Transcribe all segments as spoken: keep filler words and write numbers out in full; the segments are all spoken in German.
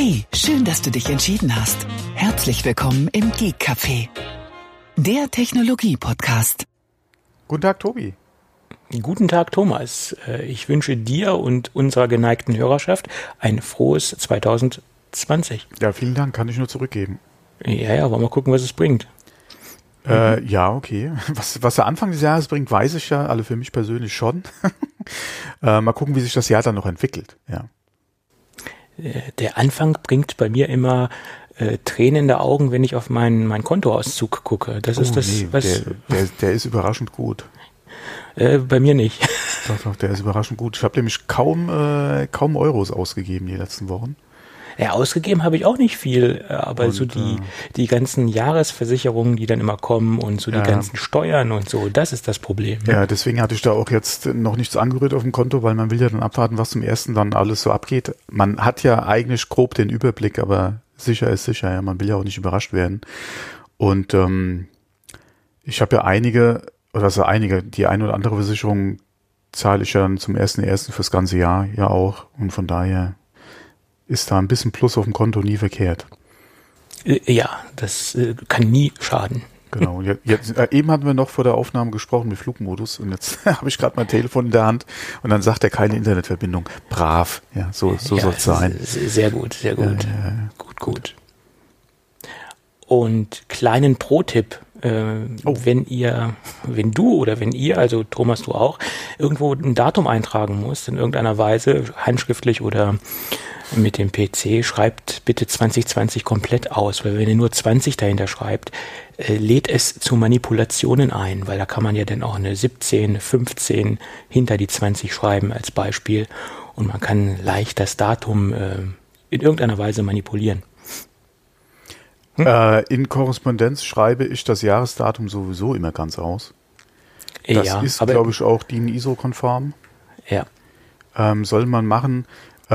Hey, schön, dass du dich entschieden hast. Herzlich willkommen im Geek Café, der Technologie-Podcast. Guten Tag, Tobi. Guten Tag, Thomas. Ich wünsche dir und unserer geneigten Hörerschaft ein frohes zwanzig zwanzig. Ja, vielen Dank, kann ich nur zurückgeben. Ja, ja, wollen wir mal gucken, was es bringt. Äh, mhm. Ja, okay. Was, was der Anfang des Jahres bringt, weiß ich ja, alle für mich persönlich schon. äh, mal gucken, wie sich das Jahr dann noch entwickelt. Ja. Der Anfang bringt bei mir immer äh, Tränen in den Augen, wenn ich auf meinen mein Kontoauszug gucke. Das oh, ist das, nee, was. Der, der, der ist überraschend gut. Äh, bei mir nicht. Doch, doch, der ist überraschend gut. Ich habe nämlich kaum, äh, kaum Euros ausgegeben die letzten Wochen. Ja, ausgegeben habe ich auch nicht viel, aber und, so die, äh, die ganzen Jahresversicherungen, die dann immer kommen und so die ja, ganzen Steuern und so, das ist das Problem. Ne? Ja, deswegen hatte ich da auch jetzt noch nichts angerührt auf dem Konto, weil man will ja dann abwarten, was zum ersten dann alles so abgeht. Man hat ja eigentlich grob den Überblick, aber sicher ist sicher, ja, man will ja auch nicht überrascht werden. Und ähm, ich habe ja einige, oder also einige, die eine oder andere Versicherung zahle ich ja dann zum ersten ersten fürs ganze Jahr ja auch und von daher ist da ein bisschen Plus auf dem Konto nie verkehrt. Ja, das äh, kann nie schaden. Genau. Jetzt, jetzt, äh, eben hatten wir noch vor der Aufnahme gesprochen mit Flugmodus und jetzt habe ich gerade mein Telefon in der Hand und dann sagt er keine Internetverbindung. Brav. Ja, so, so ja, soll es sein. Sehr gut, sehr gut. Ja, ja, gut, gut. Und kleinen Pro-Tipp. Äh, oh. Wenn ihr, wenn du oder wenn ihr, also Thomas, du auch, irgendwo ein Datum eintragen musst, in irgendeiner Weise, handschriftlich oder mit dem P C, schreibt bitte zwanzig zwanzig komplett aus, weil wenn ihr nur zwanzig dahinter schreibt, äh, lädt es zu Manipulationen ein, weil da kann man ja dann auch eine siebzehn, fünfzehn hinter die zwanzig schreiben als Beispiel und man kann leicht das Datum äh, in irgendeiner Weise manipulieren. Hm? Äh, in Korrespondenz schreibe ich das Jahresdatum sowieso immer ganz aus. Das ja, ist, glaube ich, auch D I N I S O-konform. Ja. Ähm, soll man machen.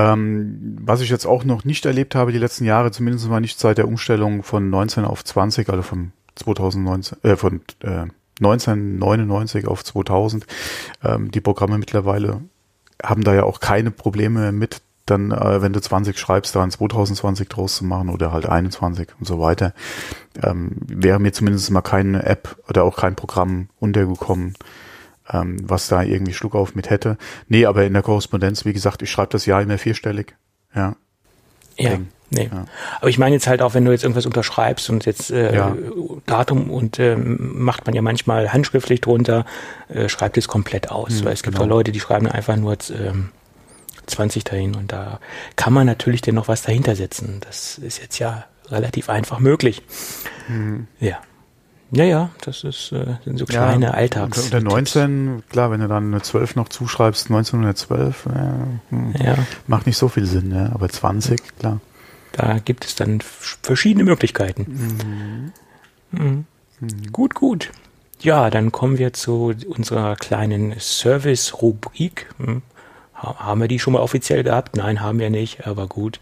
Ähm, was ich jetzt auch noch nicht erlebt habe die letzten Jahre, zumindest mal nicht seit der Umstellung von neunzehn auf zwanzig, also von zweitausendneunzehn, äh, von äh, neunzehnhundertneunundneunzig auf zweitausend. Ähm, die Programme mittlerweile haben da ja auch keine Probleme mit, dann, äh, wenn du zwanzig schreibst, da ein zweitausendzwanzig draus zu machen oder halt einundzwanzig und so weiter. Ähm, wäre mir zumindest mal keine App oder auch kein Programm untergekommen, ähm, was da irgendwie Schluck auf mit hätte. Nee, aber in der Korrespondenz, wie gesagt, ich schreibe das Jahr immer vierstellig. Ja. Ja. Ding. Nee. Ja. Aber ich meine jetzt halt auch, wenn du jetzt irgendwas unterschreibst und jetzt äh, ja. Datum und äh, macht man ja manchmal handschriftlich drunter, äh, schreibt es komplett aus. Hm, weil es gibt genau. auch Leute, die schreiben einfach nur ähm, zwanzig dahin und da kann man natürlich dann noch was dahinter setzen. Das ist jetzt ja relativ einfach möglich. Hm. Ja. Ja, ja, das ist, äh, sind so kleine ja, Alltags. Unter neunzehn, klar, wenn du dann eine zwölf noch zuschreibst, neunzehnhundertzwölf, äh, hm, ja. macht nicht so viel Sinn, ne? Aber zwanzig, klar. Da gibt es dann verschiedene Möglichkeiten. Mhm. Mhm. Mhm. Gut, gut. Ja, dann kommen wir zu unserer kleinen Service-Rubrik. Hm. Haben wir die schon mal offiziell gehabt? Nein, haben wir nicht, aber gut.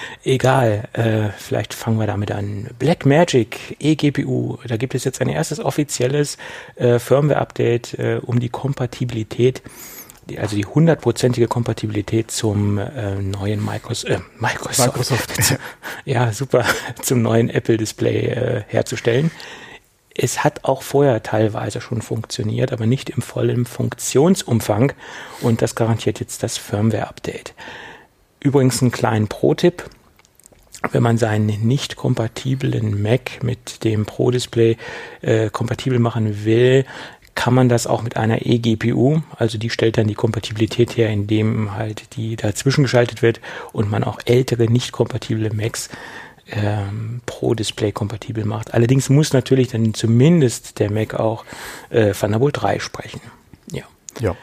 Egal, äh, vielleicht fangen wir damit an. Blackmagic eGPU, da gibt es jetzt ein erstes offizielles äh, Firmware-Update, äh, um die Kompatibilität, die, also die hundertprozentige Kompatibilität zum äh, neuen Microsoft, äh, Microsoft, Microsoft. ja super, zum neuen Apple-Display äh, herzustellen. Es hat auch vorher teilweise schon funktioniert, aber nicht im vollen Funktionsumfang und das garantiert jetzt das Firmware-Update. Übrigens einen kleinen Pro-Tipp, wenn man seinen nicht kompatiblen Mac mit dem Pro-Display äh, kompatibel machen will, kann man das auch mit einer eGPU, also die stellt dann die Kompatibilität her, indem halt die dazwischen geschaltet wird und man auch ältere nicht kompatible Macs Ähm, Pro-Display kompatibel macht. Allerdings muss natürlich dann zumindest der Mac auch äh, Thunderbolt drei sprechen. Ja. Ja.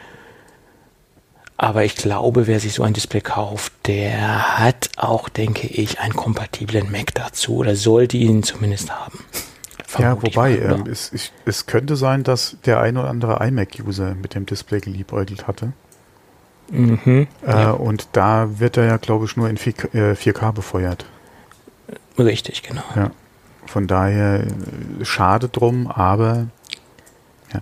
Aber ich glaube, wer sich so ein Display kauft, der hat auch, denke ich, einen kompatiblen Mac dazu oder sollte ihn zumindest haben. Ja, wobei, ähm, es, ich, es könnte sein, dass der ein oder andere iMac-User mit dem Display geliebäugelt hatte. Mhm, äh, ja. Und da wird er ja, glaube ich, nur in vier K befeuert. Richtig, genau. Ja. Von daher schade drum, aber ja,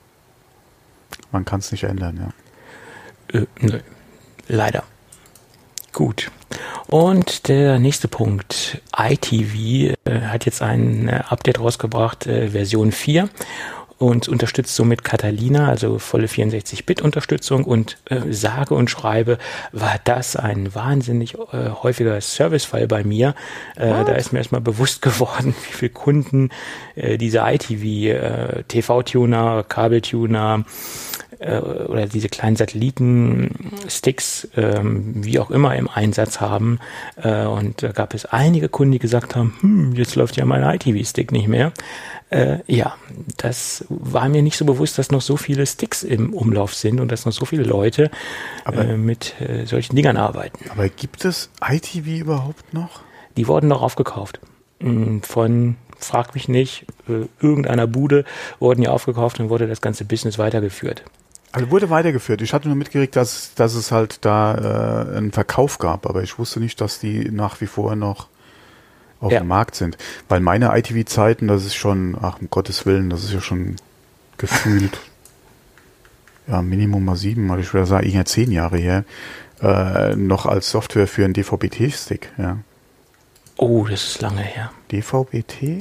man kann es nicht ändern, ja. Äh, nö. Leider. Gut. Und der nächste Punkt, I T V, äh, hat jetzt ein äh, Update rausgebracht, äh, Version vier. Und unterstützt somit Catalina, also volle vierundsechzig-Bit-Unterstützung und äh, sage und schreibe, war das ein wahnsinnig äh, häufiger Servicefall bei mir. Äh, da ist mir erstmal bewusst geworden, wie viele Kunden äh, diese I T V, äh, T V-Tuner, Kabeltuner äh, oder diese kleinen Satelliten-Sticks, äh, wie auch immer im Einsatz haben. Äh, und da gab es einige Kunden, die gesagt haben, hm, jetzt läuft ja mein I T V-Stick nicht mehr. Äh, ja, das war mir nicht so bewusst, dass noch so viele Sticks im Umlauf sind und dass noch so viele Leute aber, äh, mit äh, solchen Dingern arbeiten. Aber gibt es I T V überhaupt noch? Die wurden noch aufgekauft. Von, frag mich nicht, äh, irgendeiner Bude wurden die aufgekauft und wurde das ganze Business weitergeführt. Also wurde weitergeführt. Ich hatte nur mitgekriegt, dass, dass es halt da äh, einen Verkauf gab, aber ich wusste nicht, dass die nach wie vor noch auf ja. dem Markt sind. Weil meine I T V-Zeiten, das ist schon, ach um Gottes Willen, das ist ja schon gefühlt ja Minimum mal sieben, also ich würde sagen, eher zehn Jahre her, äh, noch als Software für einen D V B T-Stick. Ja. Oh, das ist lange her. D V B T?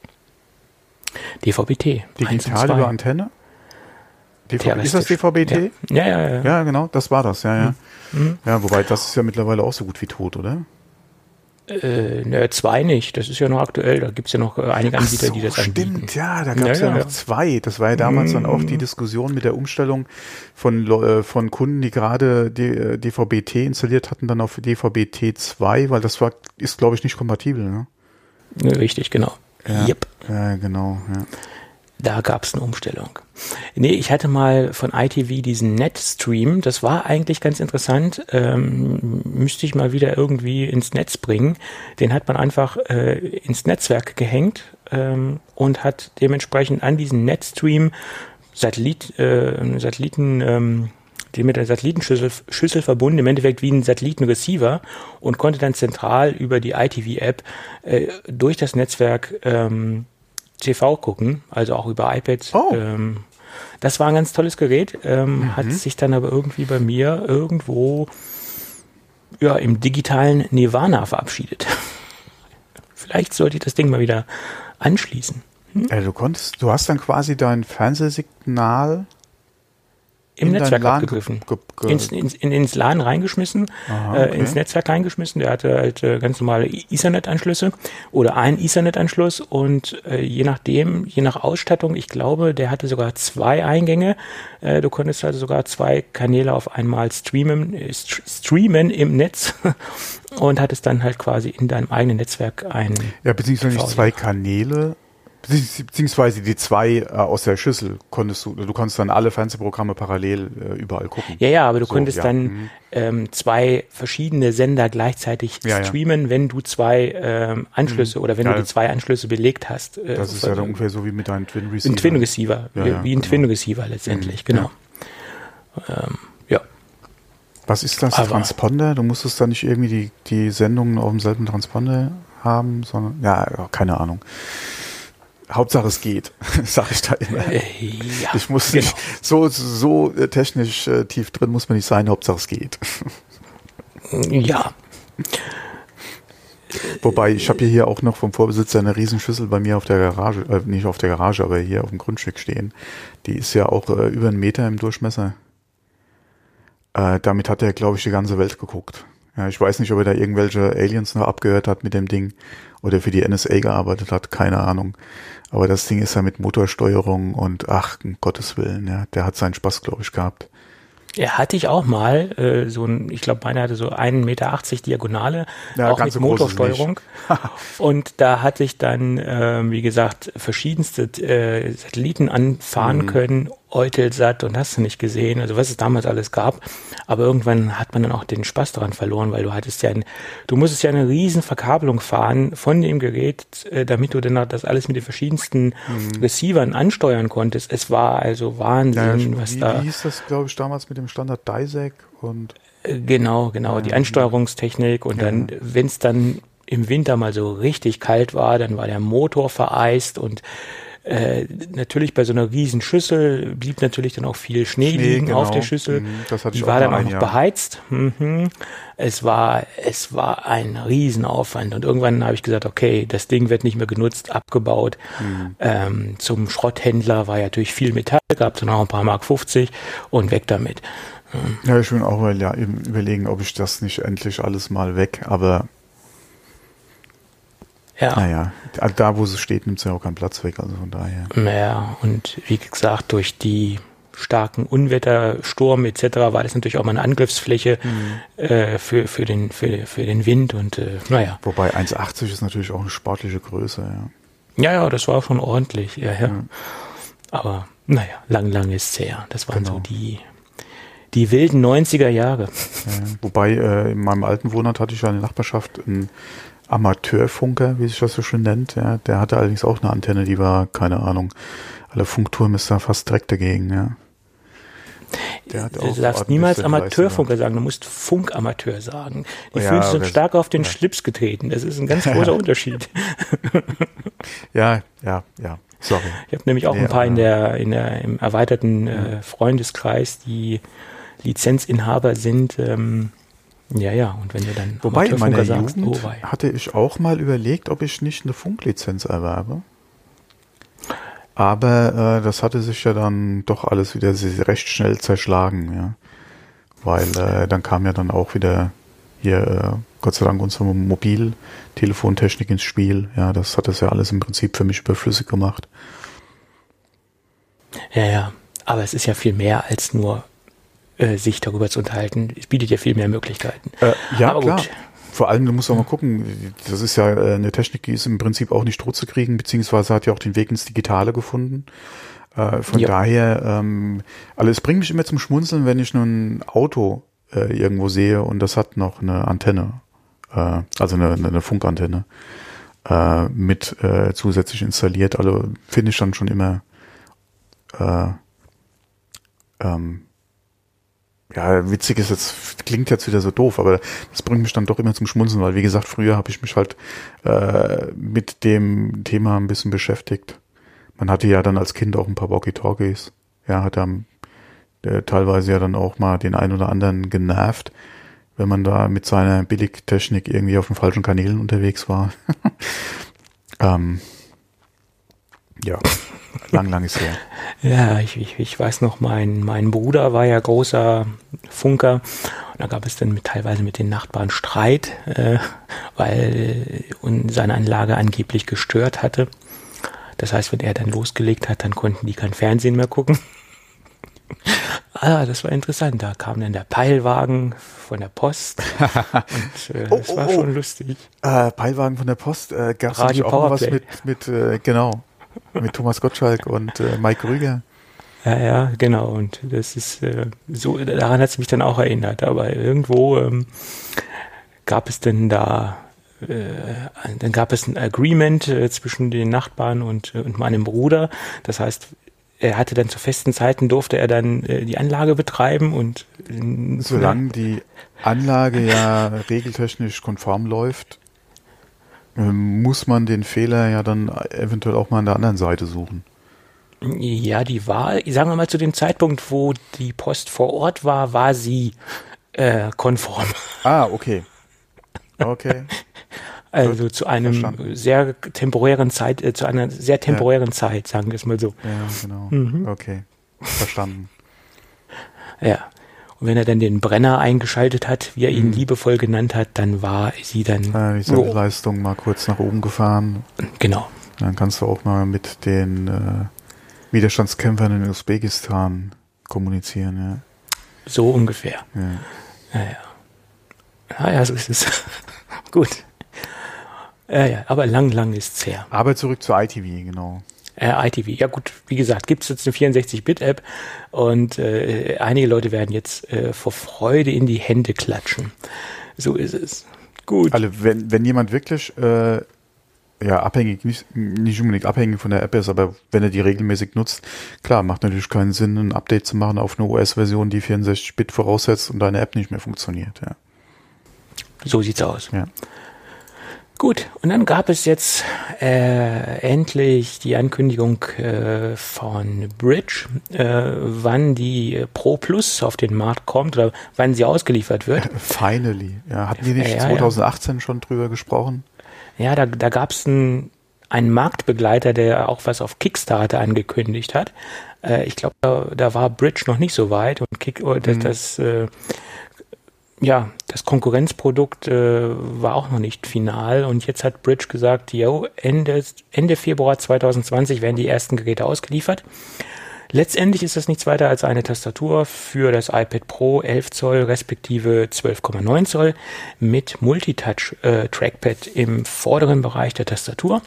D V B T. Digital über Antenne? D V B, ist das D V B T? Ja. Ja, ja, ja. Ja, genau, das war das, ja, ja. Mhm. Ja, wobei das ist ja mittlerweile auch so gut wie tot, oder? Äh, ne, zwei nicht. Das ist ja noch aktuell. Da gibt es ja noch äh, einige Anbieter, so, die das stimmt, anbieten. Stimmt, ja, da gab es ja, ja, ja noch zwei. Das war ja damals mm. dann auch die Diskussion mit der Umstellung von, äh, von Kunden, die gerade D- D V B T installiert hatten, dann auf D V B T zwei, weil das war, ist, glaube ich, nicht kompatibel, ne? Richtig, genau. Ja, yep. ja genau, ja. Da gab es eine Umstellung. Nee, ich hatte mal von I T V diesen Netstream, das war eigentlich ganz interessant, ähm, müsste ich mal wieder irgendwie ins Netz bringen. Den hat man einfach äh, ins Netzwerk gehängt ähm, und hat dementsprechend an diesen Netstream Satellit, äh, Satelliten, ähm, den mit der Satellitenschüssel Schüssel verbunden, im Endeffekt wie ein Satellitenreceiver und konnte dann zentral über die I T V-App äh, durch das Netzwerk ähm, T V gucken, also auch über iPads. Oh. Ähm, das war ein ganz tolles Gerät, ähm, mhm. hat sich dann aber irgendwie bei mir irgendwo ja, im digitalen Nirvana verabschiedet. Vielleicht sollte ich das Ding mal wieder anschließen. Hm? Also du konntest, du hast dann quasi dein Fernsehsignal im in Netzwerk LAN abgegriffen. Ge- ge- ins, ins, in, ins LAN reingeschmissen, Aha, okay. äh, ins Netzwerk reingeschmissen. Der hatte halt äh, ganz normale Ethernet-Anschlüsse oder einen Ethernet-Anschluss und äh, je nachdem, je nach Ausstattung, ich glaube, der hatte sogar zwei Eingänge. Äh, du konntest also sogar zwei Kanäle auf einmal streamen, äh, st- streamen im Netz und hattest dann halt quasi in deinem eigenen Netzwerk ein Ja, beziehungsweise nicht zwei Kanäle, beziehungsweise die zwei äh, aus der Schüssel konntest du, du konntest dann alle Fernsehprogramme parallel äh, überall gucken. Ja, ja, aber du so, konntest ja. dann mhm. ähm, zwei verschiedene Sender gleichzeitig ja, streamen, ja. wenn du zwei ähm, Anschlüsse mhm. oder wenn ja, du die zwei Anschlüsse belegt hast. Äh, das ist ja dann ungefähr so wie mit deinem Twin Receiver. Ein Twin Receiver, ja, wie, ja, wie ein genau. Twin Receiver letztendlich, mhm. genau. Ja. Ähm, ja. Was ist das? Aber Transponder? Du musstest da nicht irgendwie die, die Sendungen auf demselben Transponder haben, sondern, ja, keine Ahnung. Hauptsache es geht, sag ich da immer. Äh, ja, ich muss genau. nicht, so, so technisch äh, tief drin muss man nicht sein, Hauptsache es geht. Ja. Wobei, ich habe hier auch noch vom Vorbesitzer eine Riesenschüssel bei mir auf der Garage, äh, nicht auf der Garage, aber hier auf dem Grundstück stehen. Die ist ja auch äh, über einen Meter im Durchmesser. Äh, damit hat er, glaube ich, die ganze Welt geguckt. Ja, ich weiß nicht, ob er da irgendwelche Aliens noch abgehört hat mit dem Ding oder für die N S A gearbeitet hat, keine Ahnung. Aber das Ding ist ja mit Motorsteuerung und ach, um Gottes Willen, ja, der hat seinen Spaß, glaube ich, gehabt. Ja, hatte ich auch mal, äh, so ein, ich glaube, meiner hatte so ein Meter achtzig Diagonale, ja, auch mit so Motorsteuerung. Und da hatte ich dann, äh, wie gesagt, verschiedenste äh, Satelliten anfahren mhm. können, Eutelsat und hast du nicht gesehen, also was es damals alles gab. Aber irgendwann hat man dann auch den Spaß daran verloren, weil du hattest ja, ein, du musstest ja eine riesen Verkabelung fahren von dem Gerät, äh, damit du dann das alles mit den verschiedensten mhm. Receivern ansteuern konntest. Es war also Wahnsinn, ja, ja, was wie, da... Wie hieß das, glaube ich, damals mit dem Standard D I S A C und... Genau, genau, die Ansteuerungstechnik und ja. dann, wenn es dann im Winter mal so richtig kalt war, dann war der Motor vereist und Äh, natürlich bei so einer riesen Schüssel blieb natürlich dann auch viel Schnee, Schnee, liegen genau. auf der Schüssel. Das hatte ich Die auch war dann mal auch ein noch Jahr. beheizt. Mhm. Es war, es war ein Riesenaufwand. Und irgendwann habe ich gesagt, okay, das Ding wird nicht mehr genutzt, abgebaut. Mhm. Ähm, zum Schrotthändler war ja natürlich viel Metall, gab es noch ein paar Mark fünfzig und weg damit. Ja, ich will auch mal ja, eben überlegen, ob ich das nicht endlich alles mal weg, aber Ja. naja, da wo es steht, nimmt es ja auch keinen Platz weg, also von daher. Ja, und wie gesagt, durch die starken Unwetter, Sturm et cetera war das natürlich auch mal eine Angriffsfläche Mhm. äh, für, für, den, für, für den Wind und äh, naja. Wobei eins Komma achtzig ist natürlich auch eine sportliche Größe, ja. Ja, ja, das war schon ordentlich, ja, ja. Mhm. Aber naja, lang, lang ist es her. Das waren Genau. so die, die wilden neunziger Jahre. Ja, wobei äh, in meinem alten Wohnort hatte ich ja in der Nachbarschaft einen Amateurfunker, wie sich das so schön nennt. Ja, der hatte allerdings auch eine Antenne, die war, keine Ahnung, alle Funkturm ist da fast direkt dagegen. Ja. Der hat Du auch darfst ordentlich niemals seine Leistung Amateurfunker sagen, du musst Funkamateur sagen. Die Ja, fühlen sich so oder- stark auf den ja. Schlips getreten. Das ist ein ganz großer Unterschied. Ja, ja, ja, sorry. Ich habe nämlich auch Nee, ein paar in aber- der, in der im erweiterten äh, Freundeskreis, die Lizenzinhaber sind. Ähm, ja, ja, und wenn du dann Wobei in meiner Amateurfunker sagst, Jugend oh wei. hatte ich auch mal überlegt, ob ich nicht eine Funklizenz erwerbe. Aber äh, das hatte sich ja dann doch alles wieder sehr- recht schnell zerschlagen, ja. Weil äh, dann kam ja dann auch wieder hier, äh, Gott sei Dank, unsere Mobiltelefontechnik ins Spiel. Ja, das hat das ja alles im Prinzip für mich überflüssig gemacht. Ja, ja, aber es ist ja viel mehr als nur äh, sich darüber zu unterhalten. Es bietet ja viel mehr Möglichkeiten. Äh, ja, Aber klar. gut. Vor allem, du musst auch mal gucken, das ist ja äh, eine Technik, die ist im Prinzip auch nicht tot zu kriegen, beziehungsweise hat ja auch den Weg ins Digitale gefunden. Äh, von Ja. daher, ähm, also es bringt mich immer zum Schmunzeln, wenn ich nun ein Auto äh, irgendwo sehe und das hat noch eine Antenne, äh, also eine, eine Funkantenne äh, mit äh, zusätzlich installiert. Also finde ich dann schon immer äh, ähm, ja, witzig ist jetzt, klingt jetzt wieder so doof, aber das bringt mich dann doch immer zum Schmunzeln, weil wie gesagt, früher habe ich mich halt äh, mit dem Thema ein bisschen beschäftigt. Man hatte ja dann als Kind auch ein paar Walkie-Talkies. Ja, hat dann äh, teilweise ja dann auch mal den einen oder anderen genervt, wenn man da mit seiner Billigtechnik irgendwie auf den falschen Kanälen unterwegs war. ähm, ja, lang, lang ist her. Ja, ich, ich, ich weiß noch, mein, mein Bruder war ja großer Funker und da gab es dann mit, teilweise mit den Nachbarn Streit, äh, weil und seine Anlage angeblich gestört hatte. Das heißt, wenn er dann losgelegt hat, dann konnten die kein Fernsehen mehr gucken. Ah, das war interessant. Da kam dann der Peilwagen von der Post und äh, Oh, das war oh, oh. schon lustig. Äh, Peilwagen von der Post, äh, gab es Radio auch mal was Powerplay. mit, mit äh, genau, mit Thomas Gottschalk und äh, Mike Rüger. Ja, ja, genau. Und das ist äh, so, daran hat es mich dann auch erinnert. Aber irgendwo ähm, gab es denn da, äh, dann gab es ein Agreement äh, zwischen den Nachbarn und, äh, und meinem Bruder. Das heißt, er hatte dann zu festen Zeiten durfte er dann äh, die Anlage betreiben und äh, Solange die Anlage ja regeltechnisch konform läuft, ähm, muss man den Fehler ja dann eventuell auch mal an der anderen Seite suchen. Ja, die war, sagen wir mal, zu dem Zeitpunkt, wo die Post vor Ort war, war sie äh, konform. Ah, okay. Okay. Also zu einem Verstanden. sehr temporären Zeit, äh, zu einer sehr temporären ja. Zeit, sagen wir es mal so. Ja, genau. Mhm. Okay. Verstanden. Ja. Und wenn er dann den Brenner eingeschaltet hat, wie er ihn Mhm. liebevoll genannt hat, dann war sie dann. Äh, die Sendeleistung mal kurz nach oben gefahren. Genau. Dann kannst du auch mal mit den äh, Widerstandskämpfern in Usbekistan kommunizieren, ja. So ungefähr. Ja. Naja. Naja, so ist es. Gut. Ja, ja, aber lang, lang ist's her. Aber zurück zu I T V, genau. Äh, I T V, ja gut, wie gesagt, gibt es jetzt eine vierundsechzig-Bit-App und äh, einige Leute werden jetzt äh, vor Freude in die Hände klatschen. So ist es. Gut. Also wenn, wenn jemand wirklich äh, ja abhängig, nicht, nicht unbedingt abhängig von der App ist, aber wenn er die regelmäßig nutzt, klar, macht natürlich keinen Sinn, ein Update zu machen auf eine O S-Version, die vierundsechzig Bit voraussetzt und deine App nicht mehr funktioniert, ja. So sieht's aus. Ja. Gut, und dann gab es jetzt äh, endlich die Ankündigung äh, von Bridge, äh, wann die Pro Plus auf den Markt kommt oder wann sie ausgeliefert wird. Finally. Ja, hatten die nicht ja, zwanzig achtzehn ja. schon drüber gesprochen? Ja, da, da gab es einen, einen Marktbegleiter, der auch was auf Kickstarter angekündigt hat. Äh, ich glaube, da, da war Bridge noch nicht so weit und Kick, oh, das, mhm. das äh, ja, das Konkurrenzprodukt äh, war auch noch nicht final und jetzt hat Bridge gesagt, yo, Ende, Ende Februar zwanzig zwanzig werden die ersten Geräte ausgeliefert. Letztendlich ist das nichts weiter als eine Tastatur für das iPad Pro elf Zoll respektive zwölf Komma neun Zoll mit Multitouch-Trackpad äh, im vorderen Bereich der Tastatur.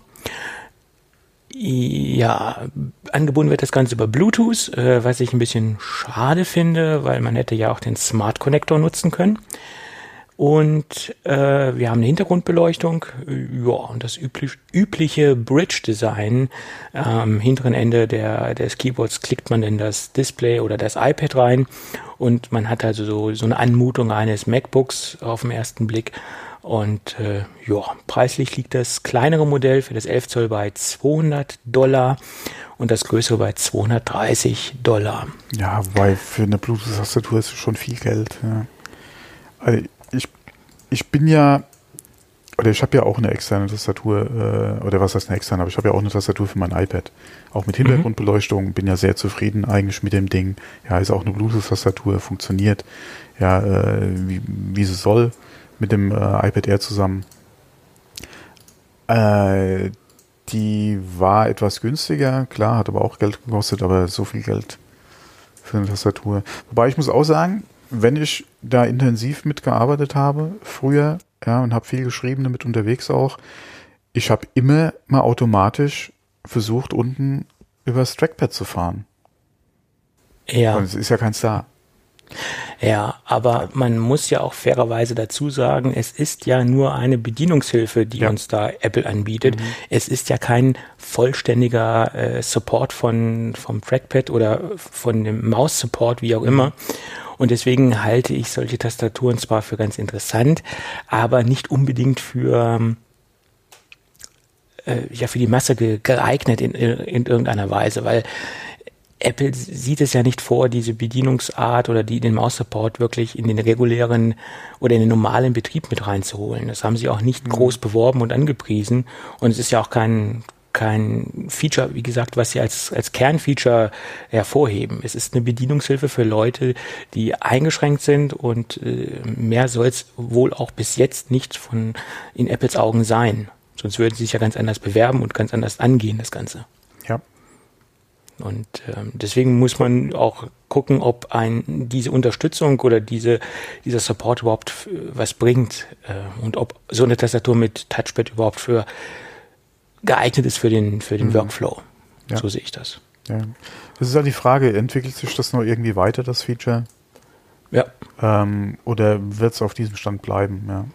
Ja, angebunden wird das Ganze über Bluetooth, äh, was ich ein bisschen schade finde, weil man hätte ja auch den Smart Connector nutzen können. Und äh, wir haben eine Hintergrundbeleuchtung, ja, und das üblich, übliche Bridge-Design. Am hinteren Ende der, des Keyboards klickt man in das Display oder das iPad rein und man hat also so, so eine Anmutung eines MacBooks auf den ersten Blick. Und äh, ja, preislich liegt das kleinere Modell für das elf Zoll bei zweihundert Dollar und das größere bei zweihundertdreißig Dollar. Ja, wobei für eine Bluetooth-Tastatur ist schon viel Geld. Ja. Also ich, ich bin ja, oder ich habe ja auch eine externe Tastatur, äh, oder was heißt eine externe, aber ich habe ja auch eine Tastatur für mein iPad. Auch mit Hintergrundbeleuchtung, bin ja sehr zufrieden eigentlich mit dem Ding. Ja, ist auch eine Bluetooth-Tastatur, funktioniert ja, äh, wie, wie sie soll. Mit dem äh, iPad Air zusammen. Äh, die war etwas günstiger, klar, hat aber auch Geld gekostet, aber so viel Geld für eine Tastatur. Wobei ich muss auch sagen, wenn ich da intensiv mitgearbeitet habe, früher, ja, und habe viel geschrieben damit unterwegs auch, ich habe immer mal automatisch versucht, unten übers Trackpad zu fahren. Ja. Und es ist ja keins da. Ja, aber man muss ja auch fairerweise dazu sagen, es ist ja nur eine Bedienungshilfe, die ja. uns da Apple anbietet. Mhm. Es ist ja kein vollständiger äh, Support von vom Trackpad oder von dem Maus-Support, wie auch immer. Und deswegen halte ich solche Tastaturen zwar für ganz interessant, aber nicht unbedingt für äh, ja für die Masse ge- geeignet in, in irgendeiner Weise, weil Apple sieht es ja nicht vor, diese Bedienungsart oder die, den Maus-Support wirklich in den regulären oder in den normalen Betrieb mit reinzuholen. Das haben sie auch nicht mhm. groß beworben und angepriesen. Und es ist ja auch kein, kein Feature, wie gesagt, was sie als, als Kernfeature hervorheben. Es ist eine Bedienungshilfe für Leute, die eingeschränkt sind und äh, mehr soll es wohl auch bis jetzt nicht von in Apples Augen sein. Sonst würden sie sich ja ganz anders bewerben und ganz anders angehen, das Ganze. Ja. Und ähm, deswegen muss man auch gucken, ob ein diese Unterstützung oder diese dieser Support überhaupt f- was bringt äh, und ob so eine Tastatur mit Touchpad überhaupt für geeignet ist für den für den mhm. Workflow. Ja. So sehe ich das. Ja. Das ist halt die Frage, entwickelt sich das noch irgendwie weiter, das Feature? Ja. Ähm, oder wird es auf diesem Stand bleiben? Ja.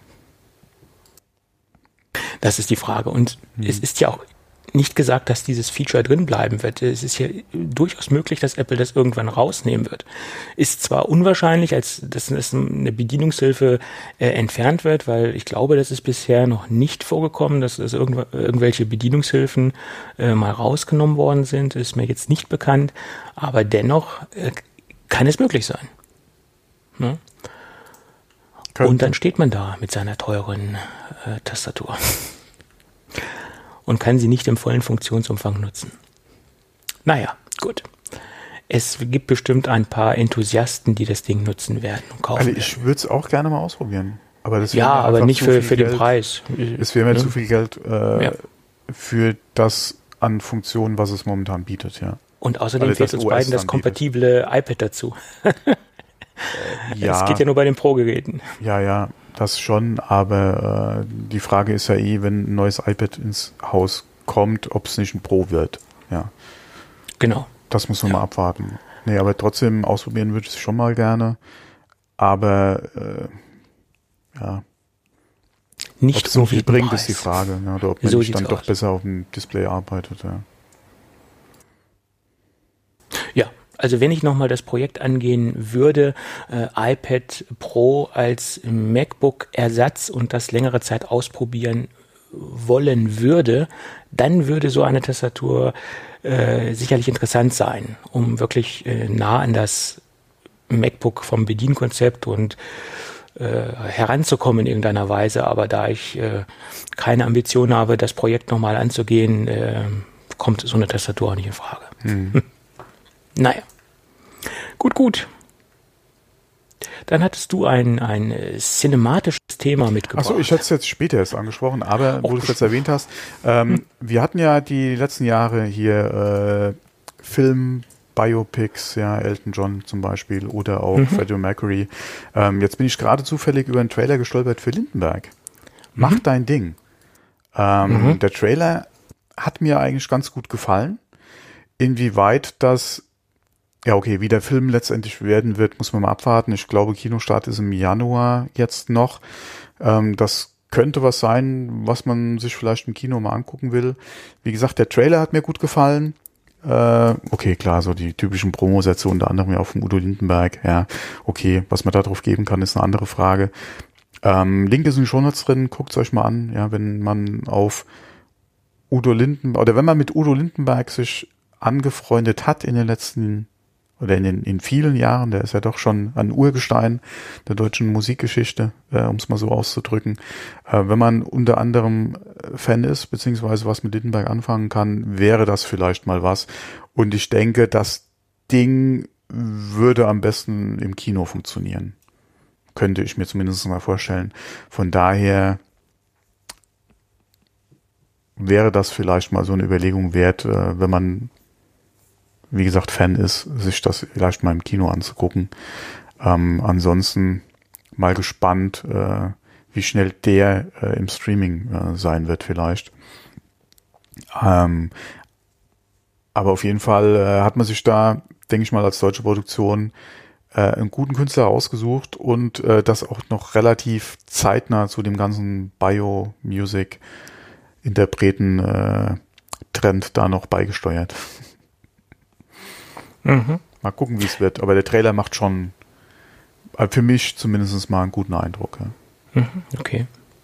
Das ist die Frage. Und mhm. es ist ja auch nicht gesagt, dass dieses Feature drin bleiben wird. Es ist ja durchaus möglich, dass Apple das irgendwann rausnehmen wird. Ist zwar unwahrscheinlich, als dass eine Bedienungshilfe äh, entfernt wird, weil ich glaube, das ist bisher noch nicht vorgekommen, dass es irgendw- irgendwelche Bedienungshilfen äh, mal rausgenommen worden sind. Ist mir jetzt nicht bekannt, aber dennoch äh, kann es möglich sein. Ne? Und dann steht man da mit seiner teuren äh, Tastatur. Und kann sie nicht im vollen Funktionsumfang nutzen. Naja, gut. Es gibt bestimmt ein paar Enthusiasten, die das Ding nutzen werden und kaufen Also ich würde es auch gerne mal ausprobieren. Aber das ja, aber nicht für, für den Preis. Es wäre mir ja. zu viel Geld äh, ja. für das an Funktionen, was es momentan bietet. Ja. Und außerdem fehlt uns beiden das kompatible iPad dazu. äh, ja. Es geht ja nur bei den Pro-Geräten. Ja, ja. Das schon, aber äh, die Frage ist ja eh, wenn ein neues iPad ins Haus kommt, ob es nicht ein Pro wird. Ja. Genau. Das muss man ja. mal abwarten. Nee, aber trotzdem ausprobieren würde ich es schon mal gerne. Aber äh, ja. Nicht ob so viel bringt, Preis. Ist die Frage. Ja, oder ob man so nicht dann aus. doch besser auf dem Display arbeitet. Ja. Ja. Also wenn ich nochmal das Projekt angehen würde, äh, iPad Pro als MacBook-Ersatz und das längere Zeit ausprobieren wollen würde, dann würde so eine Tastatur äh, sicherlich interessant sein, um wirklich äh, nah an das MacBook vom Bedienkonzept und äh, heranzukommen in irgendeiner Weise. Aber da ich äh, keine Ambition habe, das Projekt nochmal anzugehen, äh, kommt so eine Tastatur auch nicht in Frage. Mhm. Naja, gut, gut. Dann hattest du ein, ein cinematisches Thema mitgebracht. Achso, ich hatte es jetzt später erst angesprochen, aber wo du es jetzt erwähnt hast, ähm, hm. wir hatten ja die letzten Jahre hier äh, Film, Biopics, ja, Elton John zum Beispiel oder auch mhm. Freddie Mercury. Ähm, jetzt bin ich gerade zufällig über einen Trailer gestolpert für Lindenberg. Mach mhm. dein Ding. Ähm, mhm. Der Trailer hat mir eigentlich ganz gut gefallen. Inwieweit das Ja, okay, wie der Film letztendlich werden wird, muss man mal abwarten. Ich glaube, Kinostart ist im Januar jetzt noch. Ähm, das könnte was sein, was man sich vielleicht im Kino mal angucken will. Wie gesagt, der Trailer hat mir gut gefallen. Äh, okay, klar, so die typischen Promosätze, unter anderem ja auch von Udo Lindenberg. Ja, okay, was man da drauf geben kann, ist eine andere Frage. Ähm, Link ist in den Shownotes drin, guckt's euch mal an. Ja, wenn man auf Udo Lindenberg, oder wenn man mit Udo Lindenberg sich angefreundet hat in den letzten oder in den in vielen Jahren, der ist ja doch schon ein Urgestein der deutschen Musikgeschichte, äh, um es mal so auszudrücken. Äh, wenn man unter anderem Fan ist, beziehungsweise was mit Lindenberg anfangen kann, wäre das vielleicht mal was. Und ich denke, das Ding würde am besten im Kino funktionieren. Könnte ich mir zumindest mal vorstellen. Von daher wäre das vielleicht mal so eine Überlegung wert, äh, wenn man wie gesagt, Fan ist, sich das vielleicht mal im Kino anzugucken. Ähm, ansonsten mal gespannt, äh, wie schnell der äh, im Streaming äh, sein wird vielleicht. Ähm, aber auf jeden Fall äh, hat man sich da, denke ich mal, als deutsche Produktion äh, einen guten Künstler ausgesucht und äh, das auch noch relativ zeitnah zu dem ganzen Bio-Music-Interpreten-Trend äh, da noch beigesteuert. Mhm. Mal gucken, wie es wird. Aber der Trailer macht schon für mich zumindest mal einen guten Eindruck. Ja. Mhm, okay.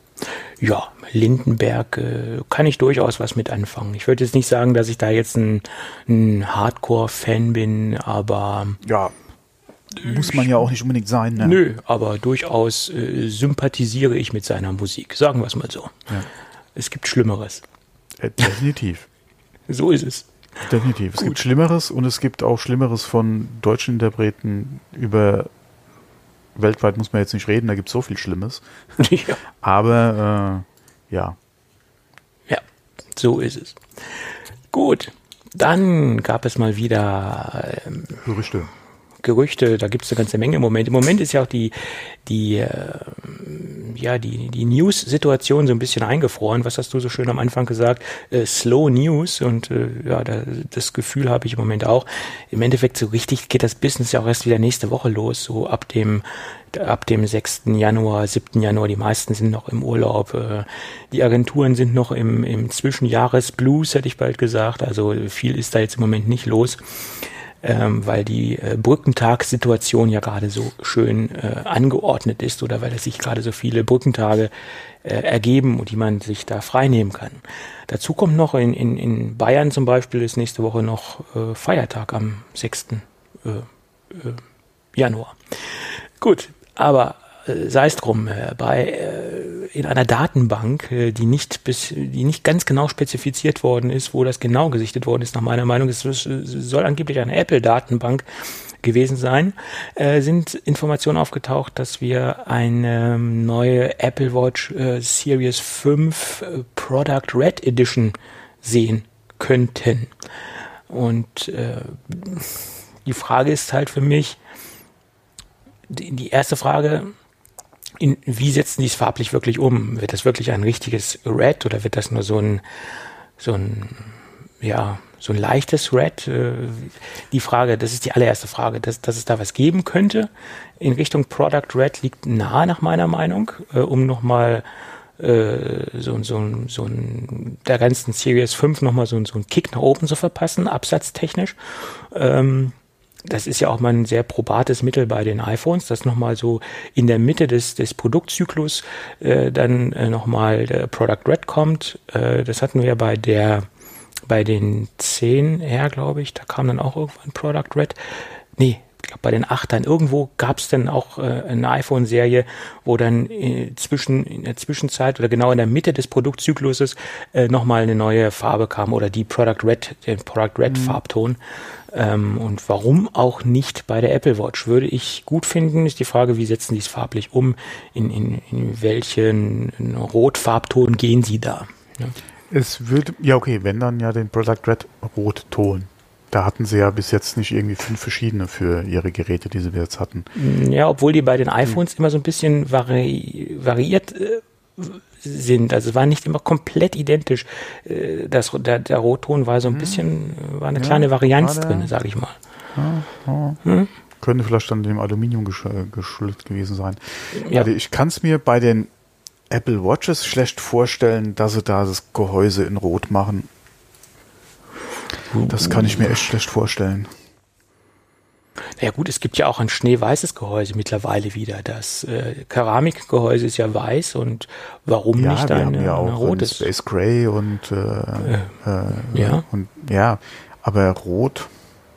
Ja, Lindenberg äh, kann ich durchaus was mit anfangen. Ich würde jetzt nicht sagen, dass ich da jetzt ein, ein Hardcore-Fan bin, aber... Ja, muss man ja auch nicht unbedingt sein. Ne? Nö, aber durchaus äh, sympathisiere ich mit seiner Musik. Sagen wir es mal so. Ja. Es gibt Schlimmeres. Äh, definitiv. So ist es. Definitiv. Es Gut. gibt Schlimmeres und es gibt auch Schlimmeres von deutschen Interpreten über weltweit muss man jetzt nicht reden, da gibt es so viel Schlimmes. Ja. Aber äh, ja. Ja, so ist es. Gut, dann gab es mal wieder ähm, Gerüchte. Gerüchte, da gibt es eine ganze Menge im Moment. Im Moment ist ja auch die, die, äh, ja, die, die News-Situation so ein bisschen eingefroren. Was hast du so schön am Anfang gesagt? Äh, Slow News. Und äh, ja, da, das Gefühl habe ich im Moment auch. Im Endeffekt so richtig geht das Business ja auch erst wieder nächste Woche los. So ab dem, ab dem sechsten Januar, siebten Januar. Die meisten sind noch im Urlaub. Äh, die Agenturen sind noch im, im Zwischenjahres-Blues, hätte ich bald gesagt. Also viel ist da jetzt im Moment nicht los. Ähm, weil die äh, Brückentagssituation ja gerade so schön äh, angeordnet ist oder weil es sich gerade so viele Brückentage äh, ergeben und die man sich da frei nehmen kann. Dazu kommt noch, in, in, in Bayern zum Beispiel ist nächste Woche noch äh, Feiertag am sechsten Äh, äh, Januar. Gut, aber äh, sei es drum, äh, bei äh, in einer Datenbank, äh, die nicht bis, die nicht ganz genau spezifiziert worden ist, wo das genau gesichtet worden ist, nach meiner Meinung, es soll angeblich eine Apple-Datenbank gewesen sein, äh, sind Informationen aufgetaucht, dass wir eine neue Apple Watch äh, Series fünf äh, Product Red Edition sehen könnten. Und äh, die Frage ist halt für mich, die, die erste Frage, In, wie setzen die es farblich wirklich um? Wird das wirklich ein richtiges Red oder wird das nur so ein, so ein, ja, so ein leichtes Red? Die Frage, das ist die allererste Frage, dass, dass es da was geben könnte in Richtung Product Red liegt nahe nach meiner Meinung, um nochmal äh, so, so, so ein, der ganzen Series fünf nochmal so, so einen Kick nach oben zu verpassen, absatztechnisch. Ähm, das ist ja auch mal ein sehr probates Mittel bei den iPhones, dass nochmal so in der Mitte des, des Produktzyklus äh, dann äh, nochmal der Product Red kommt. Äh, das hatten wir ja bei der, bei den zehn R, glaube ich, da kam dann auch irgendwann Product Red. Nee, ich glaube bei den achtern. Irgendwo gab es dann auch äh, eine iPhone-Serie, wo dann äh, zwischen, in der Zwischenzeit oder genau in der Mitte des Produktzykluses äh, nochmal eine neue Farbe kam oder die Product Red, den Product Red mhm. Farbton. Ähm, und warum auch nicht bei der Apple Watch? Würde ich gut finden, ist die Frage, wie setzen die es farblich um? In, in, in welchen Rotfarbton gehen sie da? Ja. Es würde, ja okay, wenn dann ja den Product Red Rotton. Da hatten sie ja bis jetzt nicht irgendwie fünf verschiedene für ihre Geräte, die sie jetzt hatten. Ja, obwohl die bei den iPhones hm. immer so ein bisschen vari- variiert äh, sind. Also es war nicht immer komplett identisch. Das, der, der Rotton war so ein hm. bisschen, war eine ja, kleine Varianz drin, sage ich mal. Ja, ja. Hm? Könnte vielleicht dann dem Aluminium gesch- geschuldet gewesen sein. Ja. Also ich kann es mir bei den Apple Watches schlecht vorstellen, dass sie da das Gehäuse in Rot machen. Das kann ich mir echt schlecht vorstellen. Ja gut, es gibt ja auch ein schneeweißes Gehäuse mittlerweile wieder. Das äh, Keramikgehäuse ist ja weiß und warum ja, nicht ein, eine, ja eine rotes? Space Gray und äh, äh, ja. und ja, aber Rot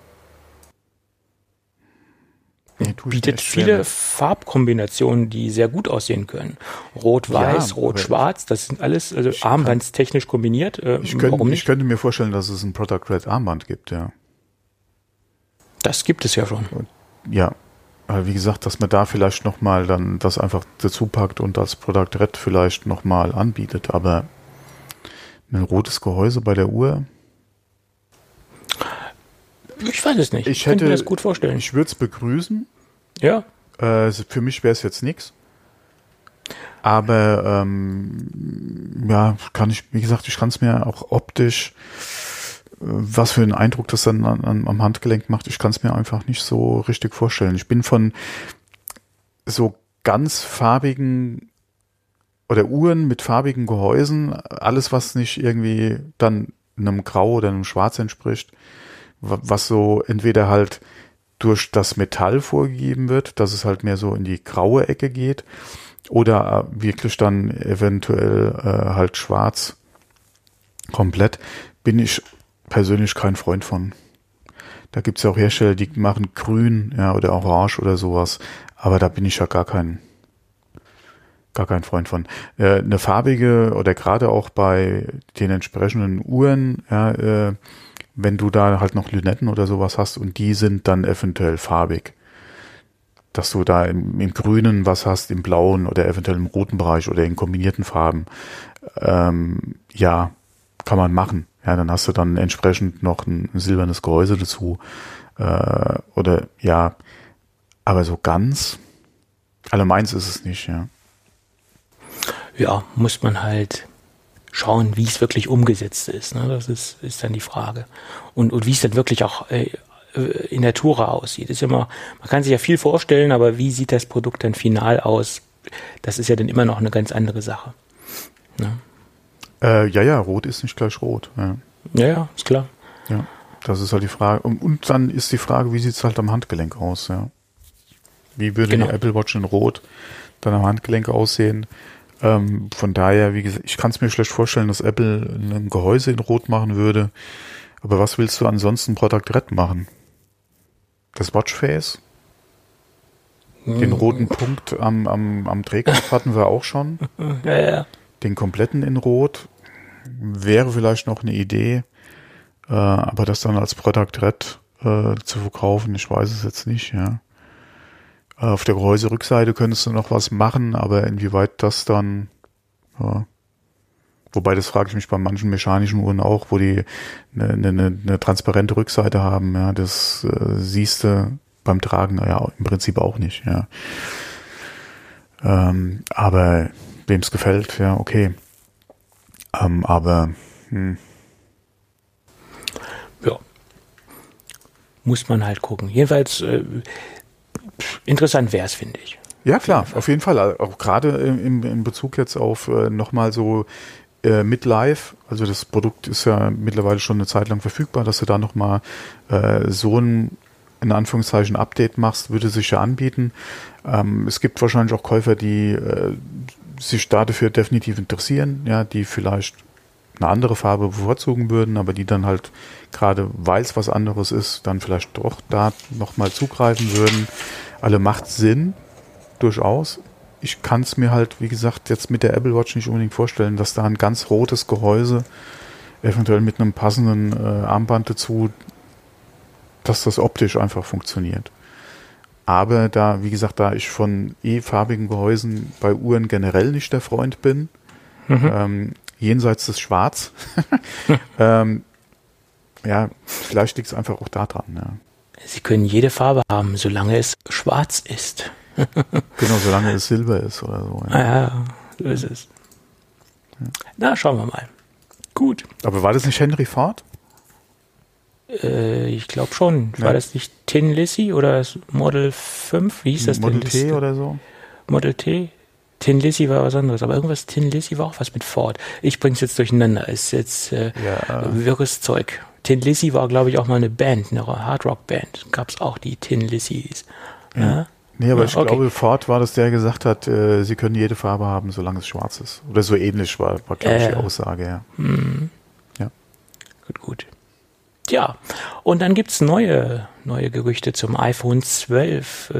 nee, bietet viele Farbkombinationen, die sehr gut aussehen können. Rot-Weiß, ja, Rot-Schwarz, das sind alles also armbandstechnisch kombiniert. Äh, ich, könnte, warum nicht? ich könnte mir vorstellen, dass es ein Product Red Armband gibt, ja. Das gibt es ja schon. Ja, aber wie gesagt, dass man da vielleicht nochmal dann das einfach dazu packt und das Product Red vielleicht nochmal anbietet, aber ein rotes Gehäuse bei der Uhr? Ich weiß es nicht. Ich, ich hätte, könnte mir das gut vorstellen. Ich würde es begrüßen. Ja. Äh, für mich wäre es jetzt nichts. Aber ähm, ja, kann ich, wie gesagt, ich kann es mir auch optisch, was für einen Eindruck das dann an, an, am Handgelenk macht, ich kann es mir einfach nicht so richtig vorstellen. Ich bin von so ganz farbigen oder Uhren mit farbigen Gehäusen, alles was nicht irgendwie dann einem Grau oder einem Schwarz entspricht, was so entweder halt durch das Metall vorgegeben wird, dass es halt mehr so in die graue Ecke geht oder wirklich dann eventuell äh, halt schwarz komplett, bin ich persönlich kein Freund von. Da gibt es ja auch Hersteller, die machen grün, ja, oder orange oder sowas, aber da bin ich ja gar kein gar kein Freund von. Äh, eine farbige oder gerade auch bei den entsprechenden Uhren, ja, äh, wenn du da halt noch Lünetten oder sowas hast und die sind dann eventuell farbig, dass du da im, im Grünen was hast, im Blauen oder eventuell im roten Bereich oder in kombinierten Farben, ähm, ja, kann man machen. Ja, dann hast du dann entsprechend noch ein, ein silbernes Gehäuse dazu. Äh, oder ja, aber so ganz, also meins ist es nicht, ja. Ja, muss man halt schauen, wie es wirklich umgesetzt ist. Ne? Das ist, ist dann die Frage. Und, und wie es dann wirklich auch äh, in der Tura aussieht. Ist immer, man kann sich ja viel vorstellen, aber wie sieht das Produkt dann final aus? Das ist ja dann immer noch eine ganz andere Sache. Ne? Äh, ja, ja, rot ist nicht gleich rot. Ja, ja, ja, ist klar. Ja, das ist halt die Frage. Und, und dann ist die Frage, wie sieht es halt am Handgelenk aus? Ja, wie würde genau. die Apple Watch in Rot dann am Handgelenk aussehen? Ähm, von daher, wie gesagt, ich kann es mir schlecht vorstellen, dass Apple ein Gehäuse in Rot machen würde. Aber was willst du ansonsten Product Red machen? Das Watchface? Hm. Den roten Punkt am, am, am Drehknopf hatten wir auch schon. Ja, ja. Den kompletten in Rot wäre vielleicht noch eine Idee, äh, aber das dann als Product Red äh, zu verkaufen, ich weiß es jetzt nicht, ja. Äh, auf der Gehäuserückseite könntest du noch was machen, aber inwieweit das dann, ja. Wobei, das frage ich mich bei manchen mechanischen Uhren auch, wo die eine, eine, eine transparente Rückseite haben, ja, das äh, siehst du beim Tragen ja im Prinzip auch nicht, ja. Ähm, aber wem es gefällt, ja, okay. Ähm, aber hm. ja, muss man halt gucken. Jedenfalls äh, interessant wäre es, finde ich. Ja, klar, auf jeden Fall. Auf jeden Fall. Auch gerade in, in Bezug jetzt auf äh, nochmal so äh, Midlife. Also das Produkt ist ja mittlerweile schon eine Zeit lang verfügbar, dass du da nochmal äh, so ein in Anführungszeichen Update machst, würde sich ja anbieten. Ähm, es gibt wahrscheinlich auch Käufer, die äh, sich dafür definitiv interessieren, ja, die vielleicht eine andere Farbe bevorzugen würden, aber die dann halt gerade, weil es was anderes ist, dann vielleicht doch da nochmal zugreifen würden. Alle macht Sinn, durchaus. Ich kann es mir halt, wie gesagt, jetzt mit der Apple Watch nicht unbedingt vorstellen, dass da ein ganz rotes Gehäuse, eventuell mit einem passenden äh, Armband dazu, dass das optisch einfach funktioniert. Aber da, wie gesagt, da ich von eh farbigen Gehäusen bei Uhren generell nicht der Freund bin, mhm. ähm, jenseits des Schwarz, ähm, ja, vielleicht liegt es einfach auch da dran. Ja. Sie können jede Farbe haben, solange es schwarz ist. Genau, solange es Silber ist oder so. Ja, ja, so ist es. Ja. Na, schauen wir mal. Gut. Aber war das nicht Henry Ford? Äh, ich glaube schon. War ja. das nicht Tin Lizzy oder das Model fünf? Wie hieß das Model denn? T oder so? Model T? Tin Lizzy war was anderes, aber irgendwas Tin Lizzy war auch was mit Ford. Ich bring's jetzt durcheinander. Ist jetzt äh, ja. wirres Zeug. Tin Lizzy war, glaube ich, auch mal eine Band, eine Hardrock-Band. Gab's auch die Tin Lizzys. Ja. ja? Nee, aber ja, ich okay. glaube, Ford war das, der gesagt hat, äh, sie können jede Farbe haben, solange es schwarz ist. Oder so ähnlich war, war glaube ich, äh, die Aussage, ja. Mhm. Ja. Gut, gut. Ja, und dann gibt's neue, neue Gerüchte zum iPhone zwölf.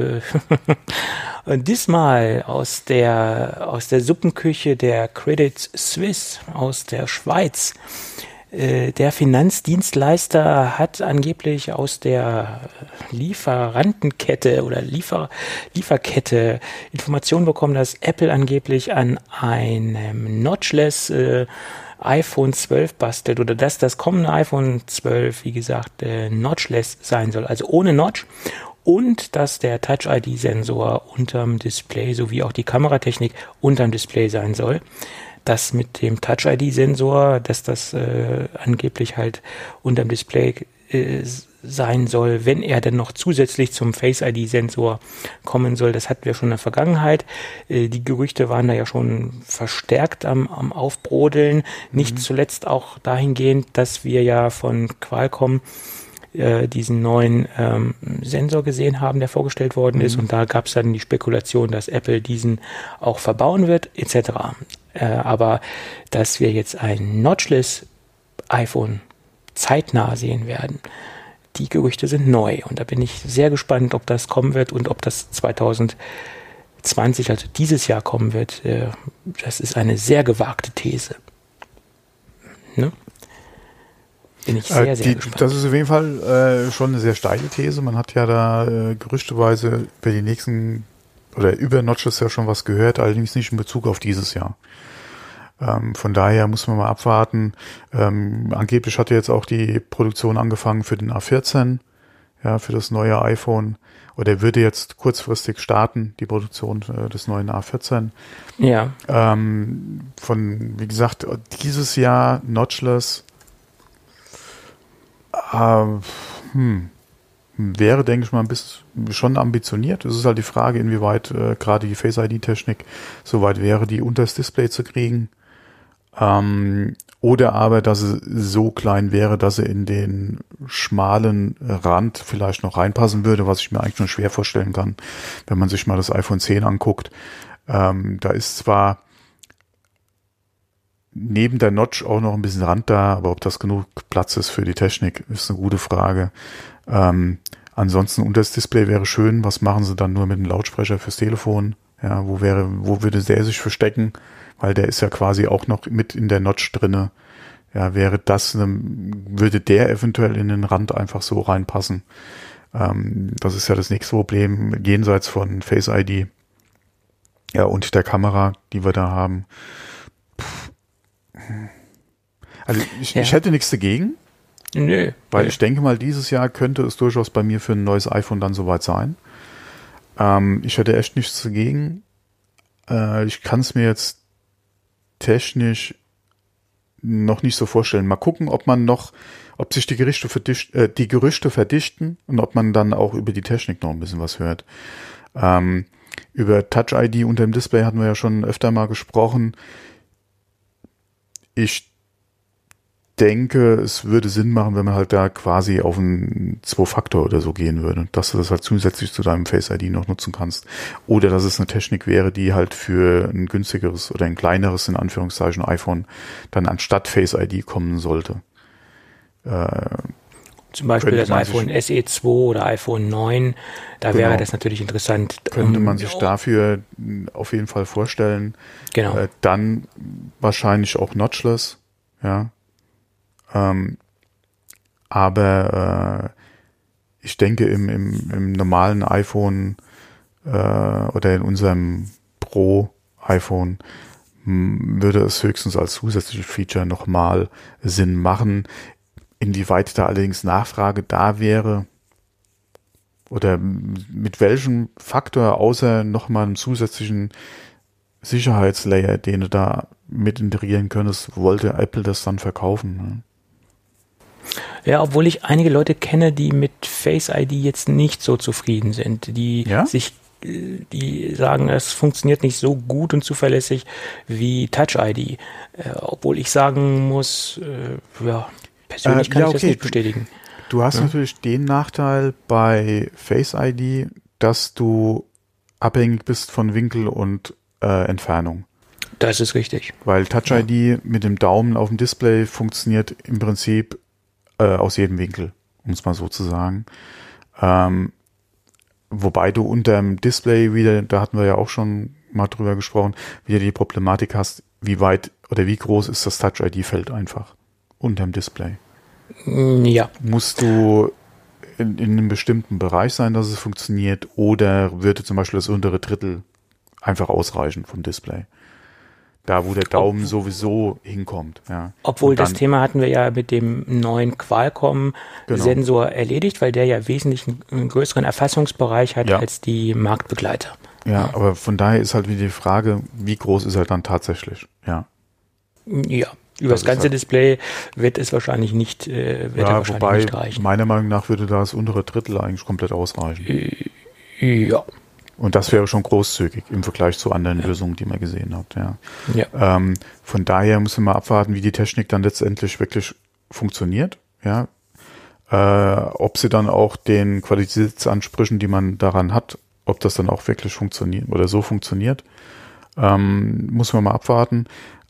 Und diesmal aus der, aus der Suppenküche der Credit Suisse aus der Schweiz. Der Finanzdienstleister hat angeblich aus der Lieferantenkette oder Liefer, Lieferkette Informationen bekommen, dass Apple angeblich an einem Notchless äh, iPhone zwölf bastelt oder dass das kommende iPhone zwölf, wie gesagt, äh, Notchless sein soll, also ohne Notch, und dass der Touch-I D-Sensor unterm Display sowie auch die Kameratechnik unterm Display sein soll. Das mit dem Touch-I D-Sensor, dass das äh, angeblich halt unterm Display äh, sein soll, wenn er denn noch zusätzlich zum Face-I D-Sensor kommen soll. Das hatten wir schon in der Vergangenheit. Äh, die Gerüchte waren da ja schon verstärkt am, am Aufbrodeln. Nicht mhm. zuletzt auch dahingehend, dass wir ja von Qualcomm äh, diesen neuen ähm, Sensor gesehen haben, der vorgestellt worden mhm. ist. Und da gab es dann die Spekulation, dass Apple diesen auch verbauen wird, et cetera. Äh, aber dass wir jetzt ein Notchless iPhone zeitnah sehen werden, die Gerüchte sind neu. Und da bin ich sehr gespannt, ob das kommen wird und ob das zwanzig zwanzig, also dieses Jahr, kommen wird. Äh, das ist eine sehr gewagte These. Ne? Bin ich sehr, äh, sehr die, gespannt. Das ist auf jeden Fall äh, schon eine sehr steile These. Man hat ja da äh, gerüchteweise über die nächsten oder über Notches ja schon was gehört, allerdings nicht in Bezug auf dieses Jahr. Ähm, von daher muss man mal abwarten. Ähm, angeblich hat ja jetzt auch die Produktion angefangen für den A vierzehn, ja, für das neue iPhone. Oder würde jetzt kurzfristig starten, die Produktion äh, des neuen A vierzehn. Ja. Ähm, von, wie gesagt, dieses Jahr Notchless äh, hm. wäre, denke ich mal, ein bisschen schon ambitioniert. Es ist halt die Frage, inwieweit äh, gerade die Face-I D-Technik soweit wäre, die unter das Display zu kriegen. Ähm, oder aber, dass sie so klein wäre, dass sie in den schmalen Rand vielleicht noch reinpassen würde, was ich mir eigentlich nur schwer vorstellen kann, wenn man sich mal das iPhone zehn anguckt. Ähm, da ist zwar neben der Notch auch noch ein bisschen Rand da, aber ob das genug Platz ist für die Technik, ist eine gute Frage. Ähm, ansonsten unter das Display wäre schön. Was machen sie dann nur mit dem Lautsprecher fürs Telefon? Ja, wo wäre, wo würde der sich verstecken? Weil der ist ja quasi auch noch mit in der Notch drinne. Ja, wäre das, eine, würde der eventuell in den Rand einfach so reinpassen? Ähm, das ist ja das nächste Problem, jenseits von Face-I D. Ja, und der Kamera, die wir da haben. Puh. Also ich, ja. ich hätte nichts dagegen. Nö. Weil ich denke mal, dieses Jahr könnte es durchaus bei mir für ein neues iPhone dann soweit sein. Ähm, ich hätte echt nichts dagegen. Äh, ich kann es mir jetzt technisch noch nicht so vorstellen. Mal gucken, ob man noch, ob sich die Gerüchte verdicht, äh, die Gerüchte verdichten und ob man dann auch über die Technik noch ein bisschen was hört. Ähm, über Touch-I D unter dem Display hatten wir ja schon öfter mal gesprochen. Ich denke, es würde Sinn machen, wenn man halt da quasi auf einen Zwei-Faktor oder so gehen würde, dass du das halt zusätzlich zu deinem Face I D noch nutzen kannst. Oder dass es eine Technik wäre, die halt für ein günstigeres oder ein kleineres, in Anführungszeichen, iPhone dann anstatt Face I D kommen sollte. Äh, Zum Beispiel das iPhone S E zwei oder iPhone neun, da genau. wäre das natürlich interessant. Könnte man sich dafür auf jeden Fall vorstellen. Genau. Äh, dann wahrscheinlich auch notchless, ja. Ähm, aber äh, ich denke, im, im, im normalen iPhone äh, oder in unserem Pro-iPhone m, würde es höchstens als zusätzliches Feature nochmal Sinn machen. Inwieweit da allerdings Nachfrage da wäre oder mit welchem Faktor außer nochmal einem zusätzlichen Sicherheitslayer, den du da mit integrieren könntest, wollte Apple das dann verkaufen. Ne? Ja, obwohl ich einige Leute kenne, die mit Face I D jetzt nicht so zufrieden sind, die ja? sich, die sagen, es funktioniert nicht so gut und zuverlässig wie Touch I D. Äh, obwohl ich sagen muss, äh, ja, persönlich äh, kann ja, ich das okay. nicht bestätigen. Du hast ja? natürlich den Nachteil bei Face I D, dass du abhängig bist von Winkel und äh, Entfernung. Das ist richtig. Weil Touch ja. I D mit dem Daumen auf dem Display funktioniert im Prinzip äh, aus jedem Winkel, um es mal so zu sagen. Ähm, wobei du unterm Display wieder, da hatten wir ja auch schon mal drüber gesprochen, wieder die Problematik hast, wie weit oder wie groß ist das Touch I D-Feld einfach unterm Display. Ja. Musst du in, in einem bestimmten Bereich sein, dass es funktioniert, oder würde zum Beispiel das untere Drittel einfach ausreichen vom Display? Da, wo der Daumen Ob, sowieso hinkommt. Ja. Obwohl dann, das Thema hatten wir ja mit dem neuen Qualcomm-Sensor genau. erledigt, weil der ja wesentlich einen größeren Erfassungsbereich hat ja. als die Marktbegleiter. Ja, ja, aber von daher ist halt wieder die Frage, wie groß ist er dann tatsächlich? Ja. Ja, über das, das ganze halt Display wird es wahrscheinlich nicht, äh, wird ja, er wahrscheinlich wobei, nicht reichen. Meiner Meinung nach würde das untere Drittel eigentlich komplett ausreichen. Äh, ja. Und das wäre schon großzügig im Vergleich zu anderen ja. Lösungen, die man gesehen hat. Ja. Ja. Ähm, von daher müssen wir abwarten, wie die Technik dann letztendlich wirklich funktioniert. Ja. Äh, ob sie dann auch den Qualitätsansprüchen, die man daran hat, ob das dann auch wirklich funktioniert oder so funktioniert, ähm, muss man mal abwarten.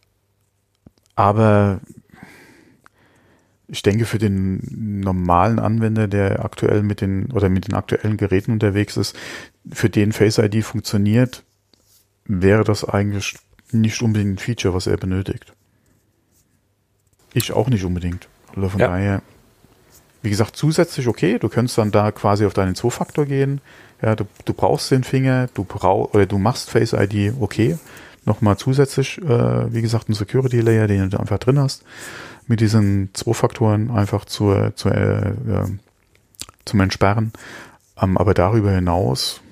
Aber ich denke, für den normalen Anwender, der aktuell mit den oder mit den aktuellen Geräten unterwegs ist, für den Face I D funktioniert, wäre das eigentlich nicht unbedingt ein Feature, was er benötigt. Ich auch nicht unbedingt. Also von ja. daher, wie gesagt, zusätzlich okay, du könntest dann da quasi auf deinen Zwei-Faktor gehen. Ja, du, du brauchst den Finger, du brauch, oder du machst Face I D, okay. Nochmal zusätzlich, äh, wie gesagt, ein Security-Layer, den du einfach drin hast, mit diesen zwei Faktoren einfach zur, zur, äh, äh, zum Entsperren. Ähm, aber darüber hinaus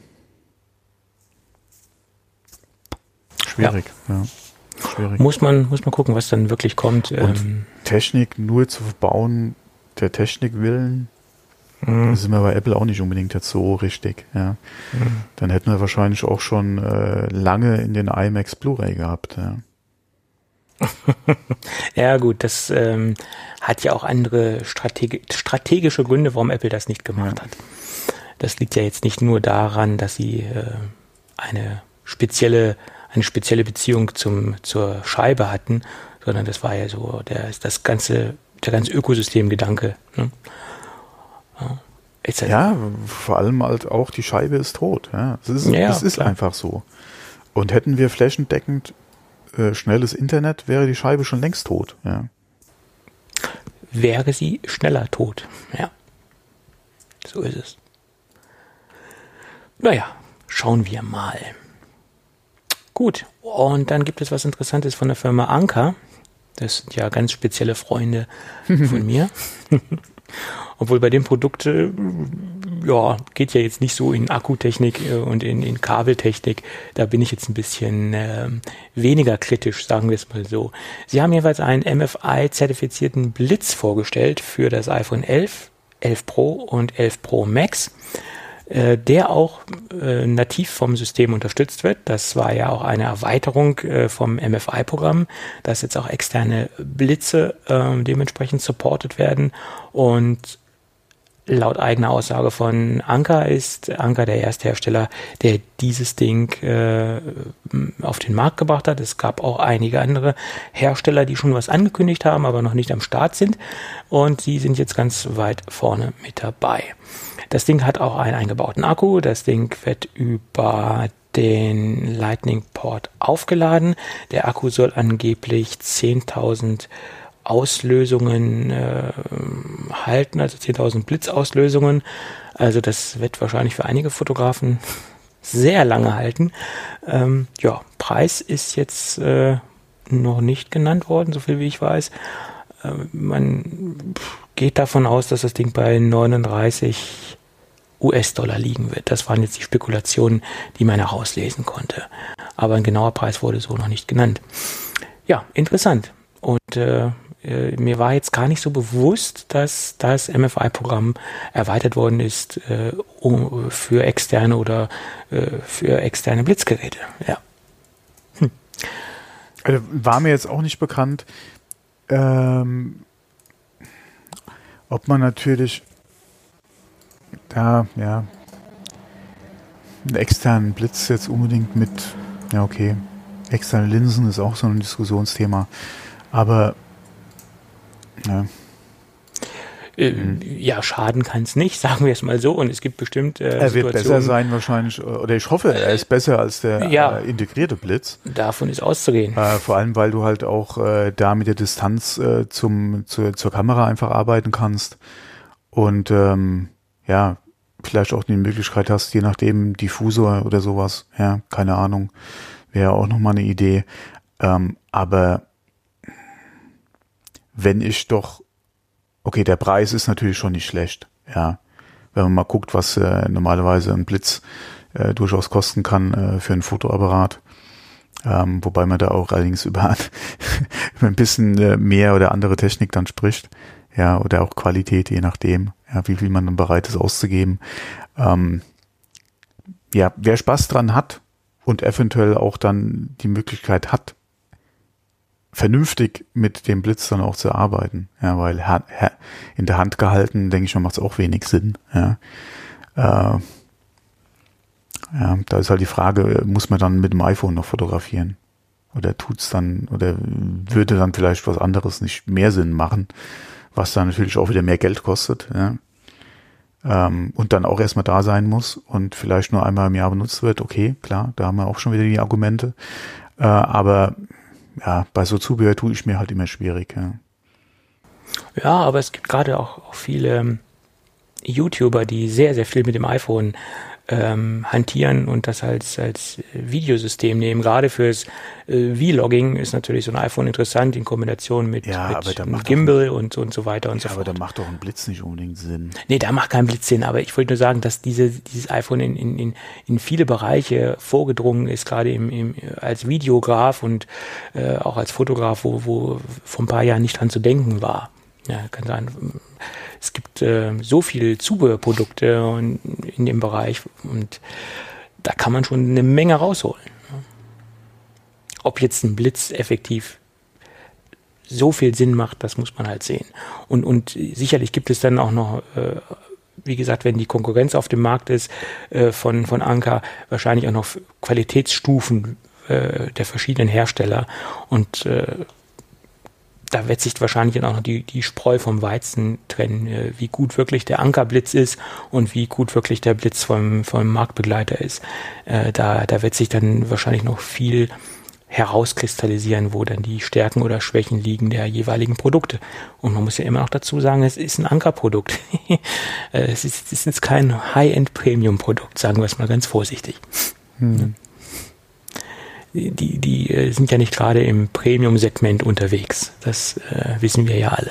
schwierig. Ja. Ja, schwierig. Muss man, muss man gucken, was dann wirklich kommt. Und ähm. Technik nur zu verbauen, der Technik willen, mhm. das sind wir bei Apple auch nicht unbedingt jetzt so richtig. Ja. Mhm. Dann hätten wir wahrscheinlich auch schon äh, lange in den iMacs Blu-ray gehabt. Ja. Ja gut, das ähm, hat ja auch andere Strategi- strategische Gründe, warum Apple das nicht gemacht ja. hat. Das liegt ja jetzt nicht nur daran, dass sie äh, eine spezielle eine spezielle Beziehung zum zur Scheibe hatten, sondern das war ja so der das ganze der ganze Ökosystemgedanke. Ne? Ja, halt ja, vor allem halt auch die Scheibe ist tot. Ja, es ist, ja, es ist einfach so. Und hätten wir flächendeckend äh, schnelles Internet, wäre die Scheibe schon längst tot. Ja. Wäre sie schneller tot. Ja, so ist es. Naja, schauen wir mal. Gut, und dann gibt es was Interessantes von der Firma Anker. Das sind ja ganz spezielle Freunde von mir. Obwohl bei dem Produkt, äh, ja, geht ja jetzt nicht so in Akkutechnik äh, und in, in Kabeltechnik. Da bin ich jetzt ein bisschen äh, weniger kritisch, sagen wir es mal so. Sie haben jeweils einen M F I-zertifizierten Blitz vorgestellt für das iPhone elf, elf Pro und elf Pro Max. äh, der auch äh, nativ vom System unterstützt wird. Das war ja auch eine Erweiterung äh, vom M F I-Programm, dass jetzt auch externe Blitze äh, dementsprechend supported werden. Und laut eigener Aussage von Anker ist Anker der erste Hersteller, der dieses Ding äh, auf den Markt gebracht hat. Es gab auch einige andere Hersteller, die schon was angekündigt haben, aber noch nicht am Start sind. Und sie sind jetzt ganz weit vorne mit dabei. Das Ding hat auch einen eingebauten Akku. Das Ding wird über den Lightning-Port aufgeladen. Der Akku soll angeblich zehntausend Auslösungen äh, halten, also zehntausend Blitzauslösungen. Also das wird wahrscheinlich für einige Fotografen sehr lange halten. Ähm, ja, Preis ist jetzt äh, noch nicht genannt worden, so viel wie ich weiß. Äh, man geht davon aus, dass das Ding bei neununddreißig US-Dollar liegen wird. Das waren jetzt die Spekulationen, die man herauslesen konnte. Aber ein genauer Preis wurde so noch nicht genannt. Ja, interessant. Und äh, mir war jetzt gar nicht so bewusst, dass das M F I-Programm erweitert worden ist äh, um, für externe oder äh, für externe Blitzgeräte. Ja. Hm. Also war mir jetzt auch nicht bekannt, ähm, ob man natürlich da, ja, einen externen Blitz jetzt unbedingt mit, ja okay, externe Linsen ist auch so ein Diskussionsthema, aber ja. Äh, hm. ja, schaden kann es nicht, sagen wir es mal so. Und es gibt bestimmt äh, Er wird besser sein wahrscheinlich, oder ich hoffe, er ist besser als der ja, äh, integrierte Blitz. Davon ist auszugehen. Äh, vor allem, weil du halt auch äh, da mit der Distanz äh, zum zu, zur Kamera einfach arbeiten kannst. Und ähm, ja, vielleicht auch die Möglichkeit hast, je nachdem Diffusor oder sowas, ja, keine Ahnung, wäre auch nochmal eine Idee. Ähm, aber wenn ich doch, okay, der Preis ist natürlich schon nicht schlecht, ja. Wenn man mal guckt, was äh, normalerweise ein Blitz äh, durchaus kosten kann äh, für ein Fotoapparat, ähm, wobei man da auch allerdings über, über ein bisschen äh, mehr oder andere Technik dann spricht, ja, oder auch Qualität, je nachdem, ja, wie viel man dann bereit ist auszugeben. Ähm, ja, wer Spaß dran hat und eventuell auch dann die Möglichkeit hat, vernünftig mit dem Blitz dann auch zu arbeiten, ja, weil in der Hand gehalten, denke ich mal, macht es auch wenig Sinn, ja. Äh, ja, da ist halt die Frage, muss man dann mit dem iPhone noch fotografieren? Oder tut's dann, oder würde dann vielleicht was anderes nicht mehr Sinn machen, was dann natürlich auch wieder mehr Geld kostet, ja. Ähm, und dann auch erstmal da sein muss und vielleicht nur einmal im Jahr benutzt wird, okay, klar, da haben wir auch schon wieder die Argumente, äh, aber ja, bei so Zubehör tue ich mir halt immer schwierig. Ja, ja, aber es gibt gerade auch, auch viele YouTuber, die sehr, sehr viel mit dem iPhone ähm, hantieren und das als, als Videosystem nehmen. Gerade fürs äh, Vlogging ist natürlich so ein iPhone interessant in Kombination mit, ja, mit einem Gimbal und, und so weiter und ja, so fort. Aber da macht doch ein Blitz nicht unbedingt Sinn. Nee, da macht kein Blitz Sinn, aber ich wollte nur sagen, dass diese, dieses iPhone in, in, in, in viele Bereiche vorgedrungen ist, gerade im, im, als Videograf und äh, auch als Fotograf, wo, wo vor ein paar Jahren nicht dran zu denken war. Ja, kann sein. Es gibt äh, so viele Zubehörprodukte und, in dem Bereich und da kann man schon eine Menge rausholen. Ob jetzt ein Blitz effektiv so viel Sinn macht, das muss man halt sehen. Und, und sicherlich gibt es dann auch noch, äh, wie gesagt, wenn die Konkurrenz auf dem Markt ist, äh, von, von Anker, wahrscheinlich auch noch Qualitätsstufen äh, der verschiedenen Hersteller und äh, da wird sich wahrscheinlich auch noch die, die Spreu vom Weizen trennen, wie gut wirklich der Ankerblitz ist und wie gut wirklich der Blitz vom, vom Marktbegleiter ist. Äh, da, da wird sich dann wahrscheinlich noch viel herauskristallisieren, wo dann die Stärken oder Schwächen liegen der jeweiligen Produkte. Und man muss ja immer noch dazu sagen, es ist ein Ankerprodukt. es, ist, es ist jetzt kein High-End-Premium-Produkt, sagen wir es mal ganz vorsichtig. Hm. Die, die sind ja nicht gerade im Premium-Segment unterwegs. Das äh, wissen wir ja alle.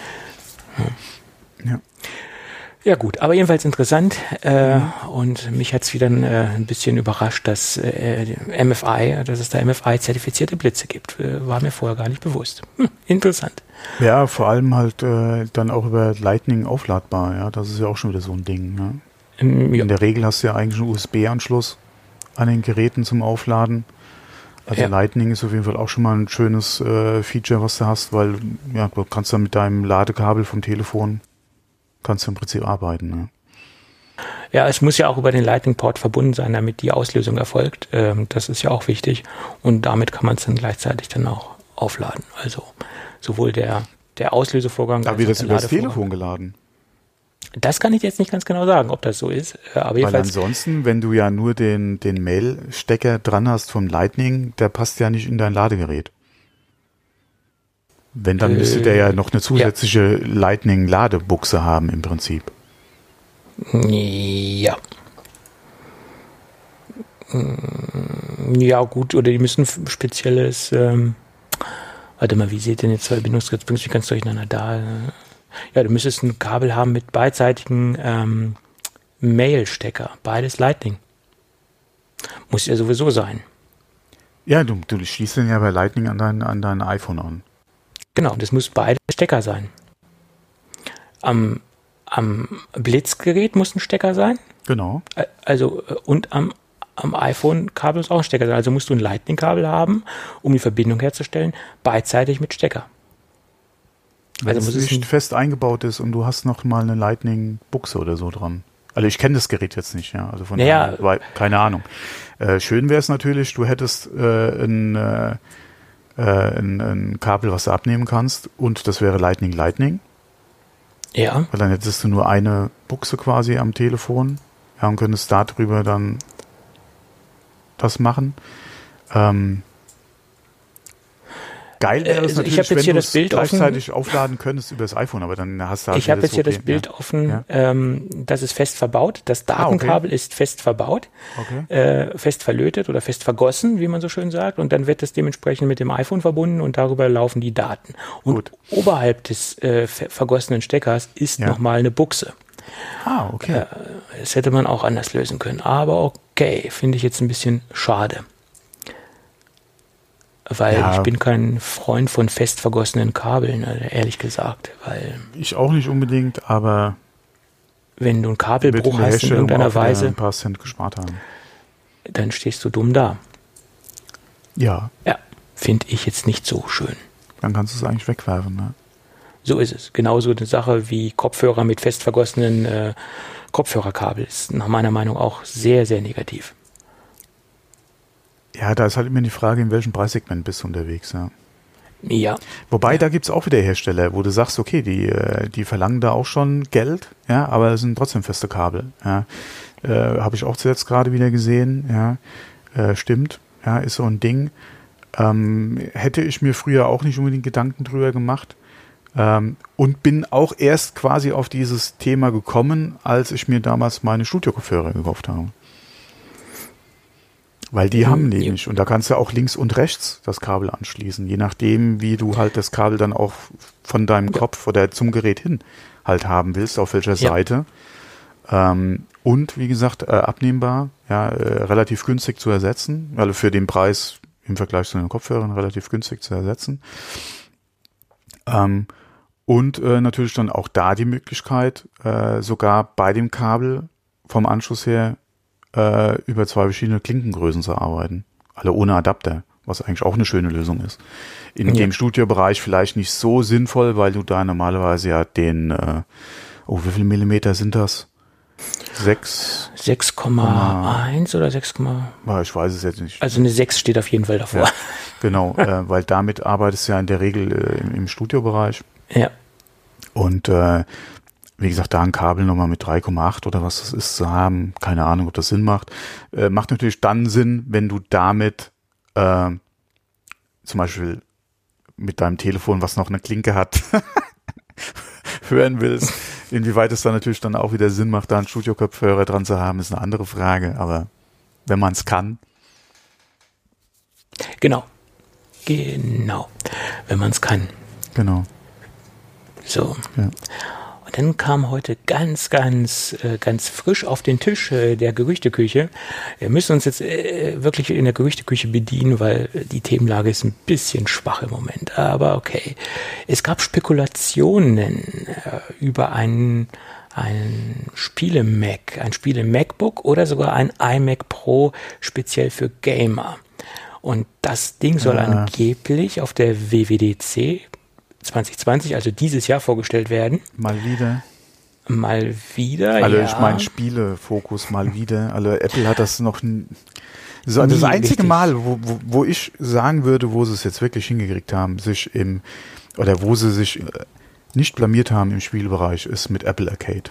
Ja. Ja gut, aber jedenfalls interessant äh, mhm. und mich hat es wieder äh, ein bisschen überrascht, dass äh, M F I, dass es da M F I-zertifizierte Blitze gibt. Äh, war mir vorher gar nicht bewusst. Hm, interessant. Ja, vor allem halt äh, dann auch über Lightning aufladbar. Ja, das ist ja auch schon wieder so ein Ding. Ne? Ähm, ja. In der Regel hast du ja eigentlich einen U S B-Anschluss an den Geräten zum Aufladen. Also ja. Lightning ist auf jeden Fall auch schon mal ein schönes äh, Feature, was du hast, weil ja, du kannst dann mit deinem Ladekabel vom Telefon kannst du im Prinzip arbeiten. Ne? Ja, es muss ja auch über den Lightning-Port verbunden sein, damit die Auslösung erfolgt. Ähm, das ist ja auch wichtig. Und damit kann man es dann gleichzeitig dann auch aufladen. Also sowohl der, der Auslösevorgang. Aber wird das über das Telefon geladen? Das kann ich jetzt nicht ganz genau sagen, ob das so ist. Aber Weil ansonsten, wenn du ja nur den, den Mail-Stecker dran hast vom Lightning, der passt ja nicht in dein Ladegerät. Wenn, dann äh, müsste der ja noch eine zusätzliche ja. Lightning-Ladebuchse haben im Prinzip. Ja. Ja, gut, oder die müssen spezielles, ähm, warte mal, wie sieht denn jetzt zwei Verbindungsgeräte, bringst du ganz durcheinander da? Ja, du müsstest ein Kabel haben mit beidseitigen ähm, Mail-Stecker, beides Lightning. Muss ja sowieso sein. Ja, du, du schließt den ja bei Lightning an dein, an dein iPhone an. Genau, das muss beide Stecker sein. Am, am Blitzgerät muss ein Stecker sein. Genau. Also, und am, am iPhone-Kabel muss auch ein Stecker sein. Also musst du ein Lightning-Kabel haben, um die Verbindung herzustellen, beidseitig mit Stecker. Wenn also es nicht fest eingebaut ist und du hast noch mal eine Lightning-Buchse oder so dran. Also ich kenne das Gerät jetzt nicht, ja. Also von naja, daher, keine Ahnung. Äh, schön wäre es natürlich, du hättest äh, ein, äh, ein, ein Kabel, was du abnehmen kannst, und das wäre Lightning Lightning. Ja. Weil dann hättest du nur eine Buchse quasi am Telefon, ja, und könntest darüber dann das machen. Ähm, Geil wäre es natürlich, wenn du es gleichzeitig offen. aufladen könntest über das iPhone, aber dann hast du halt Ich habe jetzt hier das Bild ja. offen, ja. ähm, das ist fest verbaut. Das Datenkabel ah, okay. ist fest verbaut, okay. äh, fest verlötet oder fest vergossen, wie man so schön sagt. Und dann wird das dementsprechend mit dem iPhone verbunden und darüber laufen die Daten. Und Gut. oberhalb des äh, vergossenen Steckers ist ja. nochmal eine Buchse. Ah, okay. Äh, das hätte man auch anders lösen können. Aber okay, finde ich jetzt ein bisschen schade. Weil ja. ich bin kein Freund von fest vergossenen Kabeln, ehrlich gesagt. Weil ich auch nicht unbedingt, aber wenn du einen Kabelbruch hast in irgendeiner Weise, ein paar Cent gespart haben, dann stehst du dumm da. Ja. Ja, finde ich jetzt nicht so schön. Dann kannst du es eigentlich wegwerfen, ne? So ist es. Genauso eine Sache wie Kopfhörer mit fest vergossenen äh, Kopfhörerkabel ist nach meiner Meinung auch sehr, sehr negativ. Ja, da ist halt immer die Frage, in welchem Preissegment bist du unterwegs, ja. Ja. Wobei, ja. da gibt's auch wieder Hersteller, wo du sagst, okay, die, die verlangen da auch schon Geld, ja, aber es sind trotzdem feste Kabel, ja. Äh, habe ich auch zuletzt gerade wieder gesehen, ja. Äh, stimmt, ja, ist so ein Ding. Ähm, hätte ich mir früher auch nicht unbedingt Gedanken drüber gemacht. Ähm, und bin auch erst quasi auf dieses Thema gekommen, als ich mir damals meine Studio-Kopfhörer gekauft habe. Weil die mhm. haben die nicht. Und da kannst du auch links und rechts das Kabel anschließen. Je nachdem, wie du halt das Kabel dann auch von deinem ja. Kopf oder zum Gerät hin halt haben willst, auf welcher ja. Seite. Ähm, und wie gesagt, äh, abnehmbar, ja, äh, relativ günstig zu ersetzen. Also für den Preis im Vergleich zu den Kopfhörern relativ günstig zu ersetzen. Ähm, und äh, natürlich dann auch da die Möglichkeit, äh, sogar bei dem Kabel vom Anschluss her äh, über zwei verschiedene Klinkengrößen zu arbeiten. Alle ohne Adapter, was eigentlich auch eine schöne Lösung ist. In ja. dem Studiobereich vielleicht nicht so sinnvoll, weil du da normalerweise ja den, äh, oh, wie viele Millimeter sind das? Sechs? sechs Komma eins oder sechs, ich weiß es jetzt nicht. Also eine sechs steht auf jeden Fall davor. Ja, genau, äh, weil damit arbeitest du ja in der Regel äh, im, im Studiobereich. Ja. Und äh, wie gesagt, da ein Kabel nochmal mit drei Komma acht oder was das ist zu haben, keine Ahnung, ob das Sinn macht. Äh, macht natürlich dann Sinn, wenn du damit äh, zum Beispiel mit deinem Telefon, was noch eine Klinke hat, hören willst. Inwieweit es dann natürlich dann auch wieder Sinn macht, da einen Studio-Kopfhörer dran zu haben, ist eine andere Frage. Aber wenn man es kann. Genau. Genau. Wenn man es kann. Genau. So. Ja. Und dann kam heute ganz, ganz, äh, ganz frisch auf den Tisch äh, der Gerüchteküche. Wir müssen uns jetzt äh, wirklich in der Gerüchteküche bedienen, weil die Themenlage ist ein bisschen schwach im Moment. Aber okay. Es gab Spekulationen äh, über einen ein Spiele-Mac, ein Spiele-MacBook oder sogar ein iMac Pro speziell für Gamer. Und das Ding soll Ah. angeblich auf der W W D C zwanzig zwanzig, also dieses Jahr, vorgestellt werden. Mal wieder. Mal wieder, Also ja. ich meine Spielefokus mal wieder. Also Apple hat das noch n- so, Nie das einzige richtig. Mal, wo, wo, wo ich sagen würde, wo sie es jetzt wirklich hingekriegt haben, sich im oder wo sie sich äh, nicht blamiert haben im Spielbereich, ist mit Apple Arcade.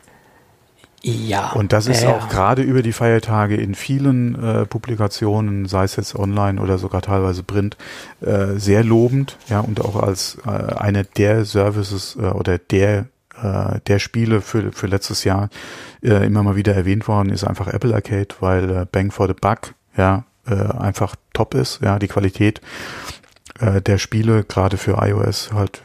Ja. Und das ist ja, auch gerade über die Feiertage in vielen äh, Publikationen, sei es jetzt online oder sogar teilweise print, äh, sehr lobend, ja, und auch als äh, eine der Services äh, oder der äh, der Spiele für für letztes Jahr äh, immer mal wieder erwähnt worden ist einfach Apple Arcade, weil äh, Bang for the Buck, ja, äh, einfach top ist, ja, die Qualität äh, der Spiele gerade für iOS halt,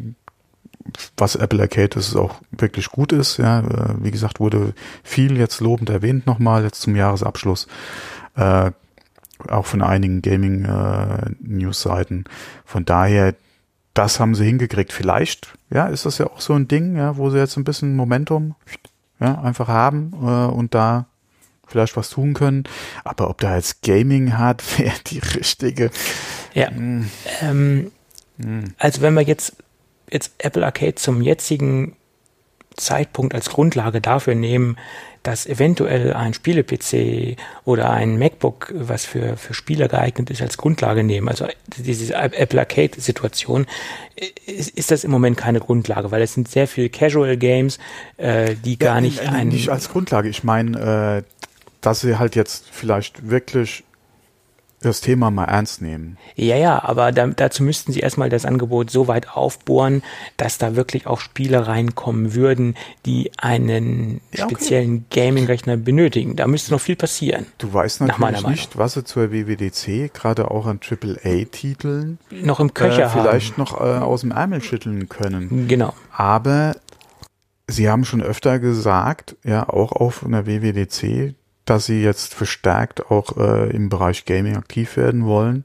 was Apple Arcade ist, auch wirklich gut ist. Ja, äh, wie gesagt, wurde viel jetzt lobend erwähnt nochmal, jetzt zum Jahresabschluss. Äh, auch von einigen Gaming-News-Seiten. Von daher, das haben sie hingekriegt. Vielleicht, ja, ist das ja auch so ein Ding, ja, wo sie jetzt ein bisschen Momentum, ja, einfach haben äh, und da vielleicht was tun können. Aber ob da jetzt Gaming-Hardware die richtige... Ja. Mh, Ähm, mh. also wenn wir jetzt, jetzt Apple Arcade zum jetzigen Zeitpunkt als Grundlage dafür nehmen, dass eventuell ein Spiele-P C oder ein MacBook, was für, für Spieler geeignet ist, als Grundlage nehmen, also diese Apple Arcade-Situation, ist, ist das im Moment keine Grundlage, weil es sind sehr viele Casual-Games, äh, die gar Ja, nicht äh, ein... Nicht als Grundlage. Ich meine, äh, dass sie halt jetzt vielleicht wirklich das Thema mal ernst nehmen. Ja, ja, aber da, dazu müssten sie erstmal das Angebot so weit aufbohren, dass da wirklich auch Spiele reinkommen würden, die einen Ja, okay. speziellen Gaming-Rechner benötigen. Da müsste noch viel passieren. Du weißt Nach meiner natürlich nicht, was sie zur W W D C gerade auch an Triple A-Titeln Noch im Köcher äh, vielleicht haben. noch äh, aus dem Ärmel schütteln können. Genau. Aber sie haben schon öfter gesagt, ja, auch auf einer W W D C, dass sie jetzt verstärkt auch äh, im Bereich Gaming aktiv werden wollen.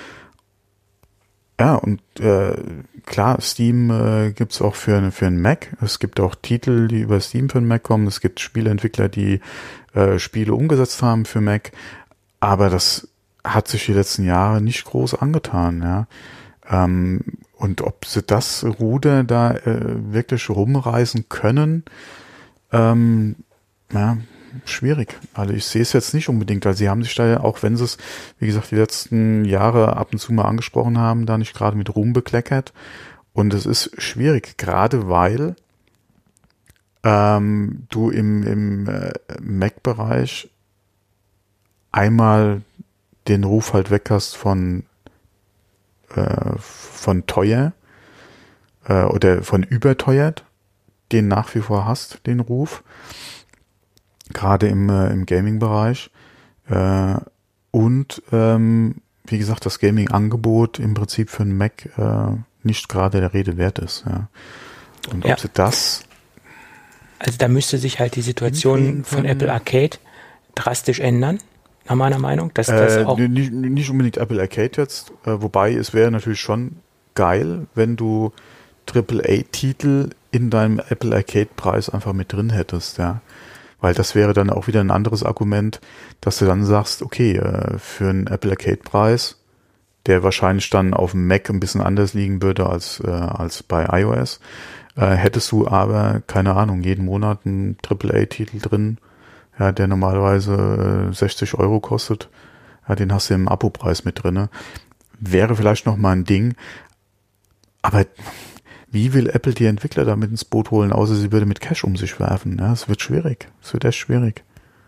Ja, und äh, klar, Steam äh, gibt's auch für, für einen Mac. Es gibt auch Titel, die über Steam für einen Mac kommen. Es gibt Spieleentwickler, die äh, Spiele umgesetzt haben für Mac. Aber das hat sich die letzten Jahre nicht groß angetan. Ja. Ähm, und ob sie das Ruder da äh, wirklich rumreißen können, ähm, ja, schwierig. Also ich sehe es jetzt nicht unbedingt, weil sie haben sich da ja, auch wenn sie es, wie gesagt, die letzten Jahre ab und zu mal angesprochen haben, da nicht gerade mit Ruhm bekleckert. Und es ist schwierig, gerade weil ähm, du im, im äh, Mac-Bereich einmal den Ruf halt weg hast von äh, von teuer äh, oder von überteuert, den nach wie vor hast, den Ruf. Gerade im, äh, im Gaming-Bereich. Äh, und ähm, wie gesagt, das Gaming-Angebot im Prinzip für einen Mac äh, nicht gerade der Rede wert ist. Ja. Und Ja. ob sie das... Also da müsste sich halt die Situation Hinkriegen von können. Apple Arcade drastisch ändern, nach meiner Meinung. Dass das Äh, auch nicht, nicht unbedingt Apple Arcade jetzt, äh, wobei es wäre natürlich schon geil, wenn du Triple A-Titel in deinem Apple Arcade-Preis einfach mit drin hättest, ja. Weil das wäre dann auch wieder ein anderes Argument, dass du dann sagst, okay, äh, für einen Apple Arcade-Preis, der wahrscheinlich dann auf dem Mac ein bisschen anders liegen würde als äh, als bei iOS, äh, hättest du aber, keine Ahnung, jeden Monat einen Triple A-Titel drin, ja, der normalerweise äh, sechzig Euro kostet, ja, den hast du im Abo-Preis mit drinne. Wäre vielleicht noch mal ein Ding, aber wie will Apple die Entwickler damit ins Boot holen, außer sie würde mit Cash um sich werfen? Ja, es wird schwierig. Es wird echt schwierig.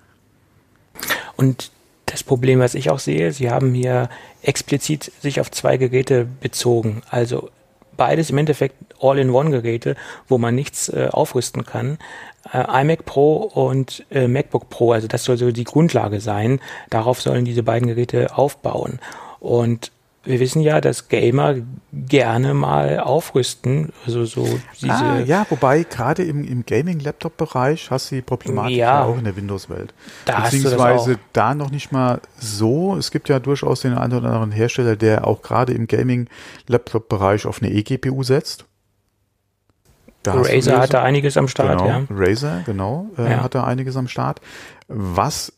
Und das Problem, was ich auch sehe, sie haben hier explizit sich auf zwei Geräte bezogen. Also beides im Endeffekt All-in-One-Geräte, wo man nichts äh, aufrüsten kann. Äh, iMac Pro und äh, MacBook Pro, also das soll so die Grundlage sein. Darauf sollen diese beiden Geräte aufbauen. Und wir wissen ja, dass Gamer gerne mal aufrüsten, also so diese... Ah, ja, wobei gerade im, im Gaming-Laptop-Bereich hast du die Problematik Ja. ja auch in der Windows-Welt. Da hast du das Beziehungsweise auch. da noch nicht mal so. Es gibt ja durchaus den einen oder anderen Hersteller, der auch gerade im Gaming-Laptop-Bereich auf eine eGPU setzt. Da hast du Razer Lösung. hat da einiges am Start, Genau, ja. Razer, genau, äh, Ja. hat da einiges am Start. Was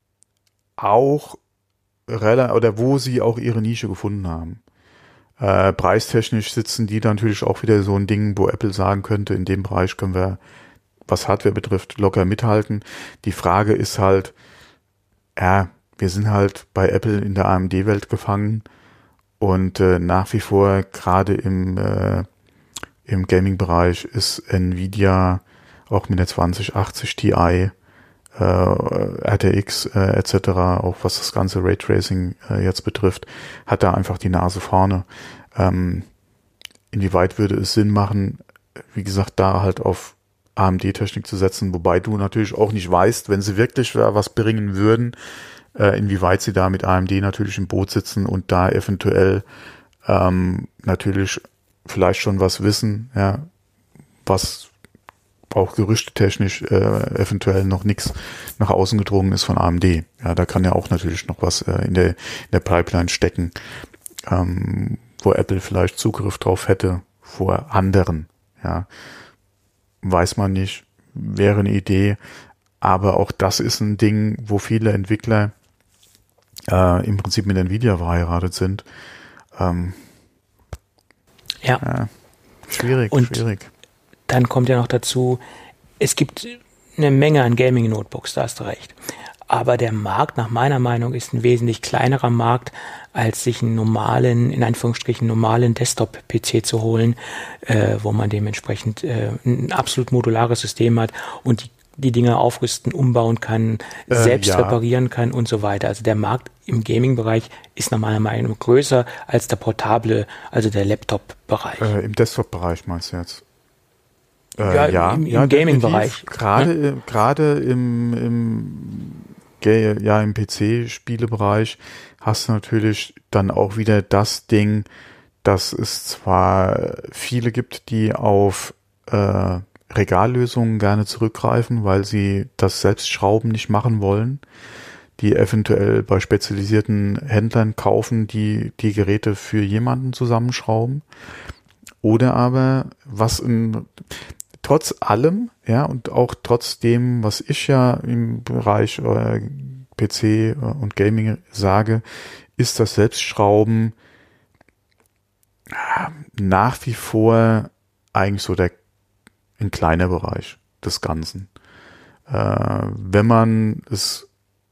auch rela- oder wo sie auch ihre Nische gefunden haben. Äh, preistechnisch sitzen die da natürlich auch wieder so ein Ding, wo Apple sagen könnte, in dem Bereich können wir, was Hardware betrifft, locker mithalten. Die Frage ist halt, ja, wir sind halt bei Apple in der A M D-Welt gefangen und äh, nach wie vor gerade im äh, im Gaming-Bereich ist Nvidia auch mit der zwanzig achtzig Ti, äh, R T X äh, et cetera, auch was das ganze Raytracing äh, jetzt betrifft, hat da einfach die Nase vorne. Ähm, inwieweit würde es Sinn machen, wie gesagt, da halt auf A M D-Technik zu setzen, wobei du natürlich auch nicht weißt, wenn sie wirklich was bringen würden, äh, inwieweit sie da mit A M D natürlich im Boot sitzen und da eventuell ähm, natürlich vielleicht schon was wissen, ja, was auch gerüchtetechnisch äh, eventuell noch nichts nach außen gedrungen ist von A M D. Ja, da kann ja auch natürlich noch was äh, in der in der Pipeline stecken, ähm, wo Apple vielleicht Zugriff drauf hätte vor anderen. Ja, weiß man nicht, wäre eine Idee, aber auch das ist ein Ding, wo viele Entwickler äh, im Prinzip mit Nvidia verheiratet sind. Ähm, Ja. ja, schwierig, Und schwierig. dann kommt ja noch dazu, es gibt eine Menge an Gaming-Notebooks, da hast du recht. Aber der Markt, nach meiner Meinung, ist ein wesentlich kleinerer Markt, als sich einen normalen, in Anführungsstrichen normalen Desktop-P C zu holen, äh, wo man dementsprechend äh, ein absolut modulares System hat und die die Dinge aufrüsten, umbauen kann, Äh, selbst ja. reparieren kann und so weiter. Also der Markt im Gaming-Bereich ist nach meiner Meinung größer als der portable, also der Laptop-Bereich. Äh, Im Desktop-Bereich meinst du jetzt? Äh, Ja, ja, im- im ja, Gaming-Bereich, definitiv. Gerade, äh, gerade im, im, Ga- ja, im P C-Spielebereich hast du natürlich dann auch wieder das Ding, dass es zwar viele gibt, die auf äh, Regallösungen gerne zurückgreifen, weil sie das Selbstschrauben nicht machen wollen, die eventuell bei spezialisierten Händlern kaufen, die die Geräte für jemanden zusammenschrauben. Oder aber, was in, trotz allem, ja, und auch trotz dem, was ich ja im Bereich äh, P C und Gaming sage, ist das Selbstschrauben äh, nach wie vor eigentlich so der ein kleiner Bereich des Ganzen. Äh, wenn man es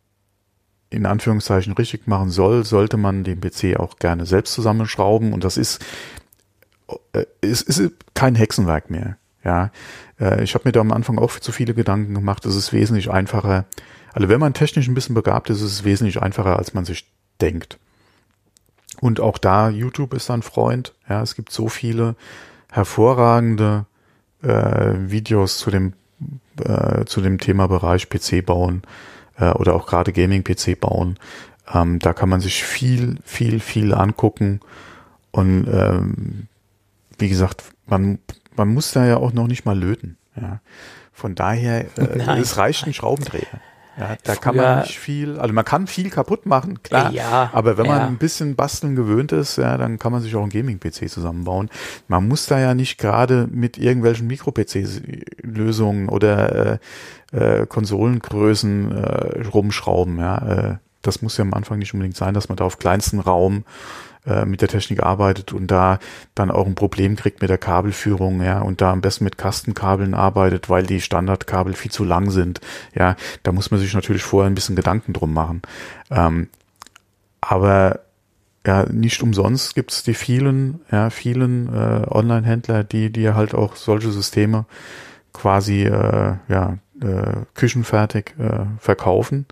in Anführungszeichen richtig machen soll, sollte man den P C auch gerne selbst zusammenschrauben und das ist äh, es ist kein Hexenwerk mehr. Ja, äh, ich habe mir da am Anfang auch zu viele Gedanken gemacht. Es ist wesentlich einfacher. Also wenn man technisch ein bisschen begabt ist, ist es wesentlich einfacher, als man sich denkt. Und auch da, YouTube ist ein Freund. Ja, es gibt so viele hervorragende äh, Videos zu dem äh, zu dem Thema Bereich P C bauen äh, oder auch gerade Gaming-P C bauen. Ähm, da kann man sich viel, viel, viel angucken und ähm, wie gesagt, man man muss da ja auch noch nicht mal löten. Ja. Von daher, äh, Nein. es reicht ein Schraubendreher. Ja, da kann Früher- man nicht viel, also man kann viel kaputt machen, klar. Ja, aber wenn man ja. ein bisschen basteln gewöhnt ist, ja, dann kann man sich auch einen Gaming-P C zusammenbauen. Man muss da ja nicht gerade mit irgendwelchen Mikro-P C-Lösungen oder äh, äh, Konsolengrößen äh, rumschrauben. Ja. Äh, das muss ja am Anfang nicht unbedingt sein, dass man da auf kleinstem Raum äh, mit der Technik arbeitet und da dann auch ein Problem kriegt mit der Kabelführung, ja, und da am besten mit Kastenkabeln arbeitet, weil die Standardkabel viel zu lang sind. Ja, da muss man sich natürlich vorher ein bisschen Gedanken drum machen. Ähm, aber ja, nicht umsonst gibt es die vielen, ja, vielen äh, Online-Händler, die die halt auch solche Systeme quasi äh, ja, äh, küchenfertig äh, verkaufen,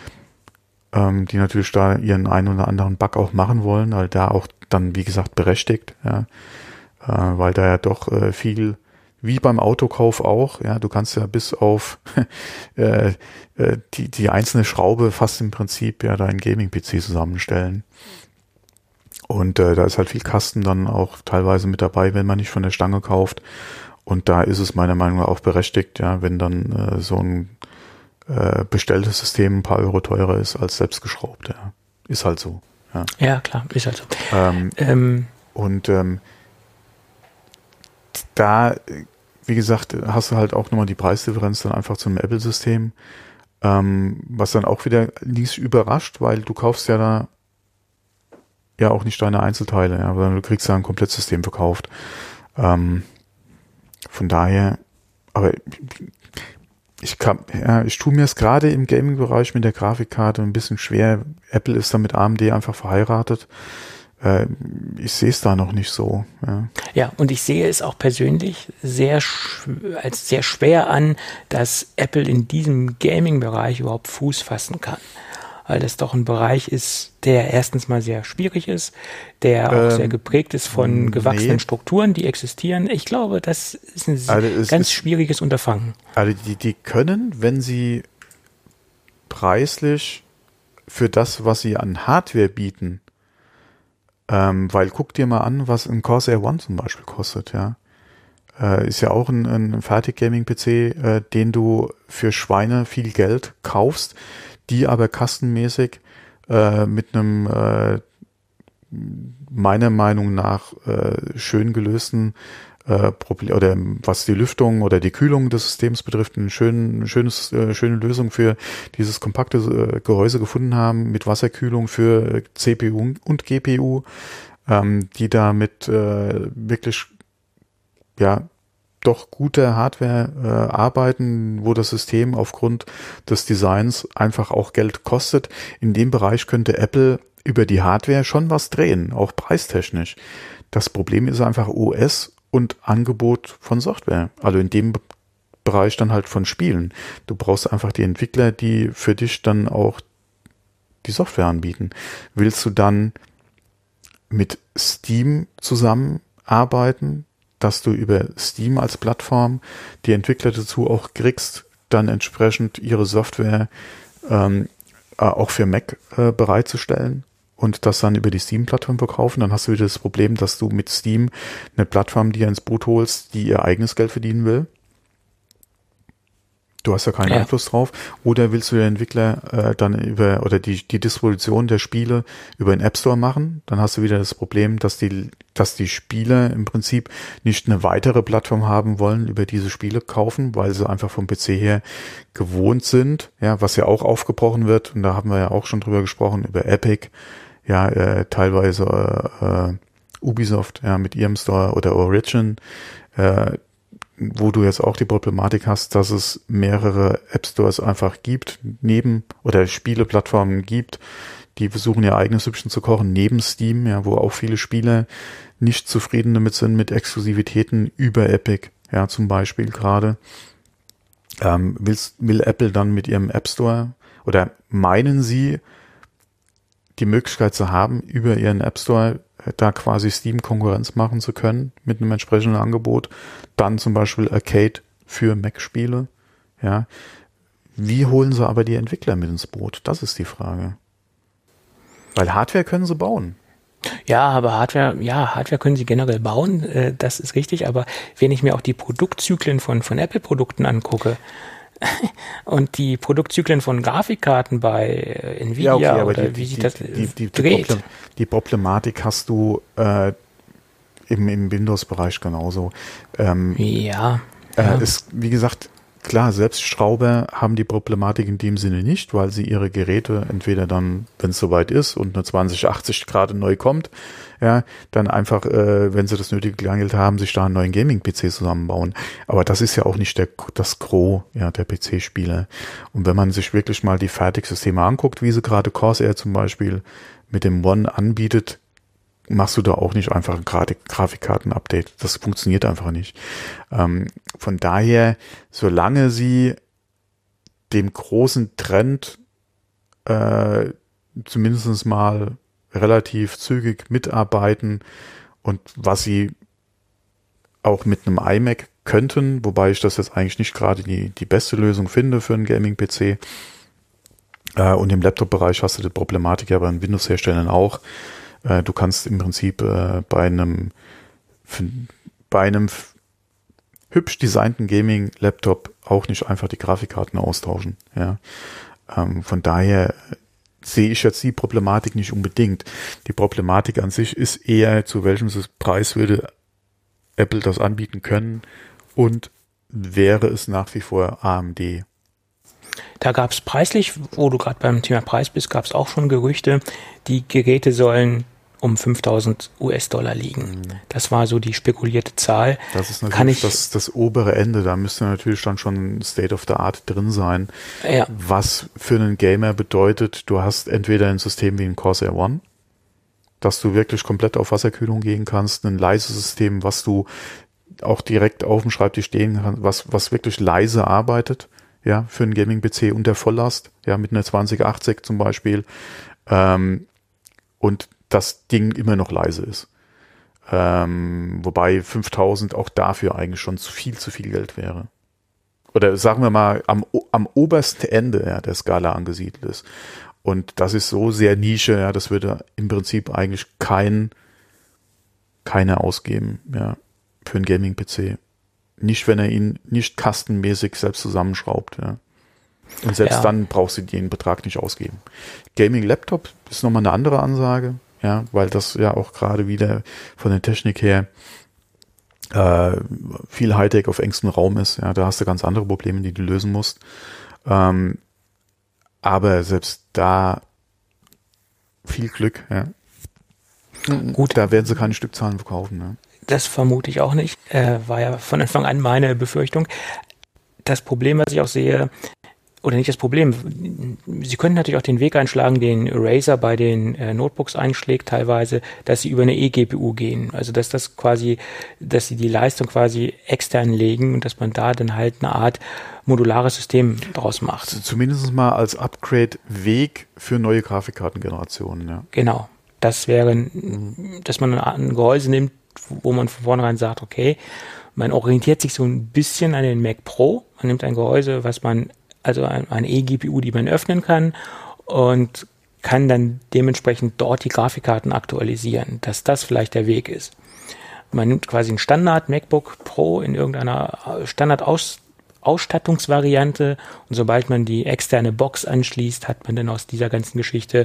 ähm, die natürlich da ihren einen oder anderen Bug auch machen wollen, weil da auch dann, wie gesagt, berechtigt, ja, äh, weil da ja doch äh, viel, wie beim Autokauf auch, ja, du kannst ja bis auf äh, äh, die, die einzelne Schraube fast im Prinzip ja deinen Gaming-P C zusammenstellen. Und äh, da ist halt viel Kasten dann auch teilweise mit dabei, wenn man nicht von der Stange kauft. Und da ist es meiner Meinung nach auch berechtigt, ja, wenn dann äh, so ein äh, bestelltes System ein paar Euro teurer ist als selbstgeschraubt. Ja. Ist halt so. Ja, Ja, klar, ist halt so. ähm, Ähm, und ähm, da, wie wie gesagt, hast du halt auch nochmal die Preisdifferenz dann einfach zum Apple-System, ähm, was dann auch wieder nicht überrascht, weil du kaufst ja da ja auch nicht deine Einzelteile, ja, sondern du kriegst ja ein Komplettsystem verkauft. Ähm, von daher, aber ich kann, ja, ich tue mir es gerade im Gaming-Bereich mit der Grafikkarte ein bisschen schwer. Apple ist da mit A M D einfach verheiratet. Äh, ich sehe es da noch nicht so. Ja. ja, und ich sehe es auch persönlich sehr sch- als sehr schwer an, dass Apple in diesem Gaming-Bereich überhaupt Fuß fassen kann. Weil das doch ein Bereich ist, der erstens mal sehr schwierig ist, der auch ähm, sehr geprägt ist von gewachsenen nee. Strukturen, die existieren. Ich glaube, das ist ein also ganz ist, schwieriges Unterfangen. Also die, die können, wenn sie preislich für das, was sie an Hardware bieten, ähm, weil guck dir mal an, was ein Corsair One zum Beispiel kostet, ja. Äh, ist ja auch ein, ein Fertig-Gaming-P C, äh, den du für Schweine viel Geld kaufst, die aber kastenmäßig äh, mit einem äh, meiner Meinung nach äh, schön gelösten äh, Problem oder was die Lüftung oder die Kühlung des Systems betrifft, eine schön, schönes, äh, schöne Lösung für dieses kompakte äh, Gehäuse gefunden haben mit Wasserkühlung für C P U und G P U, ähm, die da mit äh, wirklich ja doch gute Hardware äh, arbeiten, wo das System aufgrund des Designs einfach auch Geld kostet. In dem Bereich könnte Apple über die Hardware schon was drehen, auch preistechnisch. Das Problem ist einfach O S und Angebot von Software. Also in dem Bereich dann halt von Spielen. Du brauchst einfach die Entwickler, die für dich dann auch die Software anbieten. Willst du dann mit Steam zusammenarbeiten, dass du über Steam als Plattform die Entwickler dazu auch kriegst, dann entsprechend ihre Software ähm, auch für Mac äh, bereitzustellen und das dann über die Steam-Plattform verkaufen, dann hast du wieder das Problem, dass du mit Steam eine Plattform dir ins Boot holst, die ihr eigenes Geld verdienen will. Du hast ja keinen ja. Einfluss drauf. Oder willst du den Entwickler äh, dann über oder die die Distribution der Spiele über den App Store machen? Dann hast du wieder das Problem, dass die dass die Spieler im Prinzip nicht eine weitere Plattform haben wollen, über diese Spiele kaufen, weil sie einfach vom P C her gewohnt sind. Ja, was ja auch aufgebrochen wird. Und da haben wir ja auch schon drüber gesprochen über Epic. Ja, äh, teilweise äh, Ubisoft ja mit ihrem Store oder Origin. Äh, wo du jetzt auch die Problematik hast, dass es mehrere App Stores einfach gibt, neben oder Spieleplattformen gibt, die versuchen ihr eigenes Süppchen zu kochen, neben Steam, ja, wo auch viele Spieler nicht zufrieden damit sind mit Exklusivitäten über Epic, ja, zum Beispiel gerade. Ähm, willst, will Apple dann mit ihrem App Store oder meinen sie, die Möglichkeit zu haben, über ihren App Store da quasi Steam Konkurrenz machen zu können mit einem entsprechenden Angebot, dann zum Beispiel Arcade für Mac-Spiele, ja. Wie holen sie aber die Entwickler mit ins Boot? Das ist die Frage. Weil Hardware können sie bauen. Ja, aber Hardware, ja, Hardware können sie generell bauen, äh, das ist richtig, aber wenn ich mir auch die Produktzyklen von, von Apple-Produkten angucke, und die Produktzyklen von Grafikkarten bei Nvidia, ja, okay, oder die, wie sich das die, die, dreht. Die, die Problematik hast du äh, im, im Windows-Bereich genauso. Ähm, ja. Äh, ja. ist, wie gesagt, klar, selbst Schrauber haben die Problematik in dem Sinne nicht, weil sie ihre Geräte entweder dann, wenn es soweit ist und eine zwanzig achtzig gerade neu kommt, ja, dann einfach, äh, wenn sie das nötige Kleingeld haben, sich da einen neuen Gaming-P C zusammenbauen. Aber das ist ja auch nicht der, das Gros, ja, der P C-Spieler. Und wenn man sich wirklich mal die Fertigsysteme anguckt, wie sie gerade Corsair zum Beispiel mit dem One anbietet, machst du da auch nicht einfach ein Grafikkarten-Update. Das funktioniert einfach nicht. Ähm, von daher, solange sie dem großen Trend äh, zumindest mal relativ zügig mitarbeiten und was sie auch mit einem iMac könnten, wobei ich das jetzt eigentlich nicht gerade die, die beste Lösung finde für einen Gaming-P C. Äh, und im Laptop-Bereich hast du die Problematik ja bei den Windows-Herstellern auch. Äh, du kannst im Prinzip äh, bei einem bei einem hübsch designten Gaming-Laptop auch nicht einfach die Grafikkarten austauschen. Ja, ähm, von daher sehe ich jetzt die Problematik nicht unbedingt. Die Problematik an sich ist eher, zu welchem Preis würde Apple das anbieten können und wäre es nach wie vor A M D. Da gab es preislich, wo du gerade beim Thema Preis bist, gab es auch schon Gerüchte, die Geräte sollen um fünftausend US-Dollar liegen. Mhm. Das war so die spekulierte Zahl. Das ist Kann natürlich ich, das, das obere Ende. Da müsste natürlich dann schon State of the Art drin sein. Ja. Was für einen Gamer bedeutet, du hast entweder ein System wie ein Corsair One, dass du wirklich komplett auf Wasserkühlung gehen kannst, ein leises System, was du auch direkt auf dem Schreibtisch stehen kannst, was, was wirklich leise arbeitet, ja, für einen Gaming-P C unter Volllast, ja, mit einer zwanzig achtzig zum Beispiel, ähm, und das Ding immer noch leise ist. Ähm, wobei fünftausend auch dafür eigentlich schon zu viel, zu viel Geld wäre. Oder sagen wir mal, am, am obersten Ende, ja, der Skala angesiedelt ist. Und das ist so sehr Nische, ja, das würde im Prinzip eigentlich kein, keiner ausgeben, ja, für einen Gaming-P C. Nicht, wenn er ihn nicht kastenmäßig selbst zusammenschraubt, ja. Und selbst ja. dann brauchst du den Betrag nicht ausgeben. Gaming-Laptop ist nochmal eine andere Ansage, ja, weil das ja auch gerade wieder von der Technik her äh, viel Hightech auf engstem Raum ist, ja, da hast du ganz andere Probleme, die du lösen musst. Ähm, aber selbst da viel Glück, ja. Gut. Da werden sie keine Stückzahlen verkaufen, ne? Das vermute ich auch nicht. Äh, war ja von Anfang an meine Befürchtung. Das Problem, was ich auch sehe, oder nicht das Problem, sie können natürlich auch den Weg einschlagen, den Razer bei den äh, Notebooks einschlägt teilweise, dass sie über eine eGPU gehen. Also dass das quasi, dass sie die Leistung quasi extern legen und dass man da dann halt eine Art modulares System draus macht. Zumindest mal als Upgrade-Weg für neue Grafikkartengenerationen, ja. Genau. Das wäre, dass man ein Gehäuse nimmt, wo man von vornherein sagt, okay, man orientiert sich so ein bisschen an den Mac Pro, man nimmt ein Gehäuse, was man, also eine eGPU, die man öffnen kann und kann dann dementsprechend dort die Grafikkarten aktualisieren, dass das vielleicht der Weg ist. Man nimmt quasi ein Standard MacBook Pro in irgendeiner Standard-Aus Ausstattungsvariante und sobald man die externe Box anschließt, hat man dann aus dieser ganzen Geschichte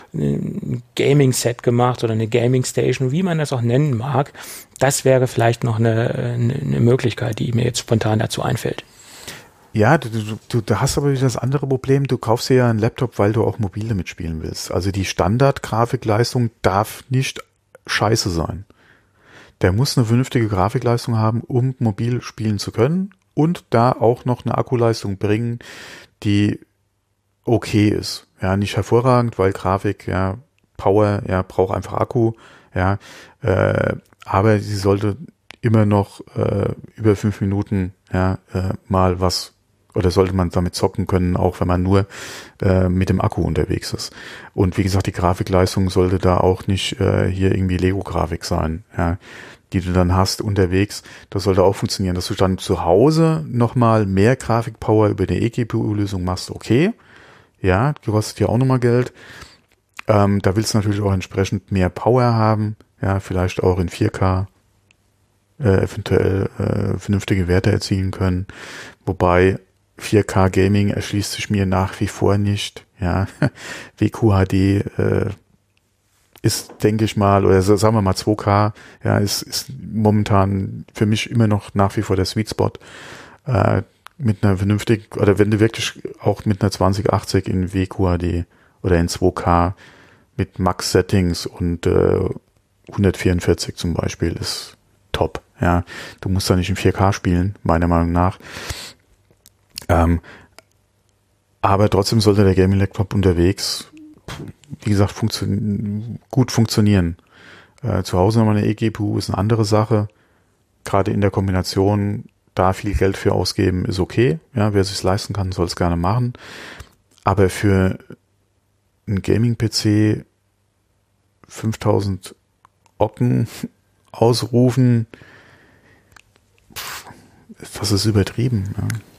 ein Gaming-Set gemacht oder eine Gaming-Station, wie man das auch nennen mag. Das wäre vielleicht noch eine, eine, eine Möglichkeit, die mir jetzt spontan dazu einfällt. Ja, du, du, du hast aber wieder das andere Problem, du kaufst dir ja einen Laptop, weil du auch mobil damit spielen willst. Also die Standard-Grafikleistung darf nicht scheiße sein. Der muss eine vernünftige Grafikleistung haben, um mobil spielen zu können. Und da auch noch eine Akkuleistung bringen, die okay ist. Ja, nicht hervorragend, weil Grafik, ja, Power, ja, braucht einfach Akku, ja, äh, aber sie sollte immer noch äh, über fünf Minuten, ja, äh, mal was, oder sollte man damit zocken können, auch wenn man nur äh, mit dem Akku unterwegs ist. Und wie gesagt, die Grafikleistung sollte da auch nicht äh, hier irgendwie Lego-Grafik sein, ja, die du dann hast unterwegs, das sollte auch funktionieren, dass du dann zu Hause nochmal mehr Grafikpower über eine eGPU-Lösung machst, okay, ja, die kostet ja auch nochmal Geld, ähm, da willst du natürlich auch entsprechend mehr Power haben, ja, vielleicht auch in vier K äh, eventuell äh, vernünftige Werte erzielen können, wobei vier K Gaming erschließt sich mir nach wie vor nicht, ja, W Q H D äh, ist, denke ich mal, oder sagen wir mal zwei K, ja, ist, ist momentan für mich immer noch nach wie vor der Sweet Spot, äh, mit einer vernünftigen, oder wenn du wirklich auch mit einer zwanzig achtzig in W Q H D oder in zwei K mit Max-Settings und äh, hundertvierundvierzig zum Beispiel ist top, ja. Du musst da nicht in vier K spielen, meiner Meinung nach. Ähm, aber trotzdem sollte der Gaming-Laptop unterwegs, wie gesagt, funktio- gut funktionieren. Äh, zu Hause nochmal eine eGPU ist eine andere Sache. Gerade in der Kombination, da viel Geld für ausgeben, ist okay. Ja, wer es sich leisten kann, soll es gerne machen. Aber für einen Gaming-P C fünftausend Ocken ausrufen, pff, das ist übertrieben.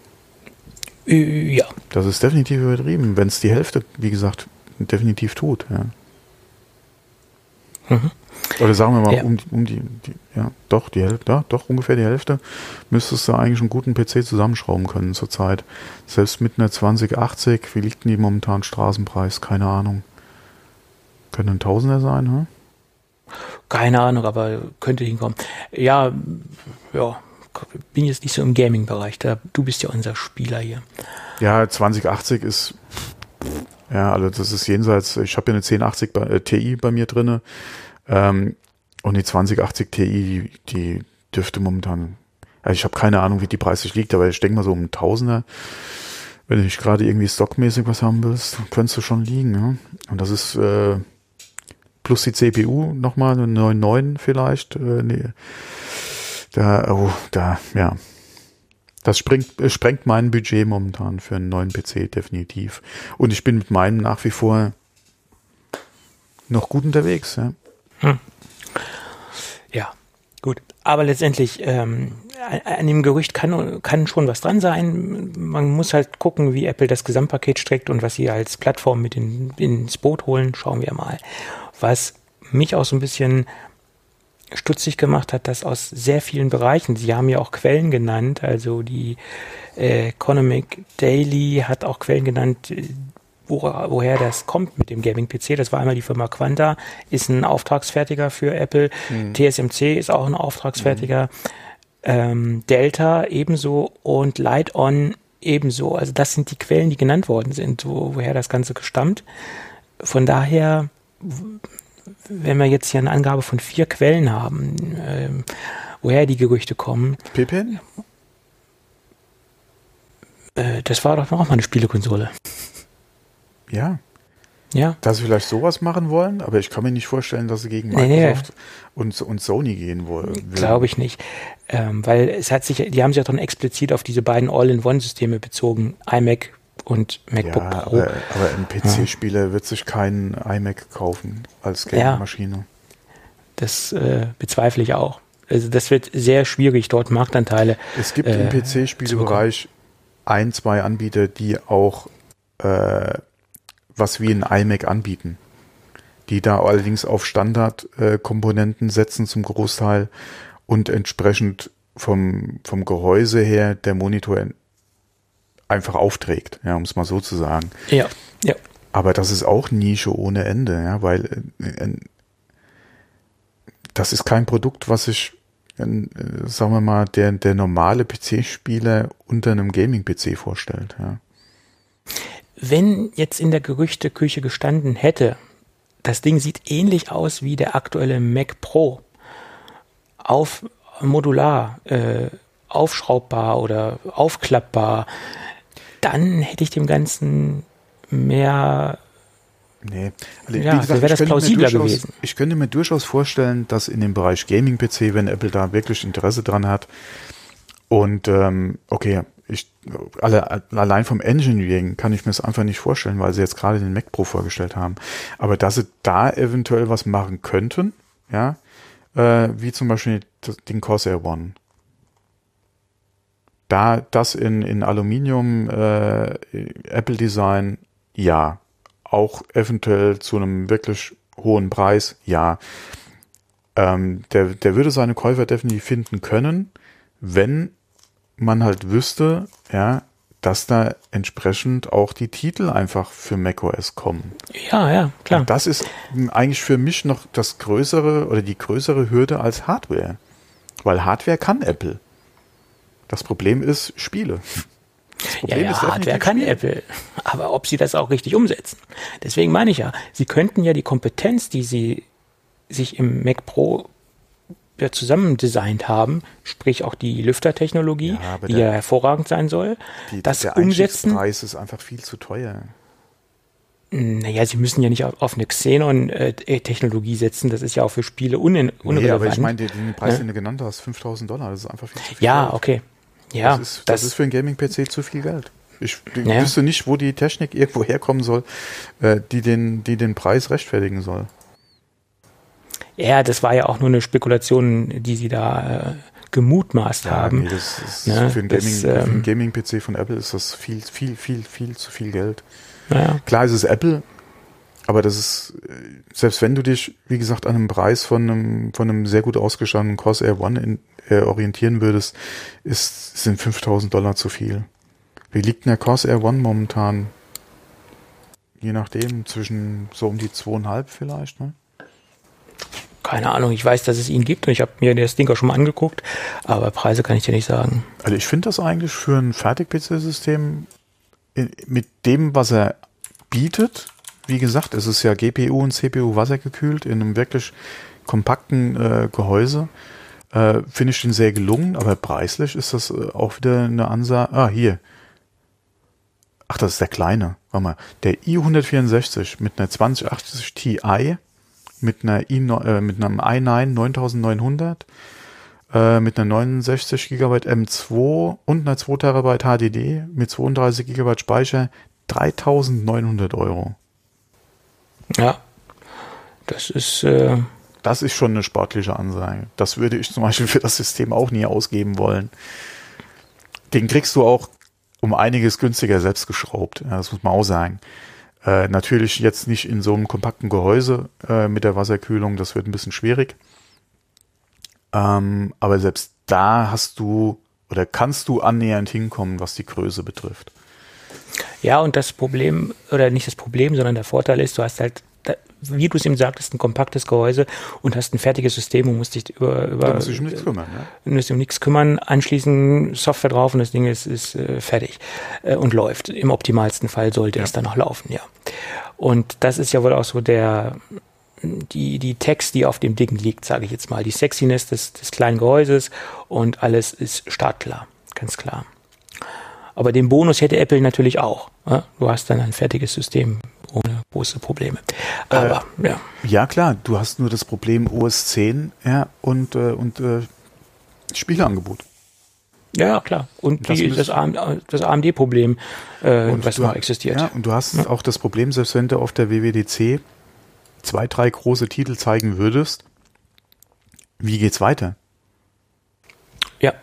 Ja. Ja. Das ist definitiv übertrieben, wenn es die Hälfte, wie gesagt, definitiv tut, ja. Mhm. Oder sagen wir mal, ja. um, um die, die, ja, doch, die Hälfte, ja, doch, ungefähr die Hälfte müsstest du eigentlich einen guten P C zusammenschrauben können zurzeit. Selbst mit einer zwanzig achtzig, wie liegt denn die momentan Straßenpreis? Keine Ahnung. Können ein Tausender sein, hm? Keine Ahnung, aber könnte hinkommen. Ja, ja, bin jetzt nicht so im Gaming-Bereich. Da, du bist ja unser Spieler hier. Ja, zwanzig achtzig ist, ja, also das ist jenseits, ich habe ja eine zehn achtzig bei, äh, Ti bei mir drinne, ähm, und die zwanzig achtzig Ti, die, die dürfte momentan, also ich habe keine Ahnung, wie die preislich liegt, aber ich denke mal so um einen Tausender. Wenn du nicht gerade irgendwie stockmäßig was haben willst, könntest du schon liegen, ja. Und das ist äh, plus die C P U nochmal, eine neun neun vielleicht. Äh, nee. Da, oh, da, ja. Das springt, äh, sprengt mein Budget momentan für einen neuen P C definitiv. Und ich bin mit meinem nach wie vor noch gut unterwegs, ja. Hm. Ja, gut. Aber letztendlich, ähm, an dem Gerücht kann, kann schon was dran sein. Man muss halt gucken, wie Apple das Gesamtpaket streckt und was sie als Plattform mit in, ins Boot holen. Schauen wir mal. Was mich auch so ein bisschen stutzig gemacht hat, dass aus sehr vielen Bereichen, sie haben ja auch Quellen genannt, also die äh, Economic Daily hat auch Quellen genannt, Wo, woher das kommt mit dem Gaming-P C. Das war einmal die Firma Quanta, ist ein Auftragsfertiger für Apple. Mhm. T S M C ist auch ein Auftragsfertiger. Mhm. Ähm, Delta ebenso und Light-On ebenso. Also das sind die Quellen, die genannt worden sind, wo, woher das Ganze stammt. Von daher, wenn wir jetzt hier eine Angabe von vier Quellen haben, ähm, woher die Gerüchte kommen. Pippin? Äh, das war doch auch mal eine Spielekonsole. Ja. Ja. Dass sie vielleicht sowas machen wollen, aber ich kann mir nicht vorstellen, dass sie gegen Microsoft nee, nee. Und, und Sony gehen wollen. Glaube ich nicht. Ähm, weil es hat sich, die haben sich ja dann explizit auf diese beiden All-in-One-Systeme bezogen, iMac und MacBook ja, Pro. Aber, aber ein P C-Spieler ja. wird sich keinen iMac kaufen als Gaming-Maschine. Ja. Das äh, bezweifle ich auch. Also das wird sehr schwierig, dort Marktanteile Es gibt äh, im P C-Spielbereich ein, zwei Anbieter, die auch äh, was wie ein iMac anbieten, die da allerdings auf Standardkomponenten äh, setzen zum Großteil und entsprechend vom, vom Gehäuse her der Monitor einfach aufträgt, ja, um es mal so zu sagen. Ja, ja. Aber das ist auch Nische ohne Ende, ja, weil äh, äh, das ist kein Produkt, was sich, äh, sagen wir mal, der, der normale P C-Spieler unter einem Gaming-P C vorstellt, ja. Wenn jetzt in der Gerüchteküche gestanden hätte, das Ding sieht ähnlich aus wie der aktuelle Mac Pro, auf modular, äh, aufschraubbar oder aufklappbar, dann hätte ich dem Ganzen mehr... Nee, also ja, wie gesagt, wäre das plausibler durchaus, gewesen. Ich könnte mir durchaus vorstellen, dass in dem Bereich Gaming-P C, wenn Apple da wirklich Interesse dran hat und ähm, okay, ich, alle, allein vom Engineering kann ich mir das einfach nicht vorstellen, weil sie jetzt gerade den Mac Pro vorgestellt haben. Aber dass sie da eventuell was machen könnten, ja, äh, wie zum Beispiel den Corsair One. Da das in, in Aluminium äh, Apple Design, ja. Auch eventuell zu einem wirklich hohen Preis, ja. Ähm, der, der würde seine Käufer definitiv finden können, wenn man halt wüsste, ja, dass da entsprechend auch die Titel einfach für macOS kommen. Ja, ja, klar. Und das ist eigentlich für mich noch das größere oder die größere Hürde als Hardware. Weil Hardware kann Apple. Das Problem ist Spiele. Das Problem ja, ja, ist Hardware kann Spiele. Apple. Aber ob sie das auch richtig umsetzen? Deswegen meine ich ja, sie könnten ja die Kompetenz, die sie sich im Mac Pro ja zusammen designt haben, sprich auch die Lüftertechnologie, Ja, die der, ja hervorragend sein soll, die, das der umsetzen. Der Preis ist einfach viel zu teuer. Naja, sie müssen ja nicht auf, auf eine Xenon-Technologie setzen, das ist ja auch für Spiele un unrelevant. Nee, aber ich meine, den, den Preis, ja? den du genannt hast, fünftausend Dollar, das ist einfach viel zu viel Ja, Geld. okay. Ja, das ist, das, das ist für einen Gaming-P C zu viel Geld. Ich ja. wüsste nicht, wo die Technik irgendwo herkommen soll, äh, die, den, die den Preis rechtfertigen soll. Ja, das war ja auch nur eine Spekulation, die sie da äh, gemutmaßt ja, haben. Nee, das ist ja, für einen das, ähm, ähm, Gaming-P C von Apple ist das viel, viel, viel, viel zu viel Geld. Ja. Klar ist es Apple, aber das ist, selbst wenn du dich, wie gesagt, an einem Preis von einem, von einem sehr gut ausgestatteten Corsair One in, äh, orientieren würdest, ist, sind fünftausend Dollar zu viel. Wie liegt denn der Corsair One momentan? Je nachdem, zwischen so um die zweieinhalb vielleicht, ne? keine Ahnung. Ich weiß, dass es ihn gibt und ich habe mir das Ding auch schon mal angeguckt, aber Preise kann ich dir nicht sagen. Also ich finde das eigentlich für ein Fertig-P C-System mit dem, was er bietet, wie gesagt, es ist ja G P U und C P U wassergekühlt in einem wirklich kompakten äh, Gehäuse, äh, finde ich den sehr gelungen, aber preislich ist das äh, auch wieder eine Ansage. Ah, hier. Ach, das ist der kleine. Warte mal. Der i hundertvierundsechzig mit einer zwanzig achtzig Ti, mit einer i, äh, mit einem i neun neuntausendneunhundert, äh, mit einer neunundsechzig Gigabyte M zwei und einer zwei Terabyte H D D mit zweiunddreißig Gigabyte Speicher, dreitausendneunhundert Euro. Ja, das ist... Äh Das ist schon eine sportliche Ansage. Das würde ich zum Beispiel für das System auch nie ausgeben wollen. Den kriegst du auch um einiges günstiger selbst geschraubt. Ja, das muss man auch sagen. Äh, natürlich jetzt nicht in so einem kompakten Gehäuse äh, mit der Wasserkühlung. Das wird ein bisschen schwierig. Ähm, aber selbst da hast du oder kannst du annähernd hinkommen, was die Größe betrifft. Ja, und das Problem, oder nicht das Problem, sondern der Vorteil ist, du hast halt, wie du es eben sagtest, ein kompaktes Gehäuse und hast ein fertiges System und musst dich über... über da musst du dich um nichts kümmern. Ne? Du musst dich um nichts kümmern, anschließen Software drauf und das Ding ist, ist äh, fertig äh, und läuft. Im optimalsten Fall sollte ja. es dann noch laufen, ja. Und das ist ja wohl auch so der... die die Text, die auf dem Ding liegt, sage ich jetzt mal. Die Sexiness des, des kleinen Gehäuses und alles ist startklar, ganz klar. Aber den Bonus hätte Apple natürlich auch. Ja? Du hast dann ein fertiges System ohne große Probleme. Aber, äh, ja. Ja, klar, du hast nur das Problem O S zehn ja, und, äh, und äh, Spieleangebot. Ja, klar. Und das, die, das, A M D-Problem, äh, was noch existiert. Ja, und du hast ja. auch das Problem, selbst wenn du auf der W W D C zwei, drei große Titel zeigen würdest, wie geht's weiter? Ja.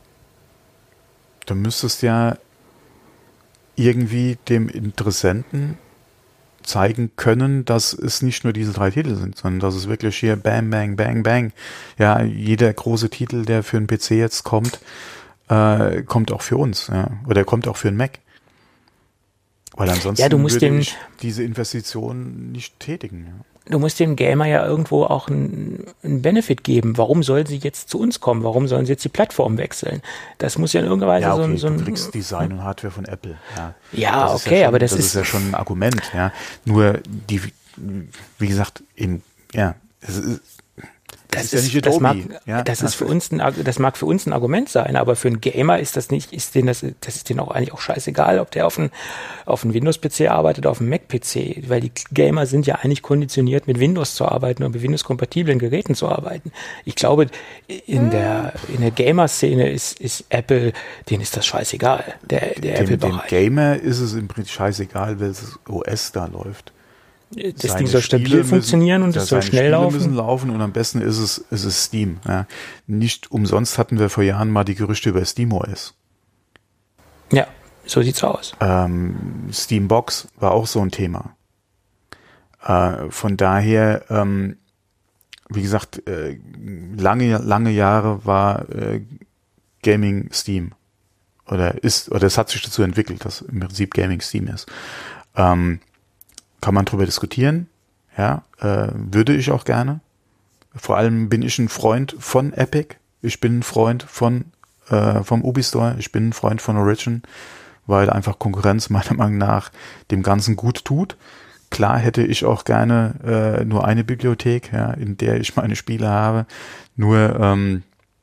Du müsstest ja irgendwie dem Interessenten zeigen können, dass es nicht nur diese drei Titel sind, sondern dass es wirklich hier bang, bang, bang, bang. Ja, jeder große Titel, der für einen P C jetzt kommt, äh, kommt auch für uns, ja. Oder kommt auch für einen Mac. Weil ansonsten ja, du musst würde den, ich diese Investition nicht tätigen. Ja. Du musst dem Gamer ja irgendwo auch einen, einen Benefit geben. Warum sollen sie jetzt zu uns kommen? Warum sollen sie jetzt die Plattform wechseln? Das muss ja in irgendeiner Weise ja, okay, so ein... So ein du kriegst Design und Hardware von Apple. Ja, ja das okay, ja schon, aber das, das ist... ist ja schon ein Argument. Ja. Nur, die, wie gesagt, im, ja, es ist... Das, das, ist, ja das, mag, ja, das, ist für uns ein, das mag für uns ein Argument sein, aber für einen Gamer ist das nicht, ist denen das, das ist denen auch eigentlich auch scheißegal, ob der auf einem auf einem Windows-P C arbeitet oder auf einem Mac-P C, weil die Gamer sind ja eigentlich konditioniert, mit Windows zu arbeiten und mit Windows-kompatiblen Geräten zu arbeiten. Ich glaube, in der, in der Gamer-Szene ist, ist Apple, denen ist das scheißegal, der, der dem, dem Apple-Bereich. Gamer ist es im Prinzip scheißegal, welches O S da läuft. Das Ding soll stabil müssen, funktionieren und es soll schnell Spiele laufen. müssen laufen und am besten ist es, ist es Steam. Ja. Nicht umsonst hatten wir vor Jahren mal die Gerüchte über SteamOS. Ja, so sieht's aus. Ähm, Steambox war auch so ein Thema. Äh, von daher, ähm, wie gesagt, äh, lange, lange Jahre war äh, Gaming Steam. Oder ist, oder es hat sich dazu entwickelt, dass im Prinzip Gaming Steam ist. Ähm, Kann man drüber diskutieren, ja, äh, würde ich auch gerne. Vor allem bin ich ein Freund von Epic, ich bin ein Freund von äh, vom Ubi-Store, ich bin ein Freund von Origin, weil einfach Konkurrenz meiner Meinung nach dem Ganzen gut tut. Klar hätte ich auch gerne äh, nur eine Bibliothek, ja, in der ich meine Spiele habe, nur, ähm,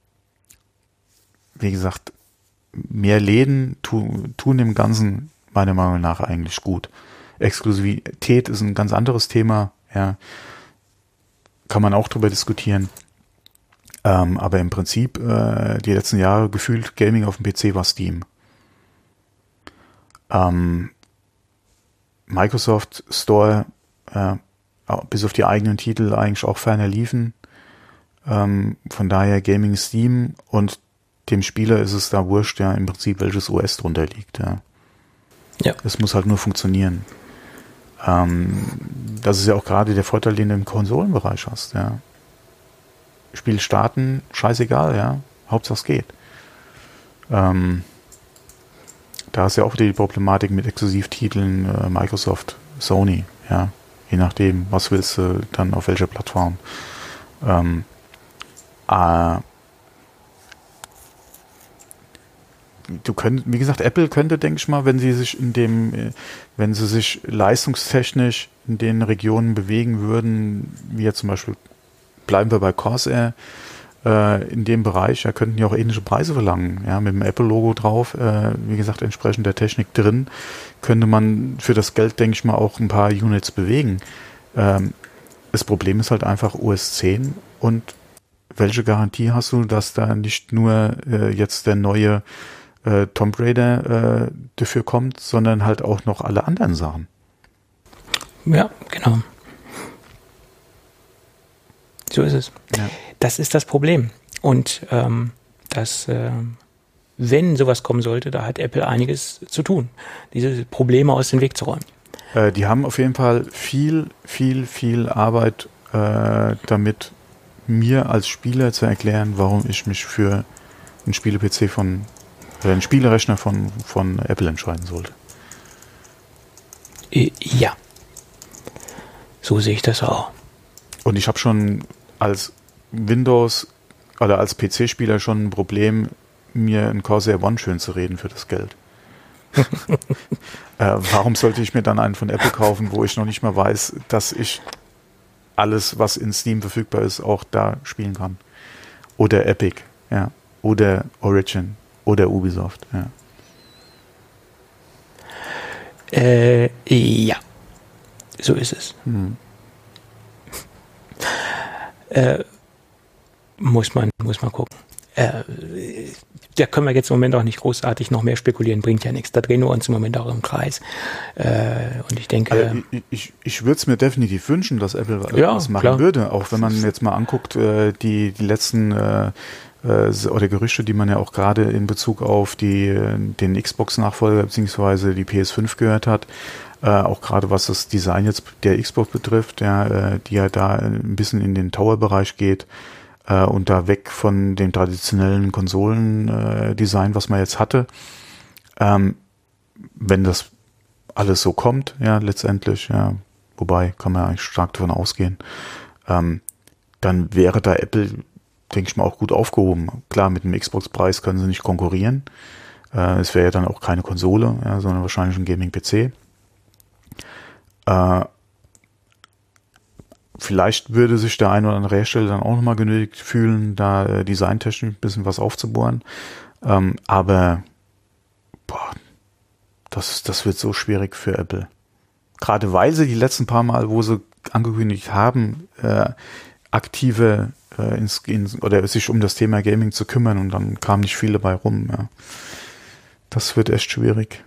wie gesagt, mehr Läden tu, tun dem Ganzen meiner Meinung nach eigentlich gut. Exklusivität ist ein ganz anderes Thema, ja, kann man auch drüber diskutieren, ähm, aber im Prinzip äh, die letzten Jahre gefühlt Gaming auf dem P C war Steam. Ähm, Microsoft Store, äh, bis auf die eigenen Titel eigentlich auch ferner liefen, ähm, von daher Gaming Steam und dem Spieler ist es da wurscht, ja, im Prinzip welches O S drunter liegt, ja. Ja. Es muss halt nur funktionieren. Ähm, das ist ja auch gerade der Vorteil, den du im Konsolenbereich hast, ja. Spiel starten, scheißegal, ja. Hauptsache es geht. Ähm, da ist ja auch wieder die Problematik mit Exklusivtiteln äh, Microsoft, Sony, ja. Je nachdem, was willst du dann auf welcher Plattform. Ähm, äh, du könnt, wie gesagt, Apple könnte, denke ich mal, wenn sie sich in dem, wenn sie sich leistungstechnisch in den Regionen bewegen würden, wie jetzt zum Beispiel, bleiben wir bei Corsair, äh, in dem Bereich, da könnten ja auch ähnliche Preise verlangen, ja, mit dem Apple-Logo drauf, äh, wie gesagt, entsprechend der Technik drin, könnte man für das Geld, denke ich mal, auch ein paar Units bewegen. Ähm, das Problem ist halt einfach O S zehn und welche Garantie hast du, dass da nicht nur äh, jetzt der neue äh, Tomb Raider äh, dafür kommt, sondern halt auch noch alle anderen Sachen. Ja, genau. So ist es. Ja. Das ist das Problem. Und ähm, das, äh, wenn sowas kommen sollte, da hat Apple einiges zu tun, diese Probleme aus dem Weg zu räumen. Äh, die haben auf jeden Fall viel, viel, viel Arbeit äh, damit, mir als Spieler zu erklären, warum ich mich für einen Spiele-P C von, oder einen Spielerechner von, von Apple entscheiden sollte. Ja. So sehe ich das auch. Und ich habe schon als Windows oder als P C-Spieler schon ein Problem, mir einen Corsair One schön zu reden für das Geld. äh, warum sollte ich mir dann einen von Apple kaufen, wo ich noch nicht mal weiß, dass ich alles, was in Steam verfügbar ist, auch da spielen kann? Oder Epic, ja, oder Origin oder Ubisoft, ja. Äh, ja, so ist es. Hm. Äh, muss man, muss man gucken. Äh, da können wir jetzt im Moment auch nicht großartig noch mehr spekulieren, bringt ja nichts. Da drehen wir uns im Moment auch im Kreis. Äh, und ich denke... Also ich ich, ich würde es mir definitiv wünschen, dass Apple ja, was machen klar. würde. Auch wenn man jetzt mal anguckt, äh, die, die letzten äh, äh, oder Gerüchte, die man ja auch gerade in Bezug auf die, den Xbox-Nachfolger bzw. die P S fünf gehört hat, äh, auch gerade was das Design jetzt der Xbox betrifft, ja, äh, die ja da ein bisschen in den Tower-Bereich geht, und da weg von dem traditionellen Konsolendesign, äh, was man jetzt hatte. Ähm, wenn das alles so kommt, ja, letztendlich, ja, wobei kann man eigentlich stark davon ausgehen, ähm, dann wäre da Apple, denke ich mal, auch gut aufgehoben. Klar, mit dem Xbox-Preis können sie nicht konkurrieren. Äh, es wäre ja dann auch keine Konsole, ja, sondern wahrscheinlich ein Gaming-P C. Äh, Vielleicht würde sich der ein oder andere Hersteller dann auch nochmal genötigt fühlen, da äh, designtechnisch ein bisschen was aufzubohren. Ähm, aber boah, das, das wird so schwierig für Apple. Gerade weil sie die letzten paar Mal, wo sie angekündigt haben, äh, aktive äh, ins, ins, oder sich um das Thema Gaming zu kümmern, und dann kam nicht viel dabei rum. Ja. Das wird echt schwierig.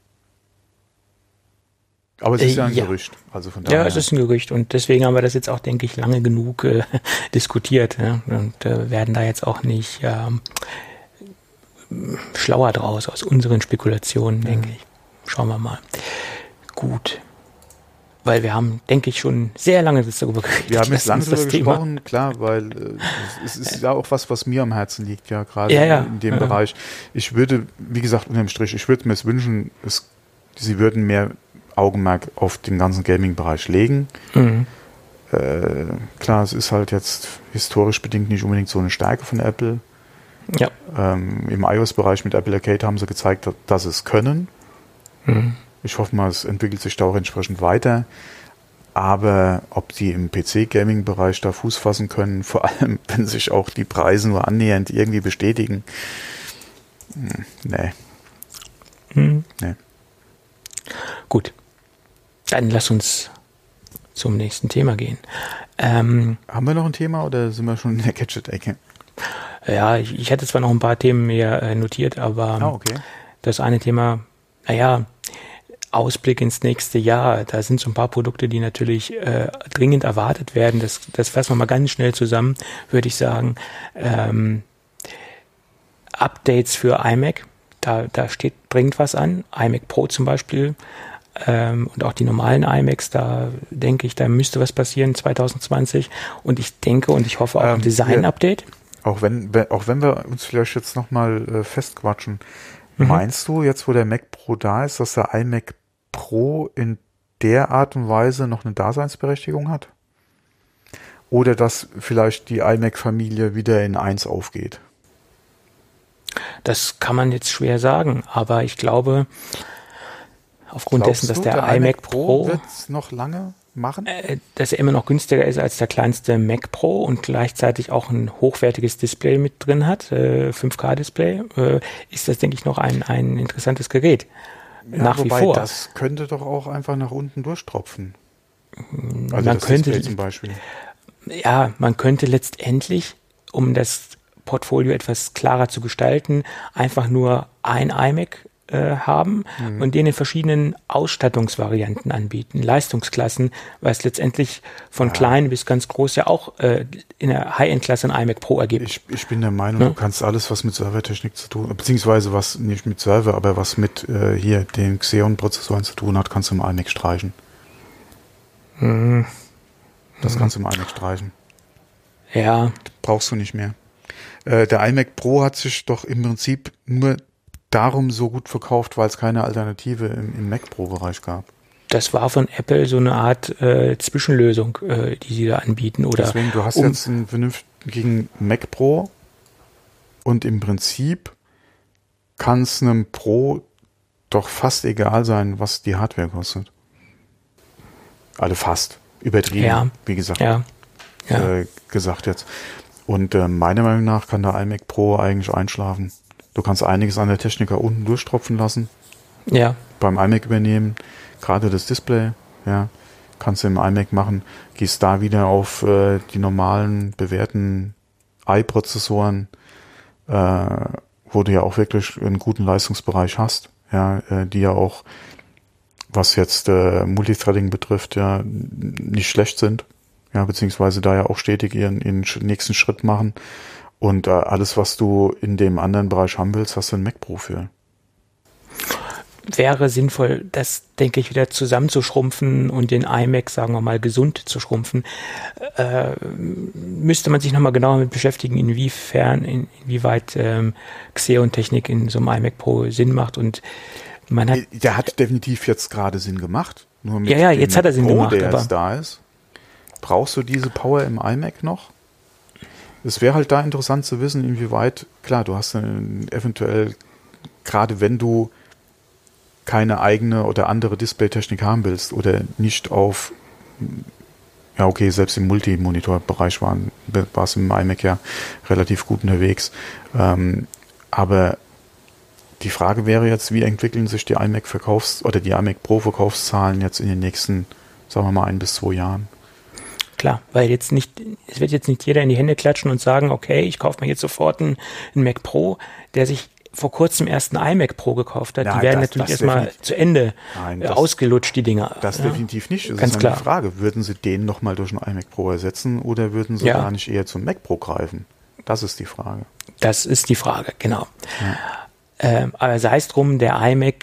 Aber es ist ja ein ja. Gerücht. Also von daher. Ja, es ist ein Gerücht, und deswegen haben wir das jetzt auch, denke ich, lange genug äh, diskutiert, ja? Und äh, werden da jetzt auch nicht ähm, schlauer draus aus unseren Spekulationen, denke mhm. ich. Schauen wir mal. Gut. Weil wir haben, denke ich, schon sehr lange darüber geredet. Wir haben jetzt lange darüber gesprochen, Thema. Klar, weil äh, es ist ja auch was, was mir am Herzen liegt, ja, gerade ja, ja. in dem ja. Bereich. Ich würde, wie gesagt, unterm Strich, ich würde mir es wünschen, es, sie würden mehr Augenmerk auf den ganzen Gaming-Bereich legen. Mhm. Äh, klar, es ist halt jetzt historisch bedingt nicht unbedingt so eine Stärke von Apple. Ja. Ähm, im iOS-Bereich mit Apple Arcade haben sie gezeigt, dass sie es können. Mhm. Ich hoffe mal, es entwickelt sich da auch entsprechend weiter. Aber ob die im P C-Gaming-Bereich da Fuß fassen können, vor allem, wenn sich auch die Preise nur annähernd irgendwie bestätigen, hm, nee. Mhm. Nee. Gut. Dann lass uns zum nächsten Thema gehen. Ähm, Haben wir noch ein Thema oder sind wir schon in der Gadget-Ecke? Ja, ich, ich hätte zwar noch ein paar Themen mehr äh, notiert, aber ah, okay. das eine Thema, naja, Ausblick ins nächste Jahr, da sind so ein paar Produkte, die natürlich äh, dringend erwartet werden. Das, das fassen wir mal ganz schnell zusammen, würde ich sagen. Ähm, Updates für iMac, da, da steht dringend was an. iMac Pro zum Beispiel. Ähm, und auch die normalen iMacs, da denke ich, da müsste was passieren zwanzig zwanzig, und ich denke und ich hoffe auch ähm, ein Design-Update. Ja, auch wenn, auch wenn wir uns vielleicht jetzt nochmal äh, festquatschen, mhm. meinst du jetzt, wo der Mac Pro da ist, dass der iMac Pro in der Art und Weise noch eine Daseinsberechtigung hat? oder dass vielleicht die iMac-Familie wieder in eins aufgeht? Das kann man jetzt schwer sagen, aber ich glaube, aufgrund Glaubst dessen, dass du, der, der iMac Pro, wird es noch lange machen? äh, dass er immer noch günstiger ist als der kleinste Mac Pro und gleichzeitig auch ein hochwertiges Display mit drin hat, äh, fünf K-Display, äh, ist das, denke ich, noch ein, ein interessantes Gerät. Ja, Nach wobei, wie vor. das könnte doch auch einfach nach unten durchtropfen. Also Man das könnte, Display zum Beispiel. ja, man könnte letztendlich, um das Portfolio etwas klarer zu gestalten, einfach nur ein iMac äh, haben mhm. und den in verschiedenen Ausstattungsvarianten anbieten, Leistungsklassen, was letztendlich von ja. klein bis ganz groß ja auch äh, in der High-End-Klasse ein iMac Pro ergibt. Ich, ich bin der Meinung, ja? du kannst alles, was mit Servertechnik zu tun, beziehungsweise was nicht mit Server, aber was mit äh, hier den Xeon-Prozessoren zu tun hat, kannst du im iMac streichen. Mhm. Das kannst du im iMac streichen. Ja. Brauchst du nicht mehr. Äh, der iMac Pro hat sich doch im Prinzip nur darum so gut verkauft, weil es keine Alternative im, im Mac Pro-Bereich gab. Das war von Apple so eine Art äh, Zwischenlösung, äh, die sie da anbieten. Oder Deswegen, du hast um jetzt einen vernünftigen Mac Pro und im Prinzip kann es einem Pro doch fast egal sein, was die Hardware kostet. Alle fast. Übertrieben, ja. wie gesagt. Ja. Ja. Äh, gesagt jetzt. Und äh, meiner Meinung nach kann der iMac Pro eigentlich einschlafen. Du kannst einiges an der Technik unten durchtropfen lassen. Ja. Beim iMac übernehmen. Gerade das Display, ja, kannst du im iMac machen. Gehst da wieder auf äh, die normalen, bewährten i-Prozessoren, äh, wo du ja auch wirklich einen guten Leistungsbereich hast. Ja, äh, die ja auch, was jetzt äh, Multithreading betrifft, ja, nicht schlecht sind. Ja, beziehungsweise da ja auch stetig ihren, ihren nächsten Schritt machen. Und äh, alles, was du in dem anderen Bereich haben willst, hast du einen Mac Pro für. Wäre sinnvoll, das, denke ich, wieder zusammenzuschrumpfen und den iMac, sagen wir mal, gesund zu schrumpfen. Äh, müsste man sich nochmal genauer mit beschäftigen, inwiefern, in, inwieweit ähm, Xeon-Technik in so einem iMac Pro Sinn macht. Und man hat, der hat definitiv jetzt gerade Sinn gemacht. Nur mit ja, ja, dem jetzt hat er Sinn Pro, gemacht, der aber jetzt da ist. Brauchst du diese Power im iMac noch? Es wäre halt da interessant zu wissen, inwieweit, klar, du hast dann eventuell, gerade wenn du keine eigene oder andere Displaytechnik haben willst oder nicht auf, ja okay, selbst im Multimonitor-Bereich war, war es im iMac ja relativ gut unterwegs. Ähm, aber die Frage wäre jetzt, wie entwickeln sich die iMac-Verkaufs- oder die iMac Pro-Verkaufszahlen jetzt in den nächsten, sagen wir mal, ein bis zwei Jahren? Klar, weil jetzt nicht, es wird jetzt nicht jeder in die Hände klatschen und sagen, okay, ich kaufe mir jetzt sofort einen, einen Mac Pro, der sich vor kurzem erst einen iMac Pro gekauft hat. Nein, die werden das, natürlich das erstmal zu Ende Nein, äh, das, ausgelutscht, die Dinger. Das ja. definitiv nicht. Das Ganz ist klar. eine Frage. Würden Sie den nochmal durch einen iMac Pro ersetzen oder würden Sie ja. gar nicht eher zum Mac Pro greifen? Das ist die Frage. Das ist die Frage, genau. Ja. Ähm, aber sei es drum, der iMac,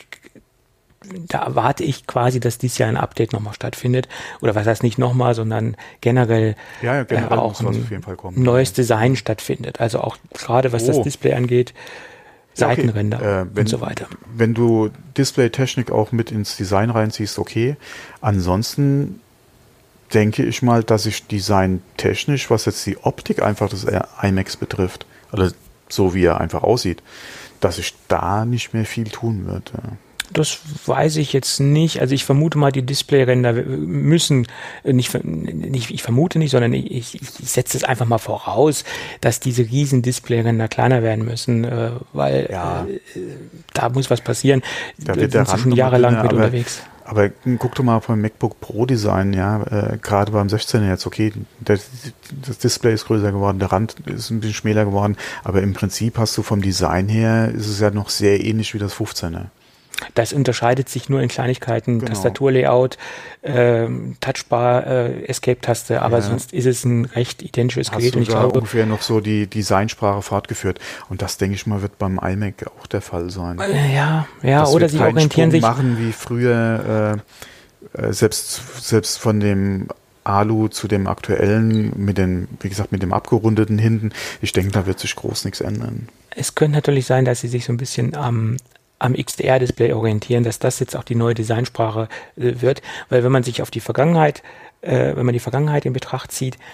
da erwarte ich quasi, dass dieses Jahr ein Update nochmal stattfindet. Oder was heißt nicht nochmal, sondern generell, ja, ja, generell äh, auch muss was ein auf jeden Fall kommen. neues Design stattfindet. Also auch gerade was Oh. das Display angeht, Ja, okay. Seitenränder äh, wenn, und so weiter. Wenn du Displaytechnik auch mit ins Design reinziehst, okay. Ansonsten denke ich mal, dass sich designtechnisch, was jetzt die Optik einfach des iMacs betrifft, also so wie er einfach aussieht, dass sich da nicht mehr viel tun wird. Ja. Das weiß ich jetzt nicht. Also ich vermute mal, die Displayränder müssen, nicht, nicht ich vermute nicht, sondern ich, ich, ich setze es einfach mal voraus, dass diese riesen Displayränder kleiner werden müssen, äh, weil Ja. äh, da muss was passieren. Da Wir wird der sind Rand schon noch mal jahrelang dünner, mit aber- unterwegs. Aber guck doch mal beim MacBook Pro Design, ja, äh, gerade beim sechzehner jetzt, okay, der, das Display ist größer geworden, der Rand ist ein bisschen schmäler geworden, aber im Prinzip hast du vom Design her, ist es ja noch sehr ähnlich wie das fünfzehner. Das unterscheidet sich nur in Kleinigkeiten, Genau. Tastaturlayout, ähm, Touchbar, äh, Escape-Taste, aber Ja. sonst ist es ein recht identisches Hast Gerät. du Und ich da glaube, ungefähr noch so die Designsprache fortgeführt. Und das, denke ich mal, wird beim iMac auch der Fall sein. äh, ja, ja, Das oder wird sie keinen orientieren Sprung sich. machen wie früher, äh, äh, selbst, selbst von dem Alu zu dem aktuellen, mit dem, wie gesagt, mit dem abgerundeten hinten. Ich denke, da wird sich groß nichts ändern. Es könnte natürlich sein, dass sie sich so ein bisschen am, am X D R-Display orientieren, dass das jetzt auch die neue Designsprache äh, wird, weil wenn man sich auf die Vergangenheit, äh, wenn man die Vergangenheit in Betracht zieht,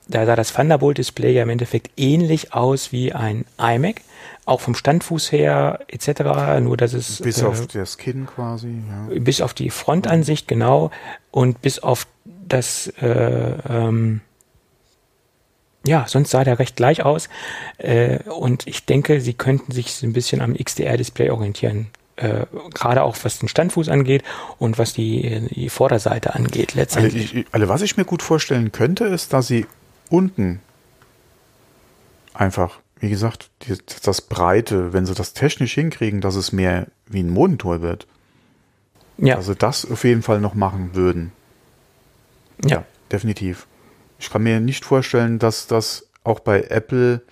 da sah das Thunderbolt-Display ja im Endeffekt ähnlich aus wie ein iMac, auch vom Standfuß her et cetera. Nur dass es bis äh, auf das Kinn quasi, ja. Bis auf die Frontansicht, genau, und bis auf das äh, ähm, ja, sonst sah der recht gleich aus. Äh, und ich denke, sie könnten sich so ein bisschen am X D R-Display orientieren. Äh, gerade auch was den Standfuß angeht und was die, die Vorderseite angeht letztendlich. Also, ich, also was ich mir gut vorstellen könnte, ist, dass sie unten einfach, wie gesagt, die, das Breite, wenn sie das technisch hinkriegen, dass es mehr wie ein Monitor wird. Ja. Also das auf jeden Fall noch machen würden. Ja. Ja, definitiv. Ich kann mir nicht vorstellen, dass das auch bei Apple,